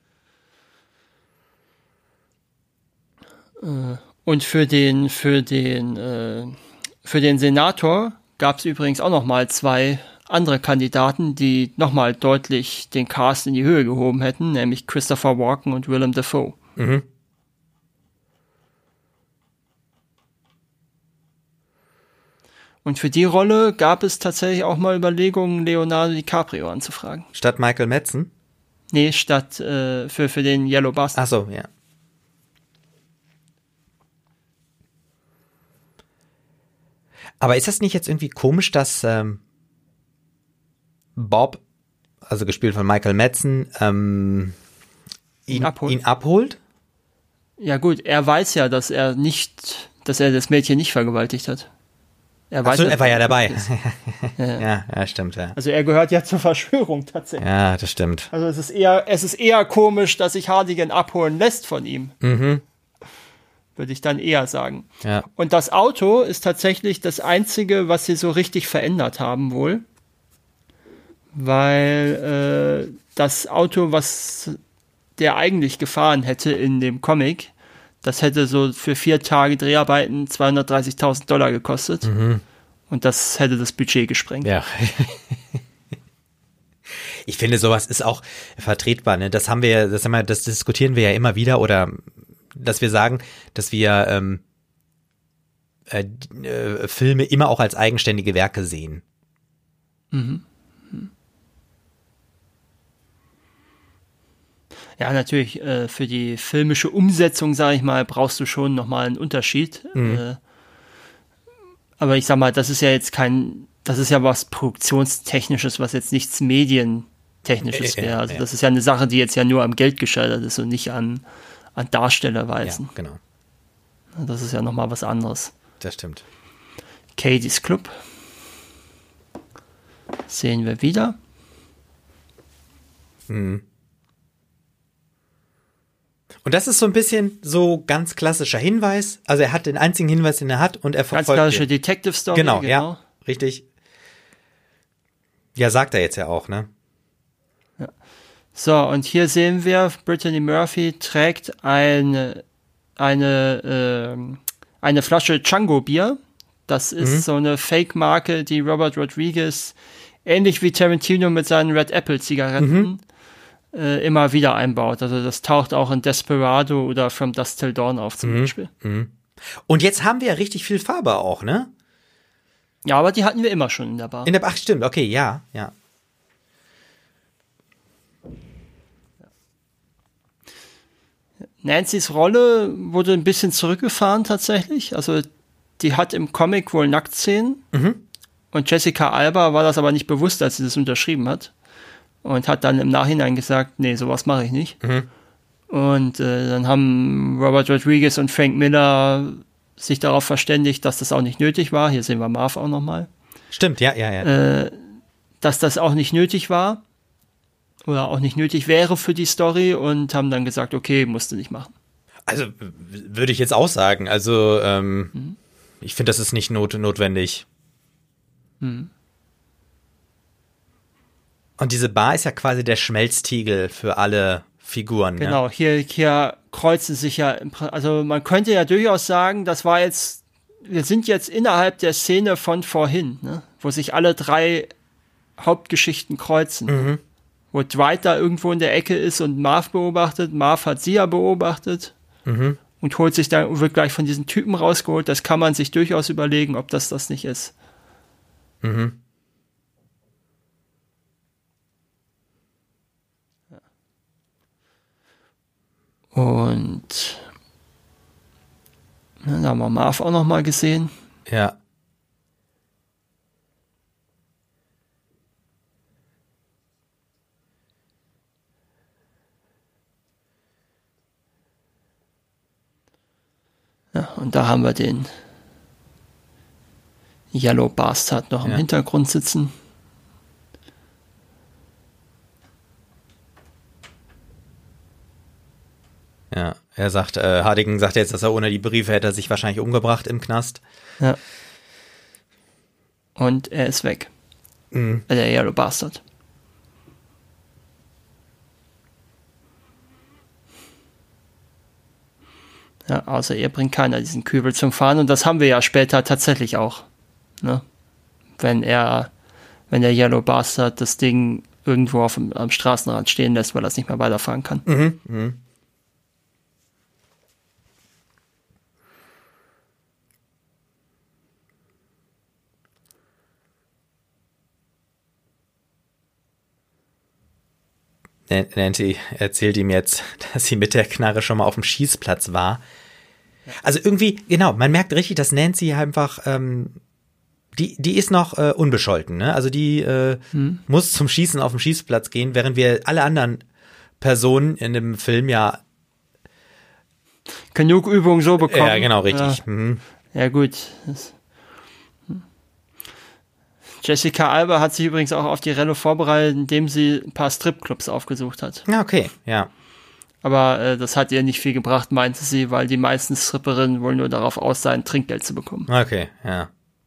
wäre. Äh, und für den, für den, äh, für den Senator gab es übrigens auch noch mal zwei andere Kandidaten, die noch mal deutlich den Cast in die Höhe gehoben hätten, nämlich Christopher Walken und Willem Dafoe. Mhm. Und für die Rolle gab es tatsächlich auch mal Überlegungen, Leonardo DiCaprio anzufragen. Statt Michael Madsen? Nee, statt äh, für, für den Yellow Bastard. Ach so, ja. Aber ist das nicht jetzt irgendwie komisch, dass ähm, Bob, also gespielt von Michael Madsen, ähm, ihn, Abholt. ihn abholt? Ja gut, er weiß ja, dass er nicht, dass er das Mädchen nicht vergewaltigt hat. Er weiß Ach so, ja, er war ja dabei. Ja. ja, ja, stimmt, ja. Also er gehört ja zur Verschwörung tatsächlich. Ja, das stimmt. Also es ist eher, es ist eher komisch, dass sich Hardigan abholen lässt von ihm. Mhm. Würde ich dann eher sagen. Ja. Und das Auto ist tatsächlich das Einzige, was sie so richtig verändert haben wohl. Weil äh, das Auto, was der eigentlich gefahren hätte in dem Comic, das hätte so für vier Tage Dreharbeiten zweihundertdreißigtausend Dollar gekostet. Mhm. Und das hätte das Budget gesprengt. Ja. Ich finde, sowas ist auch vertretbar, ne? Das haben wir, das haben wir, das diskutieren wir ja immer wieder, oder dass wir sagen, dass wir ähm, äh, äh, Filme immer auch als eigenständige Werke sehen. Mhm. Ja, natürlich, äh, für die filmische Umsetzung, sage ich mal, brauchst du schon nochmal einen Unterschied. Mhm. Äh, aber ich sag mal, das ist ja jetzt kein, das ist ja was Produktionstechnisches, was jetzt nichts Medientechnisches Äh, äh, wäre. Also ja. das ist ja eine Sache, die jetzt ja nur am Geld gescheitert ist und nicht an, an Darstellerweisen. Ja, genau. Das ist ja nochmal was anderes. Das stimmt. Katie's Club. Sehen wir wieder. Mhm. Und das ist so ein bisschen so ganz klassischer Hinweis. Also er hat den einzigen Hinweis, den er hat, und er verfolgt Ganz klassische den. Detective Story. Genau, ja, richtig. Ja, sagt er jetzt ja auch, ne? So, und hier sehen wir, Brittany Murphy trägt eine, eine, ähm, eine Flasche Django-Bier. Das ist Mhm. so eine Fake-Marke, die Robert Rodriguez, ähnlich wie Tarantino mit seinen Red Apple-Zigaretten, Mhm. äh, immer wieder einbaut. Also das taucht auch in Desperado oder From Dusk Till Dawn auf zum Mhm. Beispiel. Und jetzt haben wir ja richtig viel Farbe auch, ne? Ja, aber die hatten wir immer schon in der Bar. In der, ach, stimmt, okay, ja, ja. Nancys Rolle wurde ein bisschen zurückgefahren tatsächlich. Also die hat im Comic wohl Nacktszenen. Mhm. Und Jessica Alba war das aber nicht bewusst, als sie das unterschrieben hat. Und hat dann im Nachhinein gesagt, nee, sowas mache ich nicht. Mhm. Und äh, dann haben Robert Rodriguez und Frank Miller sich darauf verständigt, dass das auch nicht nötig war. Hier sehen wir Marv auch nochmal. Stimmt, ja, ja, ja. Äh, dass das auch nicht nötig war. Oder auch nicht nötig wäre für die Story. Und haben dann gesagt, okay, musst du nicht machen. Also w- würde ich jetzt auch sagen. Also ähm, mhm. ich finde, das ist nicht not- notwendig. Mhm. Und diese Bar ist ja quasi der Schmelztiegel für alle Figuren. Genau, Ne? hier, hier kreuzen sich ja, im Prin- also man könnte ja durchaus sagen, das war jetzt, wir sind jetzt innerhalb der Szene von vorhin, ne, wo sich alle drei Hauptgeschichten kreuzen. Mhm. Wo Dwight da irgendwo in der Ecke ist und Marv beobachtet, Marv hat sie ja beobachtet Mhm. und holt sich dann, wird gleich von diesen Typen rausgeholt. Das kann man sich durchaus überlegen, ob das das nicht ist. Mhm. Und na, da haben wir Marv auch noch mal gesehen. Ja. Ja, und da haben wir den Yellow Bastard noch im Ja. Hintergrund sitzen. Ja, er sagt, äh, Hardigan sagt jetzt, dass er ohne die Briefe hätte er sich wahrscheinlich umgebracht im Knast. Ja. Und er ist weg. Mhm. Der Yellow Bastard. Ja, außer ihr bringt keiner diesen Kübel zum Fahren. Und das haben wir ja später tatsächlich auch. Ne? Wenn er, wenn der Yellow Bastard das Ding irgendwo auf dem, am Straßenrand stehen lässt, weil er es nicht mehr weiterfahren kann. Mhm. Mhm. Nancy erzählt ihm jetzt, dass sie mit der Knarre schon mal auf dem Schießplatz war. Also irgendwie, genau, man merkt richtig, dass Nancy einfach, ähm, die, die ist noch äh, unbescholten, ne? Also die äh, hm. muss zum Schießen auf dem Schießplatz gehen, während wir alle anderen Personen in dem Film ja genug Übung so bekommen. Ja, genau, richtig. Ja, mhm. ja gut. Das, Jessica Alba hat sich übrigens auch auf die Relle vorbereitet, indem sie ein paar Stripclubs aufgesucht hat. Ja, okay, ja. Aber äh, das hat ihr nicht viel gebracht, meinte sie, weil die meisten Stripperinnen wohl nur darauf aus seien, Trinkgeld zu bekommen. Okay, ja.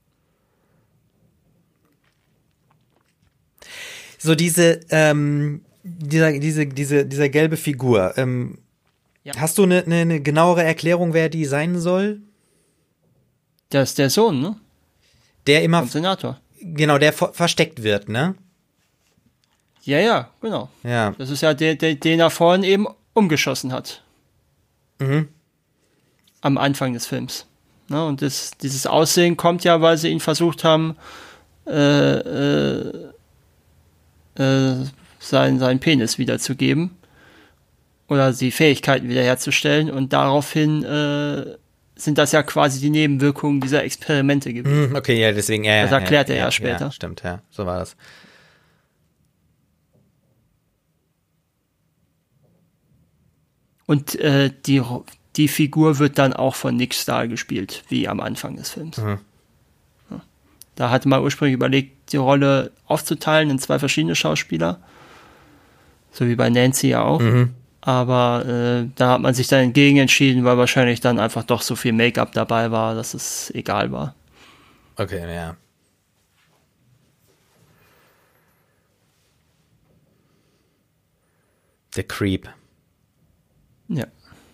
So diese, ähm, dieser, diese, diese, dieser gelbe Figur. Ähm, ja. Hast du eine, eine, eine genauere Erklärung, wer die sein soll? Der ist der Sohn, ne? Der immer. Vom Senator. Genau, der ver- versteckt wird, ne? Ja, ja, genau. Ja. Das ist ja der, der, den er vorhin eben umgeschossen hat. Mhm. Am Anfang des Films. Ne? Und das, dieses Aussehen kommt ja, weil sie ihn versucht haben, äh, äh, äh, sein, seinen Penis wiederzugeben. Oder die Fähigkeiten wiederherzustellen. Und daraufhin äh, sind das ja quasi die Nebenwirkungen dieser Experimente gewesen. Okay, ja, deswegen, ja, das erklärt ja, er ja, ja später. Ja, stimmt, ja, so war das. Und äh, die, die Figur wird dann auch von Nick Stahl gespielt, wie am Anfang des Films. Mhm. Ja. Da hatte man ursprünglich überlegt, die Rolle aufzuteilen in zwei verschiedene Schauspieler. So wie bei Nancy ja auch. Mhm. Aber äh, da hat man sich dann entgegen entschieden, weil wahrscheinlich dann einfach doch so viel Make-up dabei war, dass es egal war. Okay, ja. The Creep. Ja.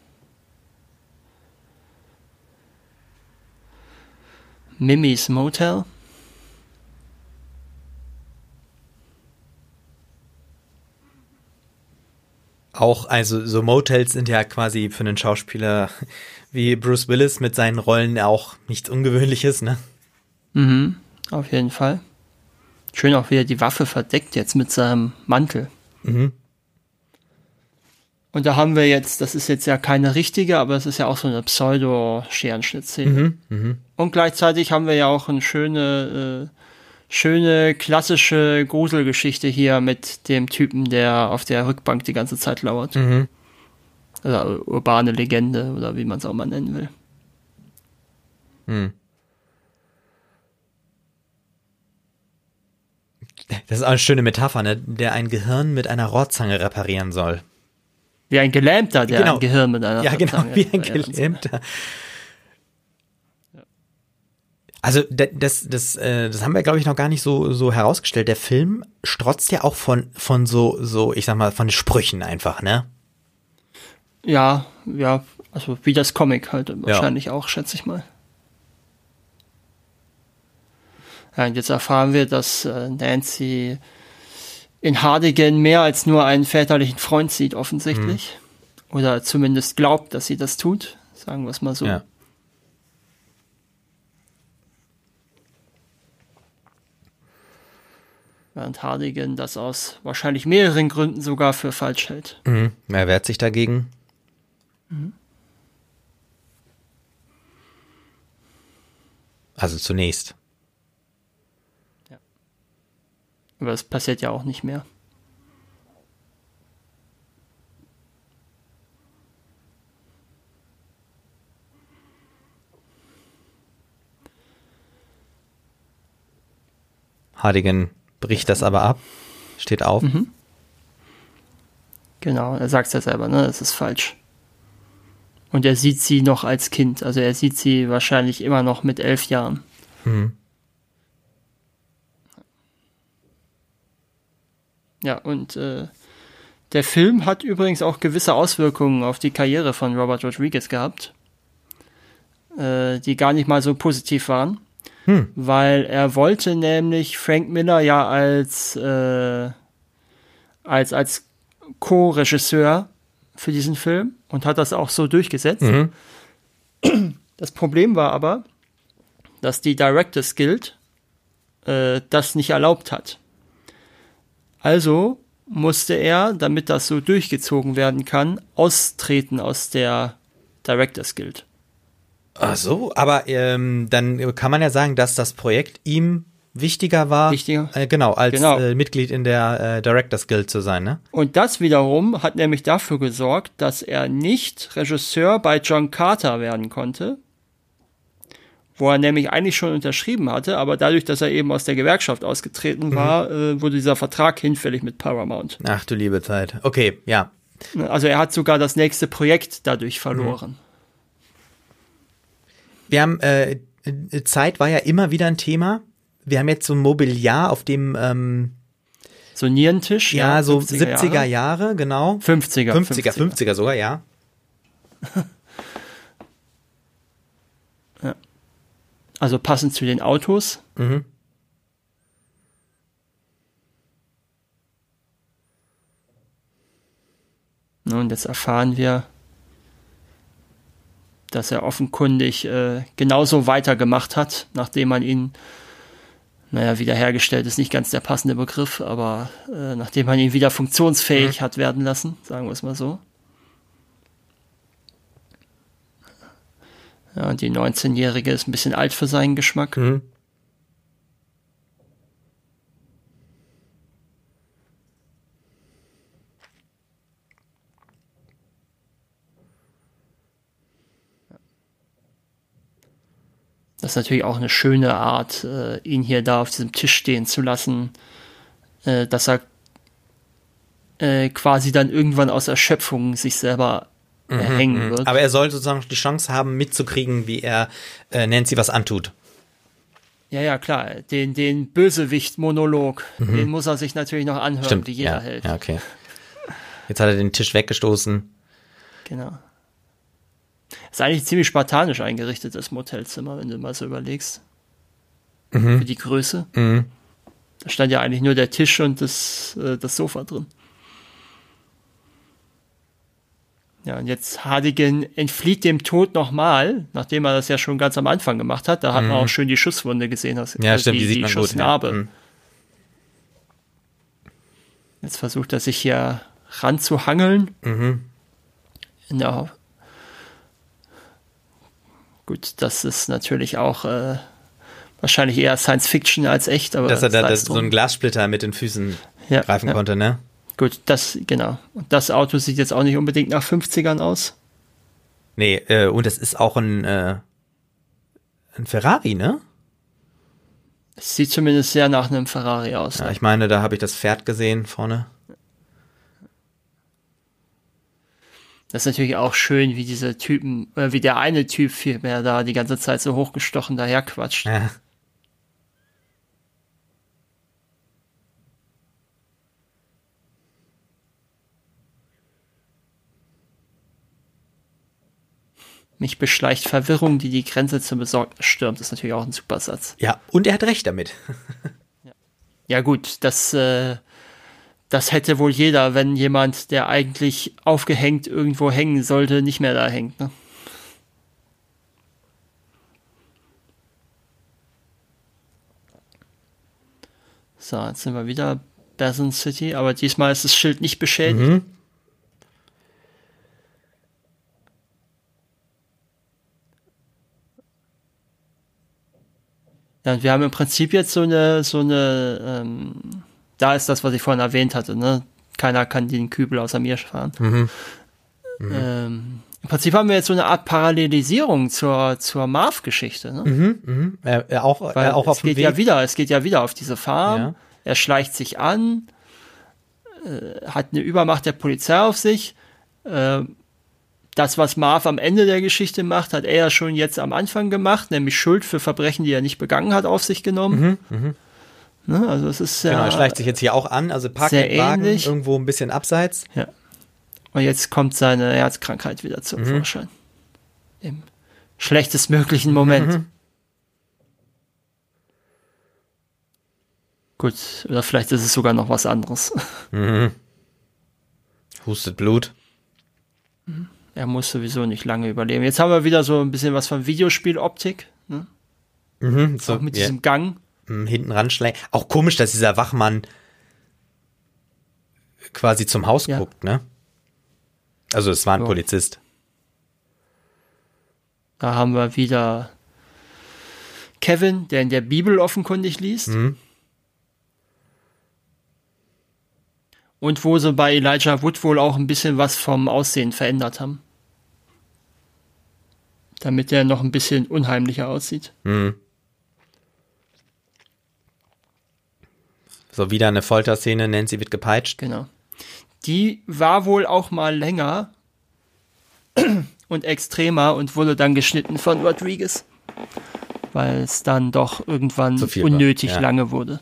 Mimi's Motel. Auch, also so Motels sind ja quasi für einen Schauspieler wie Bruce Willis mit seinen Rollen auch nichts Ungewöhnliches, ne? Mhm, auf jeden Fall. Schön auch, wie er die Waffe verdeckt jetzt mit seinem Mantel. Mhm. Und da haben wir jetzt, das ist jetzt ja keine richtige, aber es ist ja auch so eine Pseudo-Scherenschnittszene. Mhm, mh. Und gleichzeitig haben wir ja auch eine schöne, äh, schöne, klassische Gruselgeschichte hier mit dem Typen, der auf der Rückbank die ganze Zeit lauert. Mhm. Oder urbane Legende, oder wie man es auch mal nennen will. Mhm. Das ist auch eine schöne Metapher, ne? Der ein Gehirn mit einer Rohrzange reparieren soll. Wie ein Gelähmter, der genau. ein Gehirn mit einer Ja, genau, wie ein Gelähmter. Also das, das, das haben wir, glaube ich, noch gar nicht so, so herausgestellt. Der Film strotzt ja auch von, von so, so, ich sag mal, von Sprüchen einfach, ne? Ja, ja, also wie das Comic halt wahrscheinlich ja. auch, schätze ich mal. Ja, und jetzt erfahren wir, dass äh, Nancy in Hardigan mehr als nur einen väterlichen Freund sieht, offensichtlich. Mhm. Oder zumindest glaubt, dass sie das tut. Sagen wir es mal so. Ja. Während Hardigan das aus wahrscheinlich mehreren Gründen sogar für falsch hält. Mhm. Er wehrt sich dagegen. Mhm. Also zunächst. Ja. Aber das passiert ja auch nicht mehr. Hardigan bricht das aber ab, steht auf. Mhm. Genau, er sagt es ja selber, ne? Das ist falsch. Und er sieht sie noch als Kind, also er sieht sie wahrscheinlich immer noch mit elf Jahren. Mhm. Ja, und äh, der Film hat übrigens auch gewisse Auswirkungen auf die Karriere von Robert Rodriguez gehabt, äh, die gar nicht mal so positiv waren, hm. weil er wollte nämlich Frank Miller ja als, äh, als, als Co-Regisseur für diesen Film und hat das auch so durchgesetzt. Mhm. Das Problem war aber, dass die Directors Guild äh, das nicht erlaubt hat. Also musste er, damit das so durchgezogen werden kann, austreten aus der Directors Guild. Ach so, aber ähm, dann kann man ja sagen, dass das Projekt ihm wichtiger war, Wichtiger. Äh, genau, als genau. Äh, Mitglied in der äh, Directors Guild zu sein, ne? Und das wiederum hat nämlich dafür gesorgt, dass er nicht Regisseur bei John Carter werden konnte, wo er nämlich eigentlich schon unterschrieben hatte, aber dadurch, dass er eben aus der Gewerkschaft ausgetreten war, mhm. äh, wurde dieser Vertrag hinfällig mit Paramount. Ach du liebe Zeit. Okay, ja. Also er hat sogar das nächste Projekt dadurch verloren. Wir haben, äh, Zeit war ja immer wieder ein Thema. Wir haben jetzt so ein Mobiliar, auf dem ähm, so ein Nierentisch. Ja, ja so siebziger Jahre. Jahre, genau. fünfziger. fünfziger, fünfziger sogar, ja. Ja. Also passend zu den Autos. Mhm. Und jetzt erfahren wir, dass er offenkundig äh, genauso weitergemacht hat, nachdem man ihn, naja, wiederhergestellt ist nicht ganz der passende Begriff, aber äh, nachdem man ihn wieder funktionsfähig mhm. hat werden lassen, sagen wir es mal so. Ja, und die neunzehnjährige ist ein bisschen alt für seinen Geschmack. Mhm. Das ist natürlich auch eine schöne Art, äh, ihn hier da auf diesem Tisch stehen zu lassen, äh, dass er äh, quasi dann irgendwann aus Erschöpfung sich selber äh, mhm, hängen wird. Aber er soll sozusagen die Chance haben, mitzukriegen, wie er äh, Nancy was antut. Ja, ja, klar. Den, den Bösewicht-Monolog, mhm. den muss er sich natürlich noch anhören, Stimmt, wie jeder ja, hält. Ja, okay. Jetzt hat er den Tisch weggestoßen. Genau. Ist eigentlich ziemlich spartanisch eingerichtet, das Motelzimmer, wenn du mal so überlegst. Mhm. Für die Größe. Mhm. Da stand ja eigentlich nur der Tisch und das, äh, das Sofa drin. Ja, und jetzt Hardigan entflieht dem Tod nochmal, nachdem er das ja schon ganz am Anfang gemacht hat. Da hat mhm. man auch schön die Schusswunde gesehen. Also ja, stimmt, die, die sieht man Schussnarbe. gut. Ja. Mhm. Jetzt versucht er sich hier ranzuhangeln. Mhm. In der Gut, das ist natürlich auch äh, wahrscheinlich eher Science Fiction als echt, aber dass er da das, drum. so einen Glassplitter mit den Füßen ja, greifen ja. konnte, ne? Gut, das, genau. Und das Auto sieht jetzt auch nicht unbedingt nach fünfzigern aus. Nee, äh, und es ist auch ein, äh, ein Ferrari, ne? Es sieht zumindest sehr nach einem Ferrari aus. Ja, ne? ich meine, da habe ich das Pferd gesehen vorne. Das ist natürlich auch schön, wie diese Typen, äh, wie der eine Typ vielmehr da die ganze Zeit so hochgestochen daherquatscht. Ja. Mich beschleicht Verwirrung, die die Grenze zum Besorgnis stürmt. Das ist natürlich auch ein super Satz. Ja, und er hat recht damit. ja. ja gut, das, äh, das hätte wohl jeder, wenn jemand, der eigentlich aufgehängt irgendwo hängen sollte, nicht mehr da hängt. Ne? So, jetzt sind wir wieder Basin City, aber diesmal ist das Schild nicht beschädigt. Mhm. Ja, und wir haben im Prinzip jetzt so eine, so eine, ähm, da ist das, was ich vorhin erwähnt hatte, ne? Keiner kann den Kübel außer mir fahren. Mhm. Mhm. Ähm, Im Prinzip haben wir jetzt so eine Art Parallelisierung zur, zur Marv-Geschichte. Ne? Mhm, mhm. Er, er auch, Weil er auch auf es dem geht Weg. ja wieder, es geht ja wieder auf diese Farm. Ja. Er schleicht sich an, äh, hat eine Übermacht der Polizei auf sich. Äh, das, was Marv am Ende der Geschichte macht, hat er ja schon jetzt am Anfang gemacht, nämlich Schuld für Verbrechen, die er nicht begangen hat, auf sich genommen. Mhm, mhm. Ne? Also es ist ja Genau, er schleicht sich jetzt hier auch an, also parkt sehr den Wagen ähnlich. irgendwo ein bisschen abseits. Ja. Und jetzt kommt seine Herzkrankheit wieder zum Mhm. Vorschein. Im schlechtestmöglichen Moment. Mhm. Gut, oder vielleicht ist es sogar noch was anderes. Mhm. Hustet Blut. Er muss sowieso nicht lange überleben. Jetzt haben wir wieder so ein bisschen was von Videospieloptik. Ne? Mhm, so, Auch mit ja. diesem Gang. Mhm, hinten ranschlägt. Auch komisch, dass dieser Wachmann quasi zum Haus Ja. guckt, ne? Also es war ein Ja. Polizist. Da haben wir wieder Kevin, der in der Bibel offenkundig liest. Mhm. Und wo sie bei Elijah Wood wohl auch ein bisschen was vom Aussehen verändert haben. Damit der noch ein bisschen unheimlicher aussieht. Mhm. So, wieder eine Folterszene, Nancy wird gepeitscht. Genau. Die war wohl auch mal länger und extremer und wurde dann geschnitten von Rodriguez. Weil es dann doch irgendwann Zu viel war, unnötig ja. lange wurde.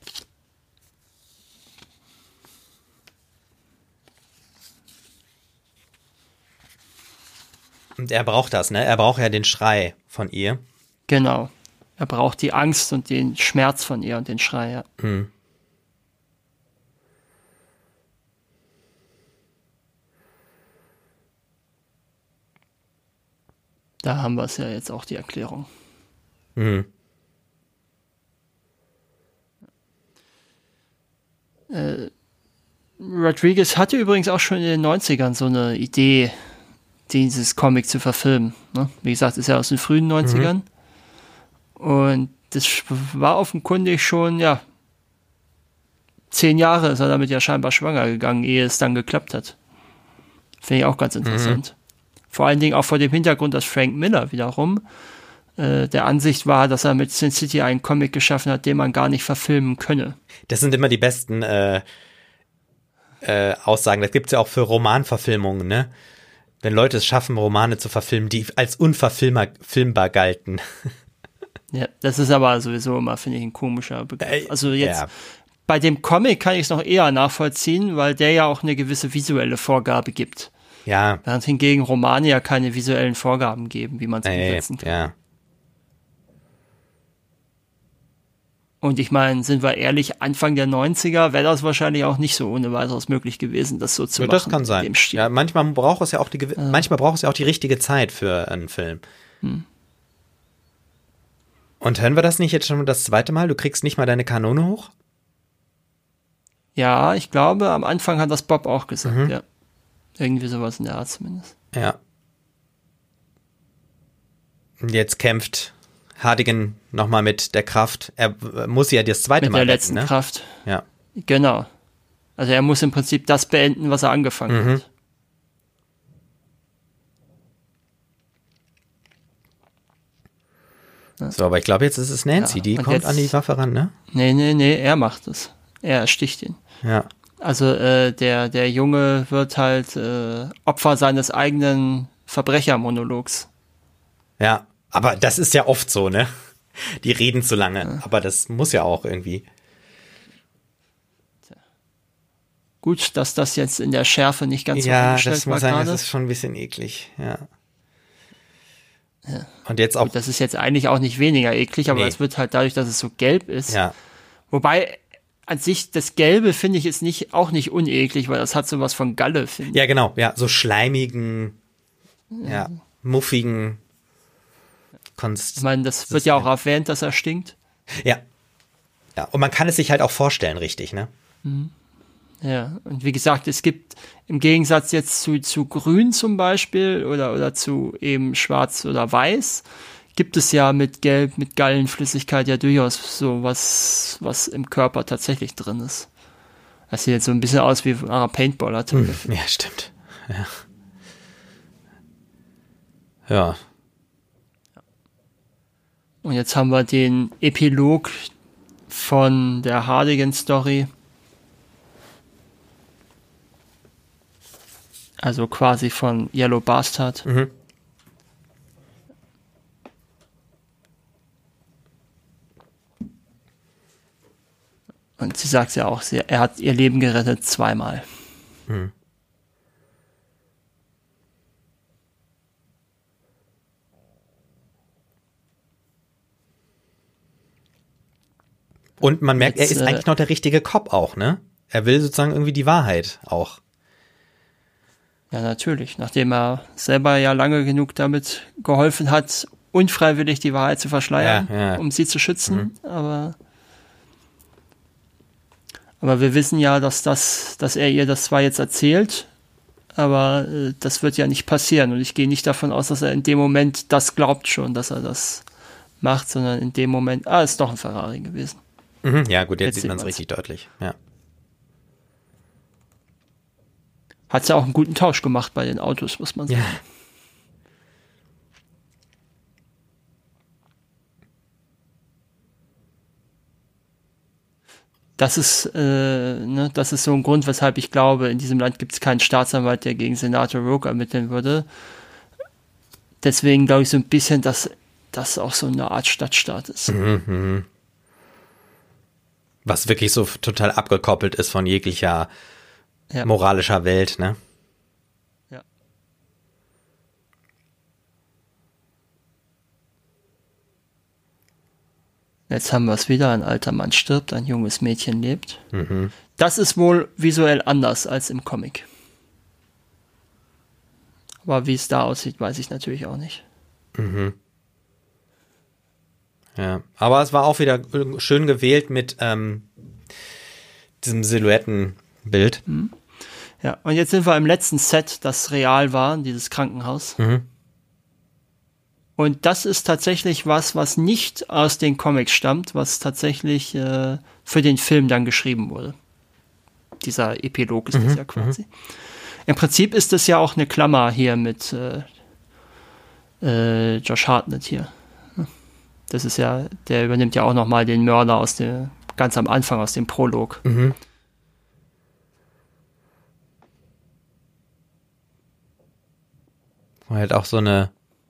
Und er braucht das, ne? Er braucht ja den Schrei von ihr. Genau. Er braucht die Angst und den Schmerz von ihr und den Schrei. Ja. Mhm. Da haben wir es ja jetzt auch, die Erklärung. Mhm. Äh, Rodriguez hatte übrigens auch schon in den neunzigern so eine Idee, dieses Comic zu verfilmen. Ne? Wie gesagt, ist ja aus den frühen neunzigern. Und das war offenkundig schon, ja, zehn Jahre ist er damit ja scheinbar schwanger gegangen, ehe es dann geklappt hat. Finde ich auch ganz interessant. Mhm. Vor allen Dingen auch vor dem Hintergrund, dass Frank Miller wiederum äh, der Ansicht war, dass er mit Sin City einen Comic geschaffen hat, den man gar nicht verfilmen könne. Das sind immer die besten äh, äh, Aussagen. Das gibt's ja auch für Romanverfilmungen, ne? Wenn Leute es schaffen, Romane zu verfilmen, die als unverfilmbar filmbar galten. Ja, das ist aber sowieso immer, finde ich, ein komischer Begriff. Also jetzt ja. Bei dem Comic kann ich es noch eher nachvollziehen, weil der ja auch eine gewisse visuelle Vorgabe gibt. Ja. Während hingegen Romane ja keine visuellen Vorgaben geben, wie man es Nee, umsetzen kann. ja. Und ich meine, sind wir ehrlich, Anfang der neunziger wäre das wahrscheinlich auch nicht so ohne weiteres möglich gewesen, das so zu Ja, machen. das kann sein. in dem Stil. Ja, manchmal braucht es ja auch die gew- Ja. manchmal braucht es ja auch die richtige Zeit für einen Film. Hm. Und hören wir das nicht jetzt schon das zweite Mal? Du kriegst nicht mal deine Kanone hoch? Ja, ich glaube, am Anfang hat das Bob auch gesagt, Mhm. ja. Irgendwie sowas in der Art zumindest. Ja. Und jetzt kämpft Hardigan nochmal mit der Kraft. Er äh, muss ja das zweite Mit Mal der retten, letzten ne? Kraft. Ja. Genau. Also er muss im Prinzip das beenden, was er angefangen Mhm. hat. So, aber ich glaube, jetzt ist es Nancy, Ja, die und kommt jetzt- an die Waffe ran, ne? Nee, nee, nee, er macht es. Er ersticht ihn. Ja. Also äh, der, der Junge wird halt äh, Opfer seines eigenen Verbrechermonologs. Ja. Aber das ist ja oft so, ne? Die reden zu lange. Ja. Aber das muss ja auch irgendwie. Gut, dass das jetzt in der Schärfe nicht ganz so Ja, umgestellt das war muss sagen, gerade. das ist schon ein bisschen eklig, ja. ja. Und jetzt auch. Gut, das ist jetzt eigentlich auch nicht weniger eklig, aber Nee. es wird halt dadurch, dass es so gelb ist. Ja. Wobei an sich das Gelbe finde ich ist nicht auch nicht uneklig, weil das hat sowas von Galle, finde ich. Ja, genau, ja, so schleimigen, ja, ja muffigen Konst. Ich meine, das wird ja auch erwähnt, dass er stinkt. Ja. Ja, und man kann es sich halt auch vorstellen, richtig, ne? Mhm. Ja, und wie gesagt, es gibt im Gegensatz jetzt zu, zu Grün zum Beispiel oder, oder zu eben Schwarz oder Weiß, gibt es ja mit Gelb, mit Gallenflüssigkeit ja durchaus so was, was im Körper tatsächlich drin ist. Das sieht jetzt so ein bisschen aus wie eine Paintball-Attacke. Ja, stimmt. Ja. Ja. Und jetzt haben wir den Epilog von der Hardigan-Story. Also quasi von Yellow Bastard. Mhm. Und sie sagt ja auch, sie, er hat ihr Leben gerettet zweimal. Mhm. Und man merkt, Jetzt, er ist äh, eigentlich noch der richtige Cop auch, ne? Er will sozusagen irgendwie die Wahrheit auch. Ja, natürlich. Nachdem er selber ja lange genug damit geholfen hat, unfreiwillig die Wahrheit zu verschleiern, Ja, ja. um sie zu schützen. Mhm. Aber, aber wir wissen ja, dass das, dass er ihr das zwar jetzt erzählt, aber äh, das wird ja nicht passieren. Und ich gehe nicht davon aus, dass er in dem Moment das glaubt schon, dass er das macht, sondern in dem Moment, ah, ist doch ein Ferrari gewesen. Mhm, ja, gut, jetzt, Jetzt sieht man es sehen wir's. richtig deutlich. Ja. Hat ja auch einen guten Tausch gemacht bei den Autos, muss man sagen. Ja. Das ist, äh, ne, das ist so ein Grund, weshalb ich glaube, in diesem Land gibt es keinen Staatsanwalt, der gegen Senator Rogue ermitteln würde. Deswegen glaube ich so ein bisschen, dass das auch so eine Art Stadtstaat ist. Mhm. Was wirklich so total abgekoppelt ist von jeglicher Ja. moralischer Welt, ne? Ja. Jetzt haben wir es wieder, ein alter Mann stirbt, ein junges Mädchen lebt. Mhm. Das ist wohl visuell anders als im Comic. Aber wie es da aussieht, weiß ich natürlich auch nicht. Mhm. Ja, aber es war auch wieder schön gewählt mit ähm, diesem Silhouettenbild. Ja, und jetzt sind wir im letzten Set, das real war, dieses Krankenhaus. Mhm. Und das ist tatsächlich was, was nicht aus den Comics stammt, was tatsächlich äh, für den Film dann geschrieben wurde. Dieser Epilog ist Mhm, das ja quasi. Im Prinzip ist es ja auch eine Klammer hier mit äh, äh, Josh Hartnett hier. Das ist ja, der übernimmt ja auch nochmal den Mörder aus dem, ganz am Anfang aus dem Prolog. Mhm. War halt auch so eine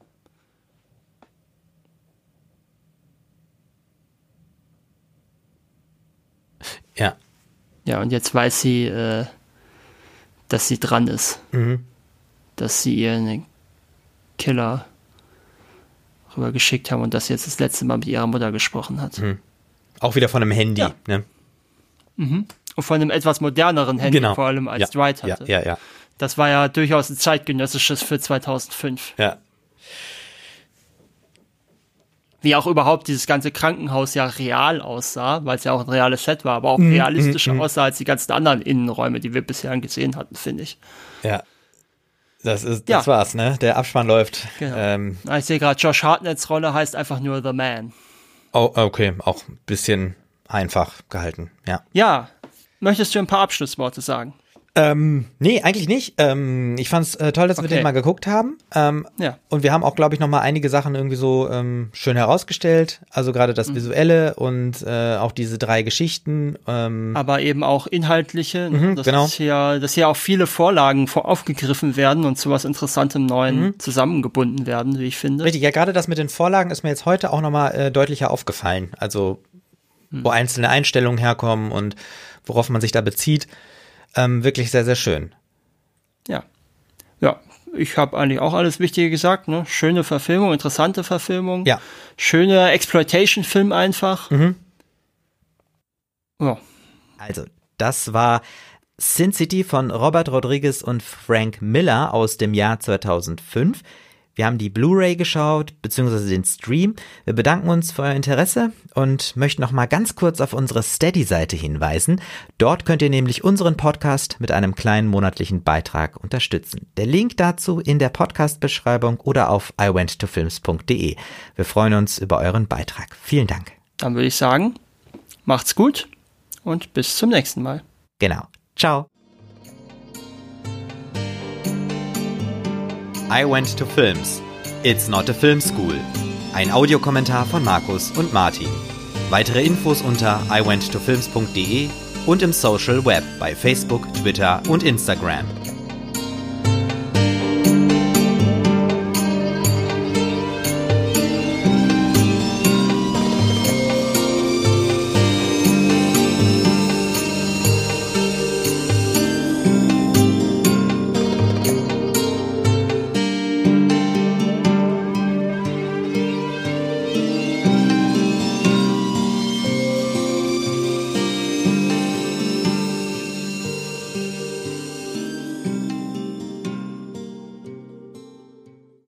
Ja. Ja, und jetzt weiß sie, äh, dass sie dran ist. Mhm. Dass sie ihr einen Killer rüber geschickt haben und dass sie jetzt das letzte Mal mit ihrer Mutter gesprochen hat. Mhm. Auch wieder von einem Handy, Ja. ne? Mhm. Und von einem etwas moderneren Handy, Genau. vor allem als Ja. Dwight Ja, hatte. ja, ja. Das war ja durchaus ein zeitgenössisches für zweitausendfünf. Ja. Wie auch überhaupt dieses ganze Krankenhaus ja real aussah, weil es ja auch ein reales Set war, aber auch Mhm, realistischer mhm. aussah als die ganzen anderen Innenräume, die wir bisher gesehen hatten, finde ich. Ja. Das ist, Ja. das war's, ne? Der Abspann läuft. Genau. Ähm, Ah, ich sehe gerade, Josh Hartnetts Rolle heißt einfach nur The Man. oh, okay, auch ein bisschen einfach gehalten, ja. Ja, möchtest du ein paar Abschlussworte sagen? Ähm, nee, eigentlich nicht. Ähm, ich fand's äh, toll, dass wir Okay. den mal geguckt haben. Ähm, Ja. Und wir haben auch, glaube ich, noch mal einige Sachen irgendwie so ähm, schön herausgestellt. Also gerade das Visuelle und äh, auch diese drei Geschichten. Ähm, Aber eben auch inhaltliche, ne? Mhm, dass, genau. hier, dass hier auch viele Vorlagen vor aufgegriffen werden und zu was Interessantem Neuen Mhm. zusammengebunden werden, wie ich finde. Richtig, ja, gerade das mit den Vorlagen ist mir jetzt heute auch noch mal äh, deutlicher aufgefallen. Also wo einzelne Einstellungen herkommen und worauf man sich da bezieht. Ähm, wirklich sehr, sehr schön. Ja. Ja, ich habe eigentlich auch alles Wichtige gesagt. Ne? Schöne Verfilmung, interessante Verfilmung. Ja. Schöner Exploitation-Film einfach. Mhm. Ja. Also, das war Sin City von Robert Rodriguez und Frank Miller aus dem Jahr zweitausendfünf. Wir haben die Blu-ray geschaut, beziehungsweise den Stream. Wir bedanken uns für euer Interesse und möchten noch mal ganz kurz auf unsere Steady-Seite hinweisen. Dort könnt ihr nämlich unseren Podcast mit einem kleinen monatlichen Beitrag unterstützen. Der Link dazu in der Podcast-Beschreibung oder auf i went to films punkt de. Wir freuen uns über euren Beitrag. Vielen Dank. Dann würde ich sagen, macht's gut und bis zum nächsten Mal. Genau. Ciao. I Went to Films, It's Not a Film School. Ein Audiokommentar von Markus und Martin. Weitere Infos unter i went to films punkt de und im Social Web bei Facebook, Twitter und Instagram.